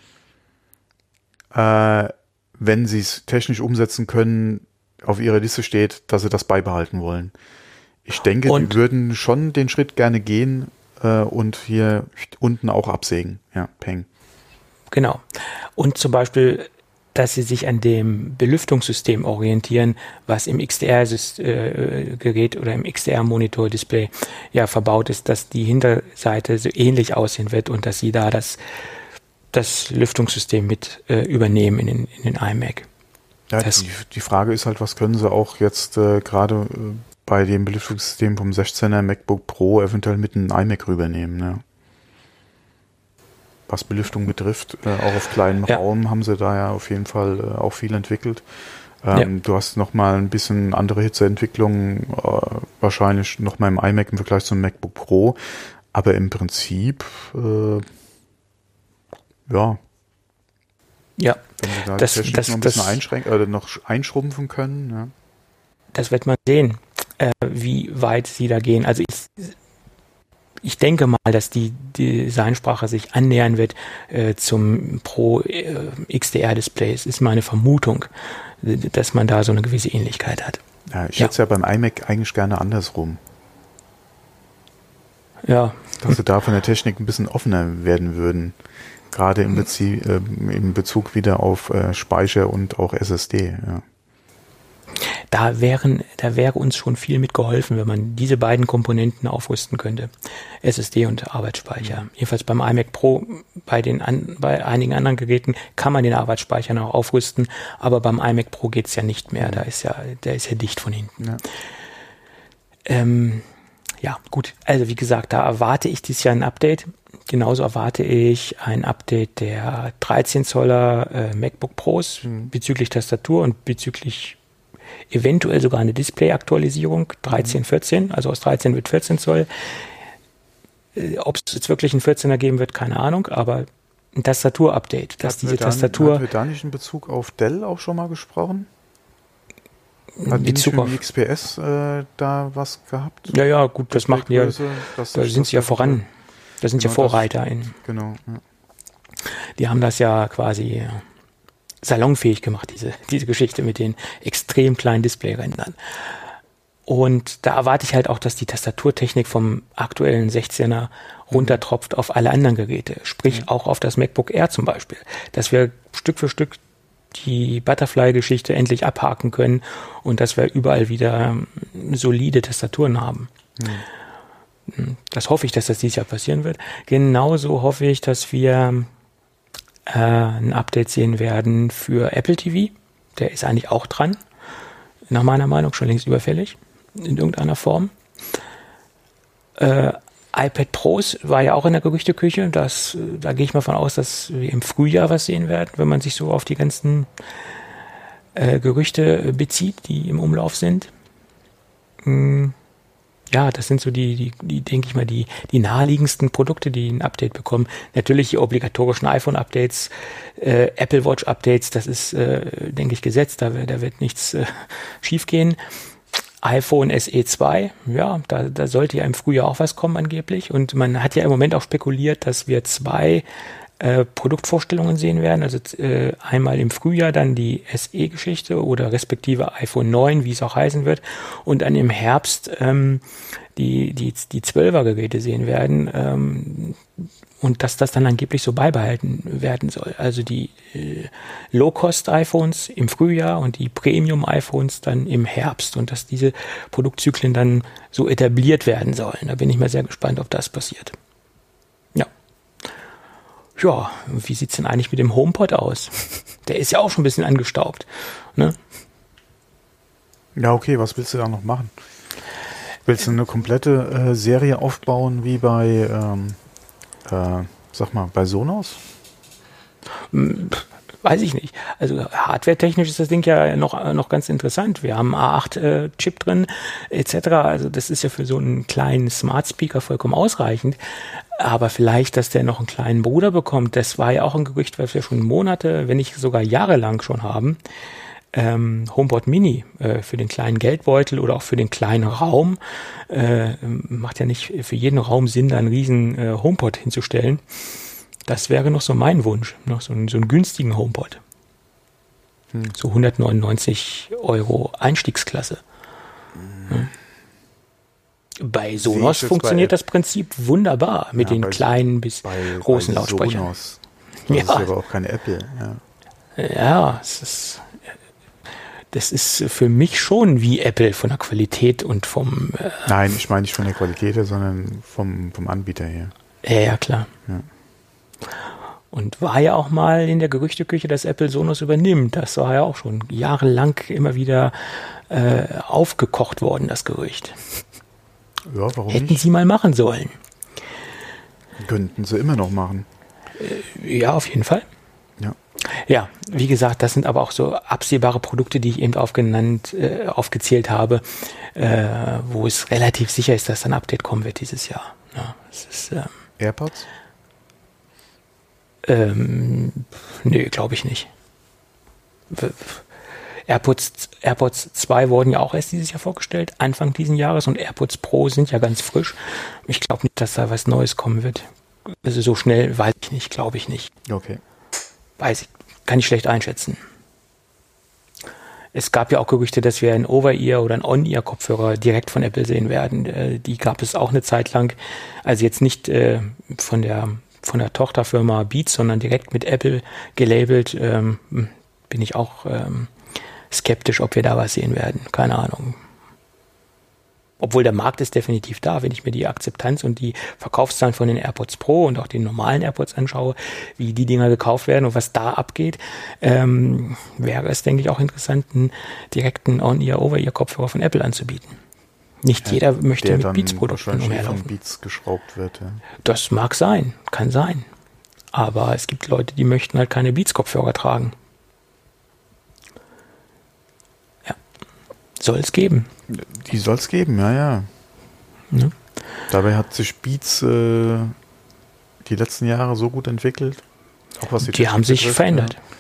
äh, wenn sie es technisch umsetzen können, auf ihrer Liste steht, dass sie das beibehalten wollen. Ich denke, und die würden schon den Schritt gerne gehen äh, und hier unten auch absägen. Ja, peng. Genau. Und zum Beispiel, dass sie sich an dem Belüftungssystem orientieren, was im X D R-Gerät oder im X D R-Monitor-Display ja verbaut ist, dass die Hinterseite so ähnlich aussehen wird und dass sie da das, das Lüftungssystem mit äh, übernehmen in den, in den iMac. Ja, das, die, die Frage ist halt, was können sie auch jetzt äh, gerade äh, bei dem Belüftungssystem vom sechzehner MacBook Pro eventuell mit einem iMac rübernehmen, ne? Was Belüftung betrifft, äh, auch auf kleinem ja. Raum haben sie da ja auf jeden Fall äh, auch viel entwickelt. Ähm, ja. Du hast nochmal ein bisschen andere Hitzeentwicklung, äh, wahrscheinlich nochmal im iMac im Vergleich zum MacBook Pro, aber im Prinzip, äh, ja. Ja. Wenn sie da das, die Technik das, noch ein bisschen das, einschränken, oder noch einschrumpfen können, ja. Das wird man sehen, äh, wie weit sie da gehen. Also ich Ich denke mal, dass die Designsprache sich annähern wird äh, zum Pro äh, X D R-Display. Es ist meine Vermutung, dass man da so eine gewisse Ähnlichkeit hat. Ja, ich ja. hätte es ja beim iMac eigentlich gerne andersrum. Ja. Dass sie da von der Technik ein bisschen offener werden würden. Gerade im, Bezie- äh, im Bezug wieder auf äh, Speicher und auch S S D. Ja. Da wären, da wäre uns schon viel mit geholfen, wenn man diese beiden Komponenten aufrüsten könnte. S S D und Arbeitsspeicher. Mhm. Jedenfalls beim iMac Pro, bei den an, bei einigen anderen Geräten kann man den Arbeitsspeicher noch aufrüsten, aber beim iMac Pro geht's ja nicht mehr. Mhm. Da ist ja, der ist ja dicht von hinten. Ja. Ähm, ja, gut. Also wie gesagt, da erwarte ich dieses Jahr ein Update. Genauso erwarte ich ein Update der dreizehn Zoller äh, MacBook Pros mhm. bezüglich Tastatur und bezüglich eventuell sogar eine Display-Aktualisierung, dreizehn, vierzehn, also aus dreizehn wird vierzehn Zoll. Äh, Ob es jetzt wirklich ein vierzehner geben wird, keine Ahnung, aber ein Tastatur-Update, dass diese Tastatur... Haben wir da nicht in Bezug auf Dell auch schon mal gesprochen? Hat die nicht für X P S äh, da was gehabt? Ja, ja, gut, das macht ja, da sind sie ja voran. Da sind genau ja Vorreiter. Das, in. Genau. Ja. Die haben das ja quasi salonfähig gemacht, diese, diese Geschichte mit den extrem kleinen Displayrändern. Und da erwarte ich halt auch, dass die Tastaturtechnik vom aktuellen sechzehner runtertropft auf alle anderen Geräte, sprich mhm. auch auf das MacBook Air zum Beispiel, dass wir Stück für Stück die Butterfly-Geschichte endlich abhaken können und dass wir überall wieder solide Tastaturen haben. Mhm. Das hoffe ich, dass das dieses Jahr passieren wird. Genauso hoffe ich, dass wir äh, ein Update sehen werden für Apple T V. Der ist eigentlich auch dran. Nach meiner Meinung schon längst überfällig. In irgendeiner Form. Äh, iPad Pros war ja auch in der Gerüchteküche. Das, da gehe ich mal von aus, dass wir im Frühjahr was sehen werden, wenn man sich so auf die ganzen äh, Gerüchte bezieht, die im Umlauf sind. Hm. Ja, das sind so die, die, die denke ich mal, die, die naheliegendsten Produkte, die ein Update bekommen. Natürlich die obligatorischen iPhone-Updates, äh, Apple Watch-Updates, das ist, äh, denke ich, gesetzt, da, da wird nichts äh, schiefgehen. iPhone S E zwei, ja, da, da sollte ja im Frühjahr auch was kommen angeblich. Und man hat ja im Moment auch spekuliert, dass wir zwei äh, Produktvorstellungen sehen werden. Also äh, einmal im Frühjahr dann die S E-Geschichte oder respektive iPhone neun, wie es auch heißen wird. Und dann im Herbst ähm, die, die, die zwölfer-Geräte sehen werden. Ähm, und dass das dann angeblich so beibehalten werden soll. Also die äh, Low-Cost-iPhones im Frühjahr und die Premium-iPhones dann im Herbst. Und dass diese Produktzyklen dann so etabliert werden sollen. Da bin ich mal sehr gespannt, ob das passiert. Ja. Ja, wie sieht's denn eigentlich mit dem HomePod aus? Der ist ja auch schon ein bisschen angestaubt. Ne? Ja, okay, was willst du da noch machen? Willst du eine komplette äh, Serie aufbauen wie bei, ähm, äh, sag mal, bei Sonos? Weiß ich nicht. Also hardwaretechnisch ist das Ding ja noch, noch ganz interessant. Wir haben einen A acht Chip äh, drin, et cetera. Also das ist ja für so einen kleinen Smart Speaker vollkommen ausreichend. Aber vielleicht, dass der noch einen kleinen Bruder bekommt, das war ja auch ein Gerücht, was wir schon Monate, wenn nicht sogar jahrelang schon haben. Ähm, HomePod Mini äh, für den kleinen Geldbeutel oder auch für den kleinen Raum. Äh, macht ja nicht für jeden Raum Sinn, da einen riesen äh, HomePod hinzustellen. Das wäre noch so mein Wunsch, noch so einen, so einen günstigen HomePod. Hm. So hundertneunundneunzig Euro Einstiegsklasse. Hm. Bei Sonos funktioniert bei, das Prinzip wunderbar mit ja, den bei, kleinen bis bei, großen bei Lautsprechern. Sonos. Das ja. ist aber auch keine Apple. Ja, ja es ist, das ist für mich schon wie Apple von der Qualität und vom... Äh, Nein, ich meine nicht von der Qualität, sondern vom, vom Anbieter her. Ja, ja klar. Ja. Und war ja auch mal in der Gerüchteküche, dass Apple Sonos übernimmt. Das war ja auch schon jahrelang immer wieder äh, aufgekocht worden, das Gerücht. Ja, warum Hätten nicht? sie mal machen sollen. Könnten sie immer noch machen. Äh, ja, auf jeden Fall. Ja. Ja, wie gesagt, das sind aber auch so absehbare Produkte, die ich eben aufgenannt, äh, aufgezählt habe, äh, wo es relativ sicher ist, dass ein Update kommen wird dieses Jahr. Ja, es ist, ähm, AirPods? Ähm, nee, glaube ich nicht. AirPods, AirPods zwei wurden ja auch erst dieses Jahr vorgestellt, Anfang diesen Jahres, und AirPods Pro sind ja ganz frisch. Ich glaube nicht, dass da was Neues kommen wird. Also so schnell weiß ich nicht, glaube ich nicht. Okay. Weiß ich, kann ich schlecht einschätzen. Es gab ja auch Gerüchte, dass wir einen Over-Ear oder einen On-Ear-Kopfhörer direkt von Apple sehen werden. Äh, die gab es auch eine Zeit lang. Also jetzt nicht äh, von der von der Tochterfirma Beats, sondern direkt mit Apple gelabelt. Ähm, bin ich auch ähm, skeptisch, ob wir da was sehen werden. Keine Ahnung. Obwohl der Markt ist definitiv da, wenn ich mir die Akzeptanz und die Verkaufszahlen von den AirPods Pro und auch den normalen AirPods anschaue, wie die Dinger gekauft werden und was da abgeht, ähm, wäre es, denke ich, auch interessant, einen direkten On-Ear, Over-Ear-Kopfhörer von Apple anzubieten. Nicht ja, jeder möchte mit Beats-Produkten umherlaufen. Von Beats geschraubt wird. Ja. Das mag sein, kann sein. Aber es gibt Leute, die möchten halt keine Beats-Kopfhörer tragen. Ja, soll es geben. Die soll es geben, ja, ja, ja. Dabei hat sich Beats äh, die letzten Jahre so gut entwickelt. Auch was die die haben sich betrifft, verändert. Ja.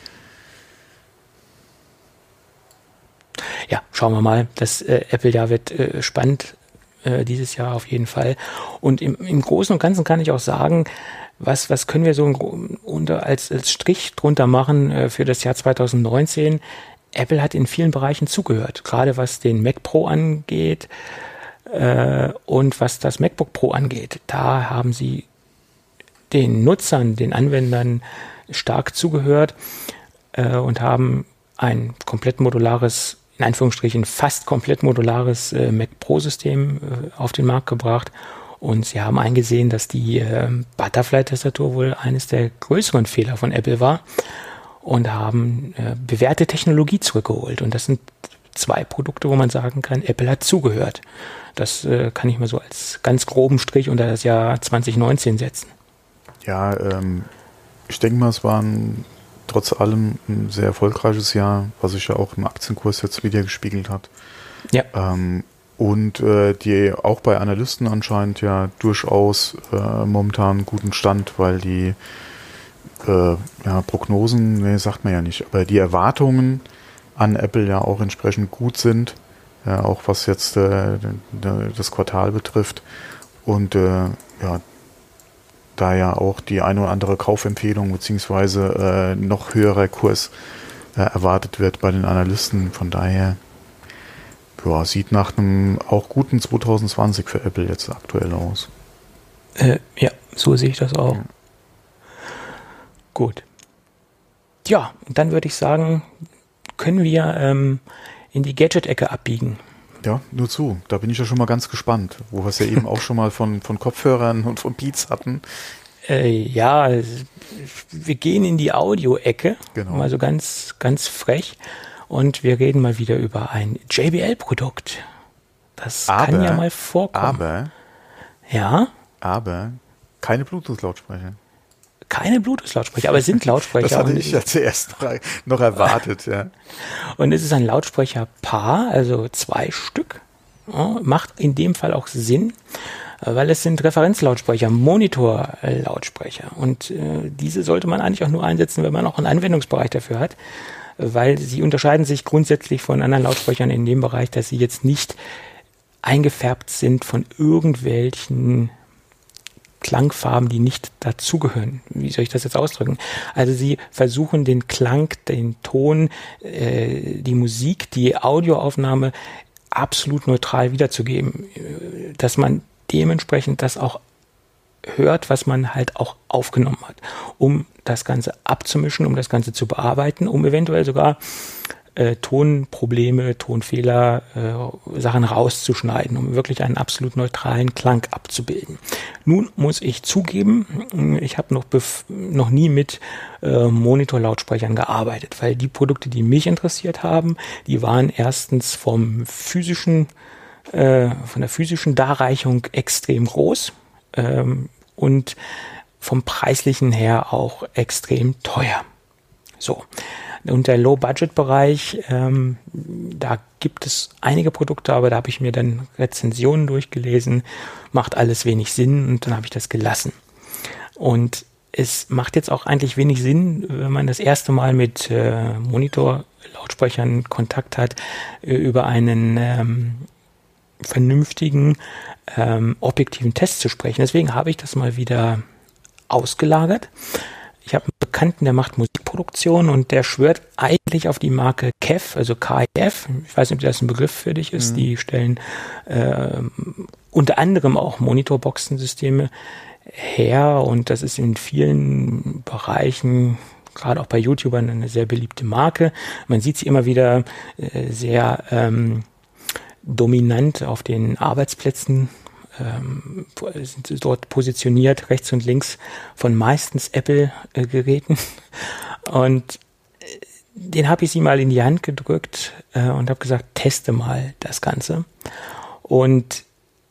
Ja, schauen wir mal. Das äh, Apple-Jahr wird äh, spannend äh, dieses Jahr auf jeden Fall. Und im, im Großen und Ganzen kann ich auch sagen, was, was können wir so unter, als, als Strich drunter machen äh, für das Jahr zwanzig neunzehn? Apple hat in vielen Bereichen zugehört, gerade was den Mac Pro angeht äh, und was das MacBook Pro angeht. Da haben sie den Nutzern, den Anwendern stark zugehört äh, und haben ein komplett modulares, in Anführungsstrichen fast komplett modulares äh, Mac Pro-System äh, auf den Markt gebracht. Und sie haben eingesehen, dass die äh, Butterfly-Tastatur wohl eines der größeren Fehler von Apple war und haben äh, bewährte Technologie zurückgeholt. Und das sind zwei Produkte, wo man sagen kann, Apple hat zugehört. Das äh, kann ich mal so als ganz groben Strich unter das Jahr zwanzig neunzehn setzen. Ja, ähm, ich denke mal, es war ein, trotz allem ein sehr erfolgreiches Jahr, was sich ja auch im Aktienkurs jetzt wieder gespiegelt hat. Ja. Ähm, und äh, die auch bei Analysten anscheinend ja durchaus äh, momentan einen guten Stand, weil die äh, ja, Prognosen, nee, sagt man ja nicht, aber die Erwartungen an Apple ja auch entsprechend gut sind, ja, auch was jetzt äh, das Quartal betrifft. Und äh, ja, da ja auch die eine oder andere Kaufempfehlung beziehungsweise äh, noch höherer Kurs äh, erwartet wird bei den Analysten. Von daher ja, sieht nach einem auch guten zwanzig zwanzig für Apple jetzt aktuell aus. Äh, ja, so sehe ich das auch. Ja. Gut. Ja, dann würde ich sagen, können wir ähm, in die Gadget-Ecke abbiegen. Ja, nur zu. Da bin ich ja schon mal ganz gespannt, wo wir es ja eben auch schon mal von, von Kopfhörern und von Beats hatten. Äh, ja, wir gehen in die Audio-Ecke, Genau. mal so ganz, ganz frech, und wir reden mal wieder über ein J B L-Produkt. Das aber, kann ja mal vorkommen. Aber, ja, aber keine Bluetooth-Lautsprecher. keine Bluetooth-Lautsprecher, aber es sind Lautsprecher. Das hatte und ich ja zuerst noch erwartet, ja. Und es ist ein Lautsprecherpaar, also zwei Stück. Ja, macht in dem Fall auch Sinn, weil es sind Referenzlautsprecher, Monitorlautsprecher. Und äh, diese sollte man eigentlich auch nur einsetzen, wenn man auch einen Anwendungsbereich dafür hat, weil sie unterscheiden sich grundsätzlich von anderen Lautsprechern in dem Bereich, dass sie jetzt nicht eingefärbt sind von irgendwelchen Klangfarben, die nicht dazugehören. Wie soll ich das jetzt ausdrücken? Also sie versuchen den Klang, den Ton, äh, die Musik, die Audioaufnahme absolut neutral wiederzugeben, dass man dementsprechend das auch hört, was man halt auch aufgenommen hat, um das Ganze abzumischen, um das Ganze zu bearbeiten, um eventuell sogar äh, Tonprobleme, Tonfehler, äh, Sachen rauszuschneiden, um wirklich einen absolut neutralen Klang abzubilden. Nun muss ich zugeben, ich habe noch, bef- noch nie mit äh, Monitorlautsprechern gearbeitet, weil die Produkte, die mich interessiert haben, die waren erstens vom physischen, äh, von der physischen Darreichung extrem groß ähm, und vom preislichen her auch extrem teuer. So. Und der Low-Budget-Bereich, ähm, da gibt es einige Produkte, aber da habe ich mir dann Rezensionen durchgelesen, macht alles wenig Sinn und dann habe ich das gelassen. Und es macht jetzt auch eigentlich wenig Sinn, wenn man das erste Mal mit äh, Monitor-Lautsprechern Kontakt hat, äh, über einen ähm, vernünftigen, ähm, objektiven Test zu sprechen. Deswegen habe ich das mal wieder ausgelagert. Ich habe einen Bekannten, der macht Musikproduktion und der schwört eigentlich auf die Marke K E F, also K I F. Ich weiß nicht, ob das ein Begriff für dich ist. Mhm. Die stellen äh, unter anderem auch Monitorboxensysteme her und das ist in vielen Bereichen, gerade auch bei YouTubern, eine sehr beliebte Marke. Man sieht sie immer wieder äh, sehr ähm, dominant auf den Arbeitsplätzen, ähm, sind dort positioniert, rechts und links von meistens Apple-Geräten. Und den habe ich sie mal in die Hand gedrückt äh, und habe gesagt, teste mal das Ganze. Und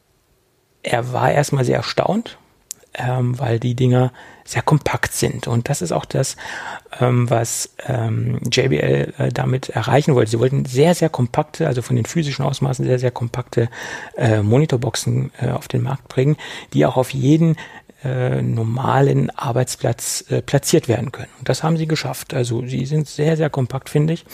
er war erstmal sehr erstaunt, ähm, weil die Dinger sehr kompakt sind. Und das ist auch das, ähm, was ähm, J B L äh, damit erreichen wollte. Sie wollten sehr, sehr kompakte, also von den physischen Ausmaßen sehr, sehr kompakte äh, Monitorboxen äh, auf den Markt bringen, die auch auf jeden äh, normalen Arbeitsplatz äh, platziert werden können. Und das haben sie geschafft. Also sie sind sehr, sehr kompakt, finde ich.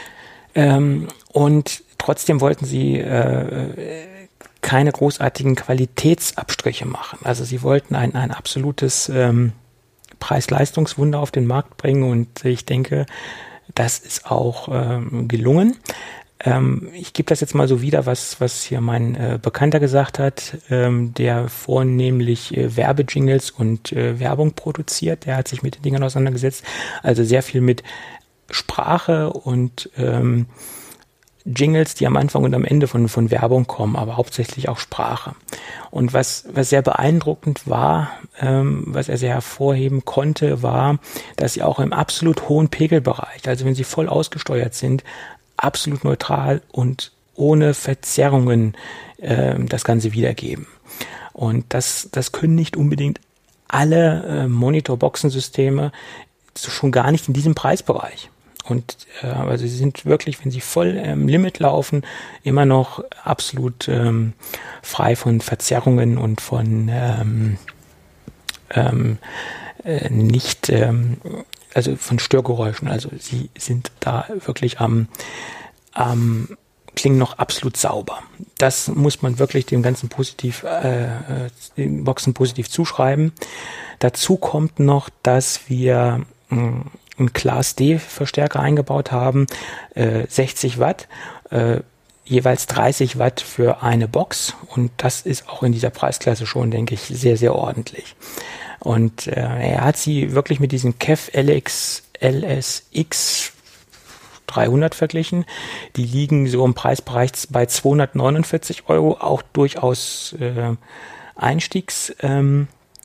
Ähm, und trotzdem wollten sie äh, keine großartigen Qualitätsabstriche machen. Also sie wollten ein, ein absolutes ähm, Preis-Leistungs-Wunder auf den Markt bringen und ich denke, das ist auch ähm, gelungen. Ähm, ich gebe das jetzt mal so wieder, was, was hier mein äh, Bekannter gesagt hat, ähm, der vornehmlich äh, Werbejingles und äh, Werbung produziert. Der hat sich mit den Dingern auseinandergesetzt. Also sehr viel mit Sprache und ähm, Jingles, die am Anfang und am Ende von, von Werbung kommen, aber hauptsächlich auch Sprache. Und was, was sehr beeindruckend war, ähm, was er sehr hervorheben konnte, war, dass sie auch im absolut hohen Pegelbereich, also wenn sie voll ausgesteuert sind, absolut neutral und ohne Verzerrungen ähm, das Ganze wiedergeben. Und das, das können nicht unbedingt alle äh, Monitorboxensysteme, schon gar nicht in diesem Preisbereich. Und äh, also sie sind wirklich, wenn sie voll im ähm, Limit laufen, immer noch absolut ähm, frei von Verzerrungen und von ähm, ähm, äh, nicht, ähm, also von Störgeräuschen. Also sie sind da wirklich am, am klingen noch absolut sauber. Das muss man wirklich dem Ganzen positiv, äh, den Boxen positiv zuschreiben. Dazu kommt noch, dass wir mh, einen Class D-Verstärker eingebaut haben, äh, sechzig Watt, äh, jeweils dreißig Watt für eine Box und das ist auch in dieser Preisklasse schon, denke ich, sehr, sehr ordentlich. Und äh, er hat sie wirklich mit diesem K E F L X L S X dreihundert verglichen. Die liegen so im Preisbereich bei zweihundertneunundvierzig Euro, auch durchaus äh, Einstiegs ähm,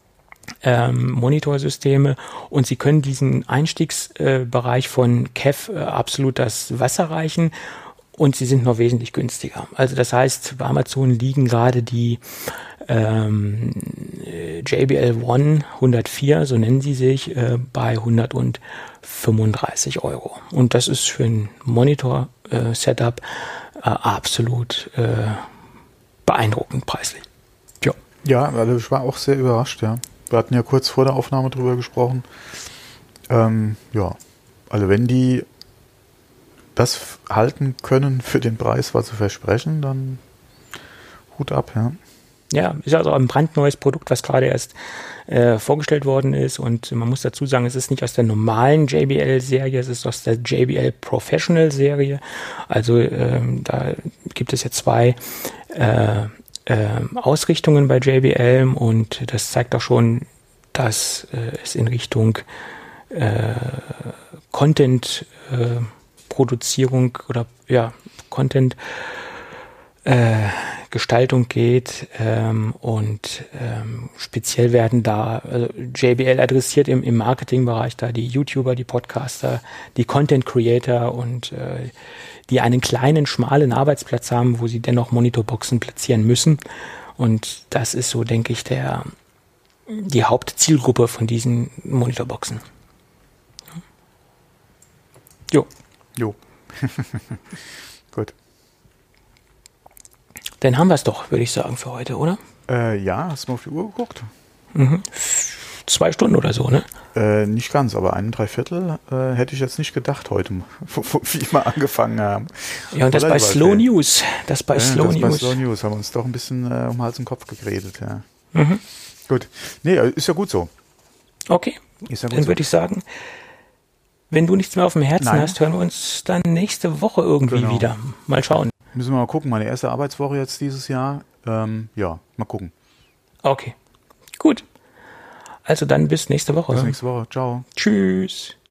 ähm, Monitorsysteme und Sie können diesen Einstiegsbereich äh, von C A V äh, absolut das Wasser reichen und sie sind noch wesentlich günstiger. Also das heißt, bei Amazon liegen gerade die ähm, J B L One hundertvier, so nennen sie sich, äh, bei hundertfünfunddreißig Euro. Und das ist für ein Monitor-Setup äh, absolut äh, beeindruckend preislich. Ja. Ja, also ich war auch sehr überrascht, ja. Wir hatten ja kurz vor der Aufnahme drüber gesprochen. Ähm, ja, also wenn die das halten können für den Preis, was sie versprechen, dann Hut ab, ja. Ja, ist also ein brandneues Produkt, was gerade erst äh, vorgestellt worden ist und man muss dazu sagen, es ist nicht aus der normalen J B L-Serie, es ist aus der J B L Professional-Serie. Also ähm, da gibt es ja zwei äh, äh, Ausrichtungen bei J B L und das zeigt auch schon, dass äh, es in Richtung äh, Content äh, Produzierung oder ja, Content äh, Gestaltung geht ähm, und ähm, speziell werden da, also J B L adressiert im, im Marketingbereich da die YouTuber, die Podcaster, die Content Creator und äh, die einen kleinen, schmalen Arbeitsplatz haben, wo sie dennoch Monitorboxen platzieren müssen. Und das ist so, denke ich, der die Hauptzielgruppe von diesen Monitorboxen. Jo. Jo. Gut. Dann haben wir es doch, würde ich sagen, für heute, oder? Äh, ja, hast du mal auf die Uhr geguckt? Mhm. Zwei Stunden oder so, ne? Äh, nicht ganz, aber ein Dreiviertel äh, hätte ich jetzt nicht gedacht heute, wie wir angefangen haben. Ja, und das bei Slow News. Das bei ja, Slow das News. Bei Slow News haben wir uns doch ein bisschen äh, um Hals und Kopf geredet, ja. Mhm. Gut. Nee, ist ja gut so. Okay. Ist ja gut dann so. würde ich sagen, wenn du nichts mehr auf dem Herzen Nein. hast, hören wir uns dann nächste Woche irgendwie Genau. wieder. Mal schauen. Müssen wir mal gucken, meine erste Arbeitswoche jetzt dieses Jahr. Ähm, ja, mal gucken. Okay. Gut. Also dann bis nächste Woche. Bis nächste Woche. Ciao. Tschüss.